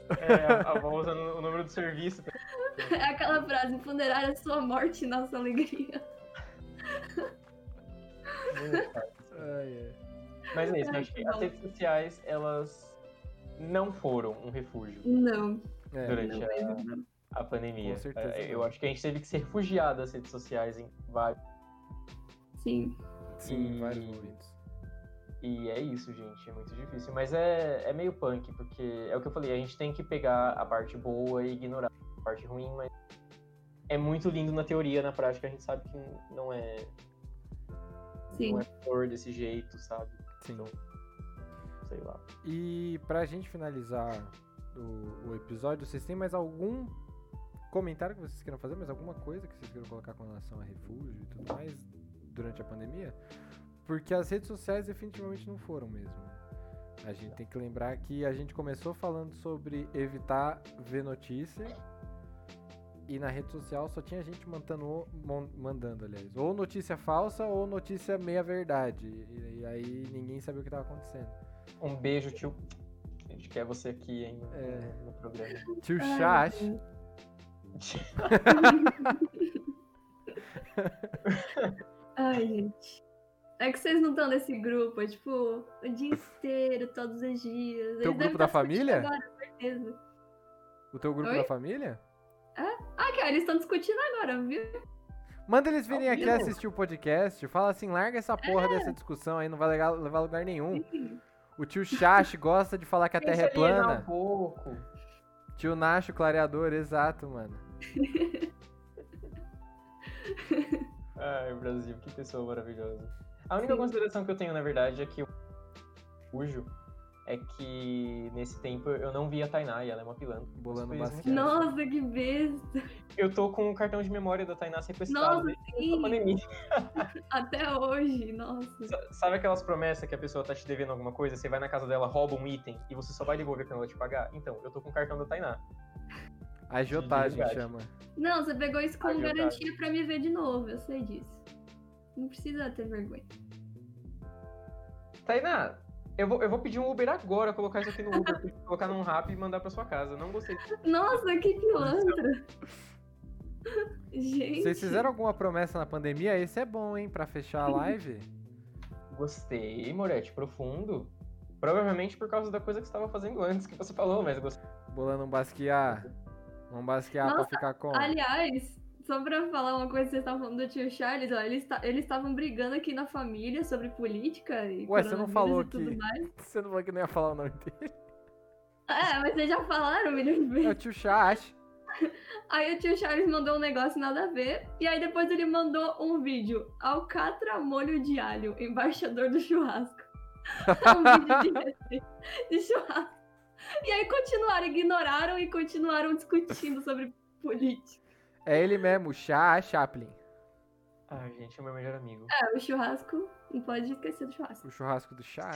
É, a avó usando o número do serviço. É aquela frase, funerária, sua morte, nossa alegria. Ai, é. Mas é isso, eu acho que as redes sociais, elas não foram um refúgio Não. É, durante não a, mesmo, não. a pandemia. Com certeza É, não. eu acho que a gente teve que se refugiar das redes sociais em vários. Sim. sim, E- vários momentos. E é isso, gente, é muito difícil. Mas é, é meio punk, porque é o que eu falei, a gente tem que pegar a parte boa e ignorar a parte ruim, mas é muito lindo na teoria, na prática a gente sabe que não é, Sim. não é flor desse jeito, sabe? Sim. Então, sei lá. E pra gente finalizar o, o episódio, vocês têm mais algum comentário que vocês queiram fazer? Mais alguma coisa que vocês queiram colocar com relação a refúgio e tudo mais durante a pandemia? Porque as redes sociais definitivamente não foram mesmo. A gente tem que lembrar que a gente começou falando sobre evitar ver notícia e na rede social só tinha gente mandando, mandando aliás, ou notícia falsa ou notícia meia verdade. E, e aí ninguém sabia o que estava acontecendo. Um beijo, tio. A gente quer você aqui, hein, no, É. no programa. Tio Ai, Chash. meu Ai, gente. É que vocês não estão nesse grupo, é tipo, o dia inteiro, todos os dias. Eles Teu devem grupo da estar discutindo família? Agora, certeza. O teu grupo Oi? da família? Ah, cara, eles estão discutindo agora, viu? Manda eles virem Ao aqui vivo? assistir o podcast. Fala assim, larga essa porra dessa discussão aí, não vai levar, levar a lugar nenhum. O tio Chash gosta de falar que a Terra é Deixa ele alienar plana. um pouco. Tio Nacho, clareador, exato, mano. Ai, Brasil, que pessoa maravilhosa. A única Sim. consideração que eu tenho, na verdade, é que o refúgio é que nesse tempo eu não vi a Tainá e ela é uma pilantra. Bolando Isso fez basquete. muito- Nossa, que besta. Eu tô com o cartão de memória da Tainá sequestrado Nossa, desde a sim. pandemia. Até hoje, nossa. Sa- Sabe aquelas promessas que a pessoa tá te devendo alguma coisa, você vai na casa dela, rouba um item e você só vai devolver quando ela te pagar? Então, eu tô com o cartão da Tainá. Agiotagem verdade. chama. Não, você pegou isso como Agiotagem. garantia pra me ver de novo, eu sei disso. Não precisa ter vergonha. Tainá, eu vou, eu vou pedir um Uber agora, colocar isso aqui no Uber, colocar num rap e mandar pra sua casa. Não gostei. Nossa, que pilantra. Gente. Vocês fizeram alguma promessa na pandemia? Esse é bom, hein? Pra fechar a live. Gostei, Moretti, profundo. Provavelmente por causa da coisa que você estava fazendo antes que você falou, mas gostei. Bolando um basquear. Um basquear pra Nossa, ficar com. Aliás, só pra falar uma coisa que vocês estavam falando do tio Charles, ó, eles ta- eles estavam brigando aqui na família sobre política e Ué, você não coronavírus falou e tudo que- mais. Você não falou que não ia falar o nome dele? É, mas vocês já falaram milhões de É vezes. o tio Chash. Aí o tio Charles mandou um negócio nada a ver, e aí depois ele mandou um vídeo, alcatra molho de alho, embaixador do churrasco. um vídeo de receita de churrasco. E aí continuaram, ignoraram e continuaram discutindo sobre política. É ele mesmo, Chá Chaplin. Ai, gente, é o meu melhor amigo. É, o churrasco, não pode esquecer do churrasco. O churrasco do Chash.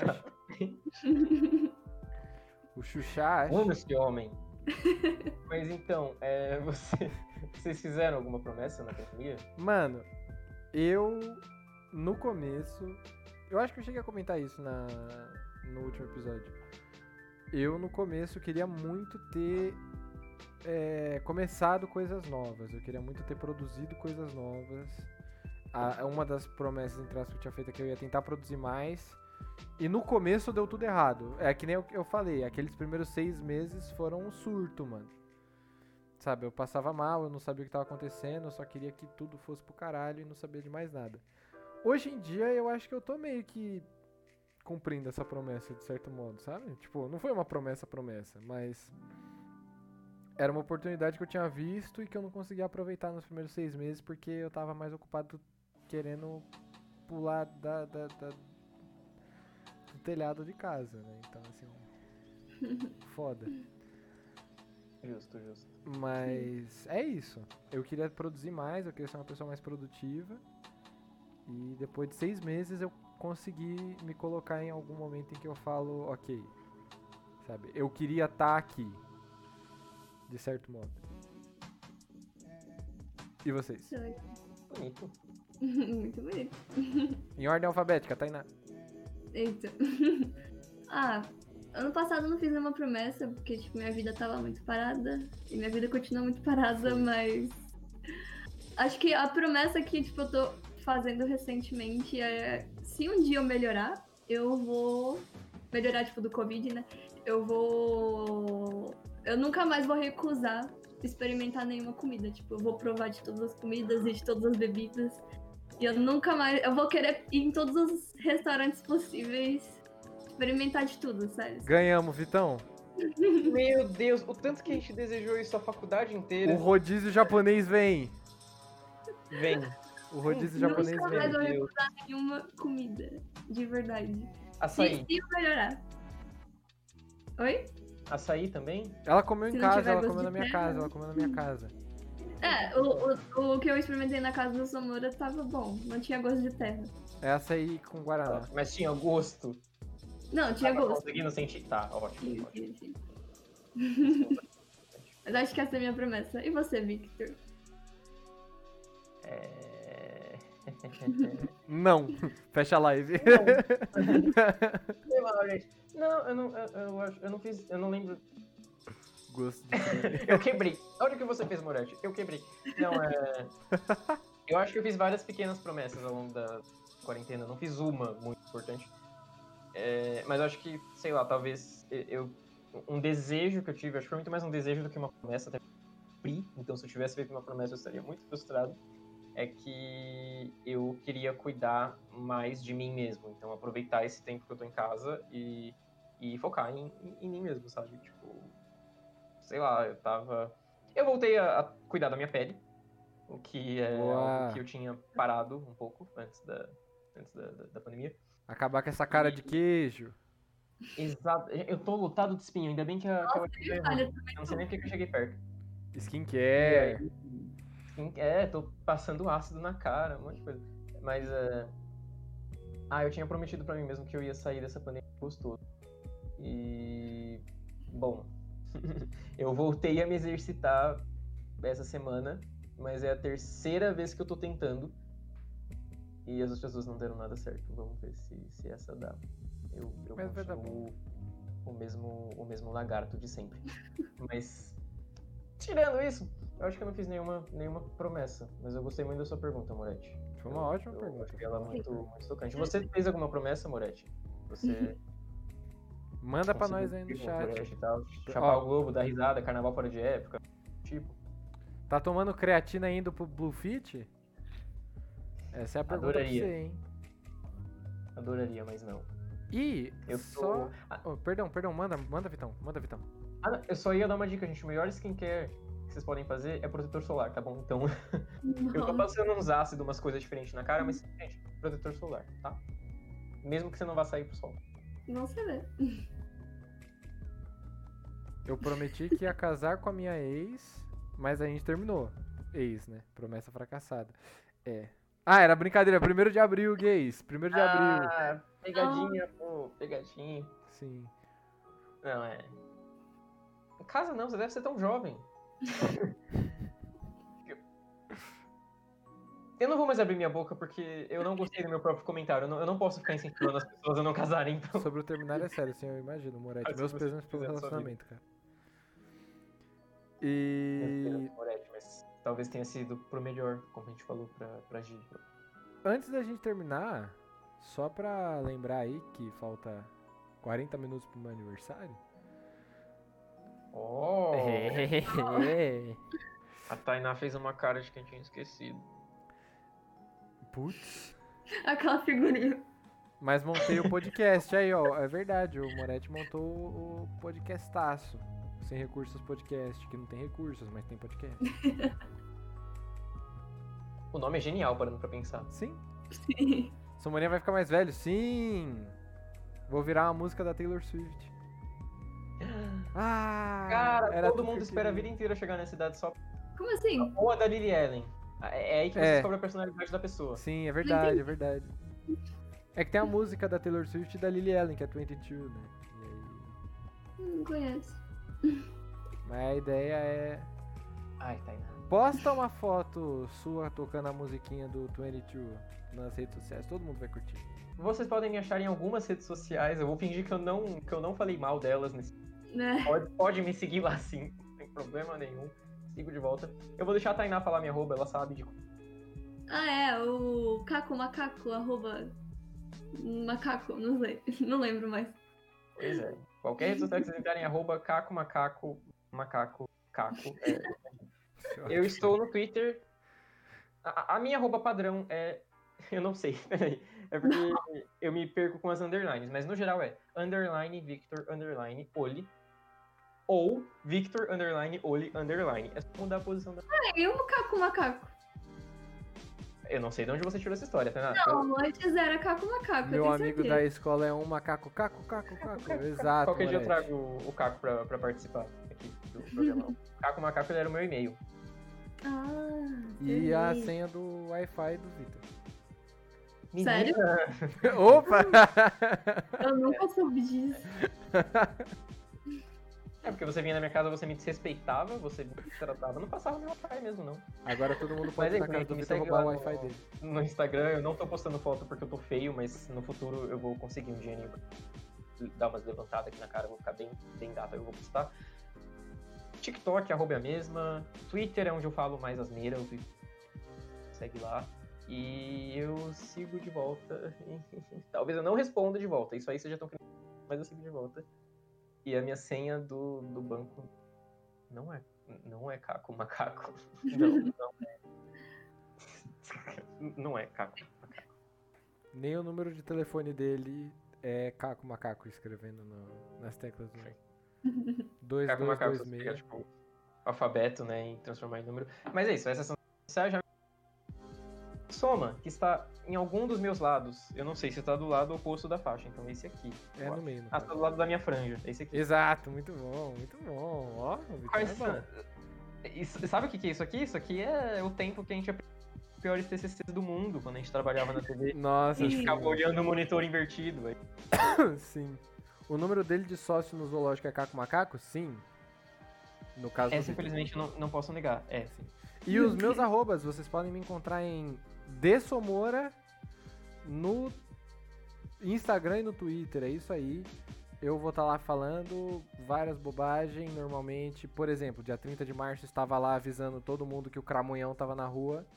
O Chuchash. Amo esse homem. Mas então, é, você, vocês fizeram alguma promessa na pandemia? Mano, eu no começo. Eu acho que eu cheguei a comentar isso na, no último episódio. Eu no começo queria muito ter é, começado coisas novas. Eu queria muito ter produzido coisas novas. A, uma das promessas entre aspas, que eu tinha feito é que eu ia tentar produzir mais. E no começo deu tudo errado. É que nem eu, eu falei, aqueles primeiros seis meses foram um surto, mano. Sabe, eu passava mal, eu não sabia o que tava acontecendo, eu só queria que tudo fosse pro caralho e não sabia de mais nada. Hoje em dia eu acho que eu tô meio que cumprindo essa promessa de certo modo, sabe? Tipo, não foi uma promessa promessa, mas era uma oportunidade que eu tinha visto e que eu não conseguia aproveitar nos primeiros seis meses porque eu tava mais ocupado querendo pular da, da, da do telhado de casa, né? Então, assim, foda. Justo, justo. Mas é isso. Eu queria produzir mais, eu queria ser uma pessoa mais produtiva. E depois de seis meses eu consegui me colocar em algum momento em que eu falo, ok, sabe? Eu queria estar aqui, de certo modo. E vocês? Bonito. Muito bonito. Em ordem alfabética, Tainá. Eita. Ah, ano passado eu não fiz nenhuma promessa, porque, tipo, minha vida tava muito parada. E minha vida continua muito parada, mas... Acho que a promessa que, tipo, eu tô fazendo recentemente é... Se um dia eu melhorar, eu vou... Melhorar, tipo, do Covid, né? Eu vou... Eu nunca mais vou recusar experimentar nenhuma comida. Tipo, eu vou provar de todas as comidas e de todas as bebidas. E eu nunca mais... Eu vou querer ir em todos os restaurantes possíveis... Experimentar de tudo, sério. Ganhamos, Vitão. Meu Deus, o tanto que a gente desejou isso a faculdade inteira. O rodízio japonês vem. Vem. O rodízio Nunca japonês mais vem. vou recusar nenhuma comida. De verdade. Açaí. Se, se eu melhorar. Oi? Açaí também? Ela comeu Se em não casa, tiver ela gosto comeu de na minha terra. casa, ela comeu na minha casa. É, o, o, o que eu experimentei na casa do Samura tava bom. Não tinha gosto de terra. É açaí com guaraná. Mas tinha gosto. Não, tinha Tava gosto. conseguindo sentir? Tá, ótimo. Sim, ótimo. sim, sim. Mas acho que essa é a minha promessa. E você, Victor? É... Não. Fecha a live. Sei lá, gente. Não, eu não, eu, eu acho, eu não fiz, eu não lembro. Gosto de... Eu quebrei. Olha o que você fez, Moretti. Eu quebrei. Não, é... Eu acho que eu fiz várias pequenas promessas ao longo da quarentena. Eu não fiz uma muito importante. É... Mas eu acho que, sei lá, talvez eu... Um desejo que eu tive, acho que foi muito mais um desejo do que uma promessa, até cumpri. Então, se eu tivesse feito uma promessa, eu estaria muito frustrado. É que eu queria cuidar mais de mim mesmo. Então, aproveitar esse tempo que eu tô em casa e, e focar em, em, em mim mesmo, sabe? Tipo, sei lá, eu tava... Eu voltei a, a cuidar da minha pele, o que é Boa. algo que eu tinha parado um pouco antes da, antes da, da, da pandemia. Acabar com essa cara de queijo. Exato. Eu tô lotado de espinho, ainda bem que a, que a Olivia errou. Olha, Eu não sei nem porque que eu cheguei perto. Skincare. É, tô passando ácido na cara, um monte de coisa. Mas, é... Ah, eu tinha prometido pra mim mesmo que eu ia sair dessa pandemia gostoso. E... Bom, eu voltei a me exercitar essa semana, mas é a terceira vez que eu tô tentando. E as outras duas não deram nada certo. Vamos ver se, se essa dá. Eu, eu Mas vai dar continuo o mesmo, o mesmo lagarto de sempre. Mas, tirando isso, eu acho que eu não fiz nenhuma, nenhuma promessa. Mas eu gostei muito da sua pergunta, Moretti. Foi uma eu, ótima eu pergunta. Achei ela muito, muito tocante. Você fez alguma promessa, Moretti? Você Manda pra conseguiu nós aí no cumprir com o chat. Moretti e tal? Ó. Chapar o Globo, dar risada, carnaval fora de época, tipo. Tá tomando creatina indo pro Blue Fit? Essa é a pergunta Adoraria. pra você, hein? Adoraria, mas não. E Eu só... tô... Ah, Oh, perdão, perdão, manda, manda, Vitão. Manda, Vitão. ah, não, eu só ia dar uma dica, gente. O melhor skincare que vocês podem fazer é protetor solar, tá bom? Então, eu tô passando uns ácidos, umas coisas diferentes na cara, mas, gente, protetor solar, tá? Mesmo que você não vá sair pro sol. Não sei ver. Eu prometi que ia casar com a minha ex, mas a gente terminou. Ex, né? Promessa fracassada. É. Ah, era brincadeira. Primeiro de abril, gays. Primeiro de abril. Ah, pegadinha, pô, pegadinha. Sim. Não, é... Em casa não, você deve ser tão jovem. Eu não vou mais abrir minha boca porque eu não gostei do meu próprio comentário. Eu não, eu não posso ficar incentivando as pessoas a não casarem, então... Sobre o terminar é sério, assim, eu imagino, Moretti. Faz o Meus que você pesos pelo quiser na sua relacionamento, cara. Meu E... Deus, Moretti, mas talvez tenha sido pro melhor, como a gente falou pra, pra Gi. Antes da gente terminar, só pra lembrar aí que falta quarenta minutos pro meu aniversário. Oh! É. A Tainá fez uma cara de quem tinha esquecido. Putz. Aquela figurinha. Mas montei o podcast aí, ó. É verdade, o Moretti montou o podcastaço. Sem recursos podcast, que não tem recursos, mas tem podcast. O nome é genial, parando pra pensar. Sim. Sim. Somoninha vai ficar mais velho? Sim. Vou virar uma música da Taylor Swift. Ah, Cara, era todo tudo que mundo eu espera a queria. vida inteira chegar nessa idade só. Como assim? Ou a da Lily Allen. É é aí que você É. descobre a personalidade da pessoa. Sim, é verdade, é verdade. É que tem a música da Taylor Swift e da Lily Allen, que é vinte e dois, né? E aí... Não conheço. Mas a ideia é... Ai, Tainá. Posta uma foto sua tocando a musiquinha do vinte e dois nas redes sociais, todo mundo vai curtir. Vocês podem me achar em algumas redes sociais. Eu vou fingir que eu não, que eu não falei mal delas. Nesse... Né? Pode, pode me seguir lá sim, não tem problema nenhum. Sigo de volta. Eu vou deixar a Tainá falar minha arroba, ela sabe de... Ah, é, o Caco Macaco, arroba macaco, não sei, não lembro mais. Pois é. Qualquer rede social que vocês entrarem, arroba caco, macaco, macaco, caco. É... Eu estou no Twitter. A, a minha arroba padrão é... Eu não sei, peraí. É porque eu me perco com as underlines, mas no geral é underline Victor underline Oli ou Victor underline Oli underline. É só mudar a posição da... Ah, e o Caco Macaco? Eu não sei de onde você tirou essa história, tá? Não, antes era Caco Macaco. Meu eu tenho amigo certeza. da escola é um macaco, caco, caco, caco. Exato. Qualquer dia eu moleque. trago o, o Caco pra, pra participar aqui do programa. Caco Macaco, ele era o meu e-mail. Ah, E a entendi. senha do Wi-Fi do Vitor. Sério? Opa! Eu nunca soube disso. É porque você vinha na minha casa, você me desrespeitava, você me tratava, não passava meu Wi-Fi mesmo, não. Agora todo mundo Mas pode aí, ir na casa do me Vitor segue roubar o lá Wi-Fi no- dele. No Instagram, eu não tô postando foto porque eu tô feio, mas no futuro eu vou conseguir um dinheirinho pra dar umas levantadas aqui na cara, eu vou ficar bem, bem gato, eu vou postar. TikTok, arroba é a mesma. Twitter é onde eu falo mais asneira, eu segue lá. E eu sigo de volta. Talvez eu não responda de volta, isso aí vocês já estão querendo, mas eu sigo de volta. E a minha senha do, do banco não é, não é Caco Macaco. Não, não é. Não é Caco. Nem o número de telefone dele é Caco Macaco escrevendo no- nas teclas do dois Caco dois Macaco, dois você pegar, seis. tipo, alfabeto, né, e transformar em número. Mas é isso, essas são já... Soma, que está em algum dos meus lados. Eu não sei se está do lado oposto da faixa, então esse aqui. É eu no acho. meio, no Ah, caso. está do lado da minha franja, esse aqui. Exato, muito bom, muito bom. Ó, o Vitor Quais é são... bom. E sabe o que que é isso aqui? Isso aqui é o tempo que a gente aprendeu os piores T C Cs do mundo, quando a gente trabalhava na T V. Nossa, A gente sim. ficava olhando o monitor invertido, velho. Sim. O número dele de sócio no zoológico é Caco Macaco? Sim. No caso do Essa, Vitor. infelizmente, não, não posso negar. É. Sim. E os meus arrobas, vocês podem me encontrar em Dessomora no Instagram e no Twitter, é isso aí. Eu vou estar lá falando várias bobagens, normalmente. Por exemplo, dia trinta de março estava lá avisando todo mundo que o Cramunhão estava na rua.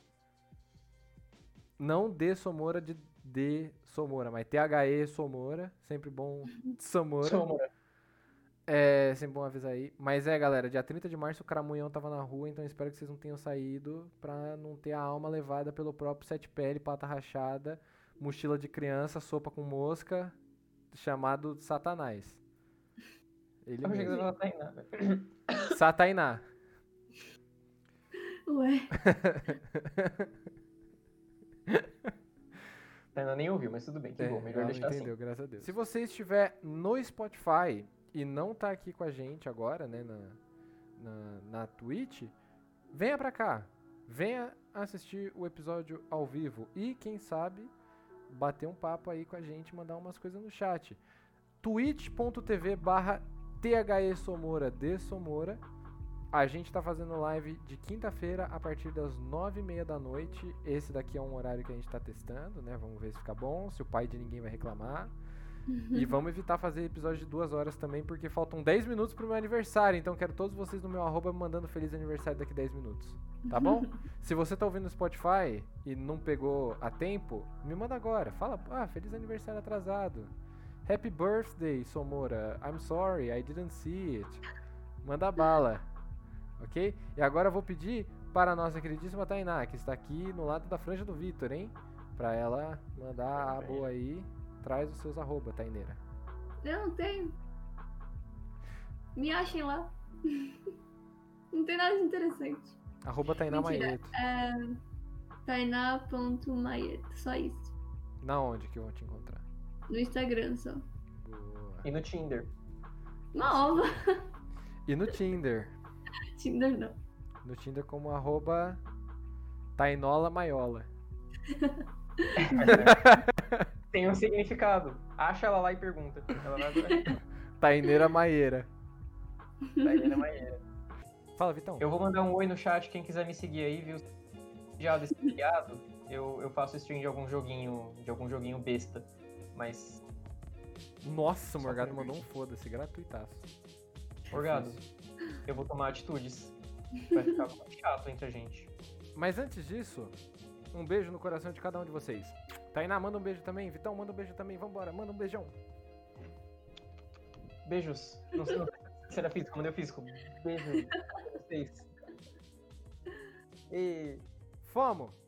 Não D Somora de D Somora, mas T H E Somora, sempre bom Somora. Somora. É, sempre bom avisar aí. Mas é, galera, dia trinta de março o Cramunhão tava na rua, então espero que vocês não tenham saído pra não ter a alma levada pelo próprio sete pele, pata rachada, mochila de criança, sopa com mosca, chamado Satanás. Ele Eu achei que mesmo. você não tá em nada. Satainá. Ué, Ainda nem ouviu, mas tudo bem, que É, bom, melhor ela não deixar entendeu, assim. graças a Deus. Se você estiver no Spotify e não tá aqui com a gente agora, né, na, na, na Twitch, venha pra cá. Venha assistir o episódio ao vivo e, quem sabe, bater um papo aí com a gente, mandar umas coisas no chat. twitch.tv barra THE Somora de Somora. A gente tá fazendo live de quinta-feira a partir das nove e meia da noite. Esse daqui é um horário que a gente tá testando, né? Vamos ver se fica bom, se o pai de ninguém vai reclamar. E vamos evitar fazer episódio de duas horas também, porque faltam dez minutos pro meu aniversário. Então quero todos vocês no meu arroba me mandando feliz aniversário daqui dez minutos. Tá bom? Se você tá ouvindo no Spotify e não pegou a tempo, me manda agora. Fala, ah, feliz aniversário atrasado. Happy birthday, Somora. I'm sorry, I didn't see it. Manda bala. Ok? E agora eu vou pedir para a nossa queridíssima Tainá, que está aqui no lado da franja do Vitor, hein? Pra ela mandar a boa aí. Traz os seus arroba, Taineira. eu não tenho. Me achem lá. Não tem nada de interessante. Arroba Tainá Mentira. Maieto. É tainá.maieto, só isso. Na onde que eu vou te encontrar? No Instagram só. Boa. E no Tinder. Uma ova. E no Tinder. Tinder não. No Tinder como arroba Tainola Maiola. Tem um significado. Acha ela lá e pergunta. Ela vai... Taineira Maieira. Tainera Maieira. Fala, Vitão. Eu vou mandar um oi no chat, quem quiser me seguir aí, viu? Já desse feriado, eu, eu faço stream de algum joguinho, de algum joguinho besta. mas... Nossa, o Só Morgado pra mandou um foda-se, gratuitaço. Morgado, eu vou tomar atitudes. Vai ficar muito chato entre a gente. Mas antes disso, um beijo no coração de cada um de vocês. Tainá, manda um beijo também. Vitão, manda um beijo também. Vambora, manda um beijão. Beijos. Não sei se era físico, mandei o físico. Beijo pra vocês. E... Fomos!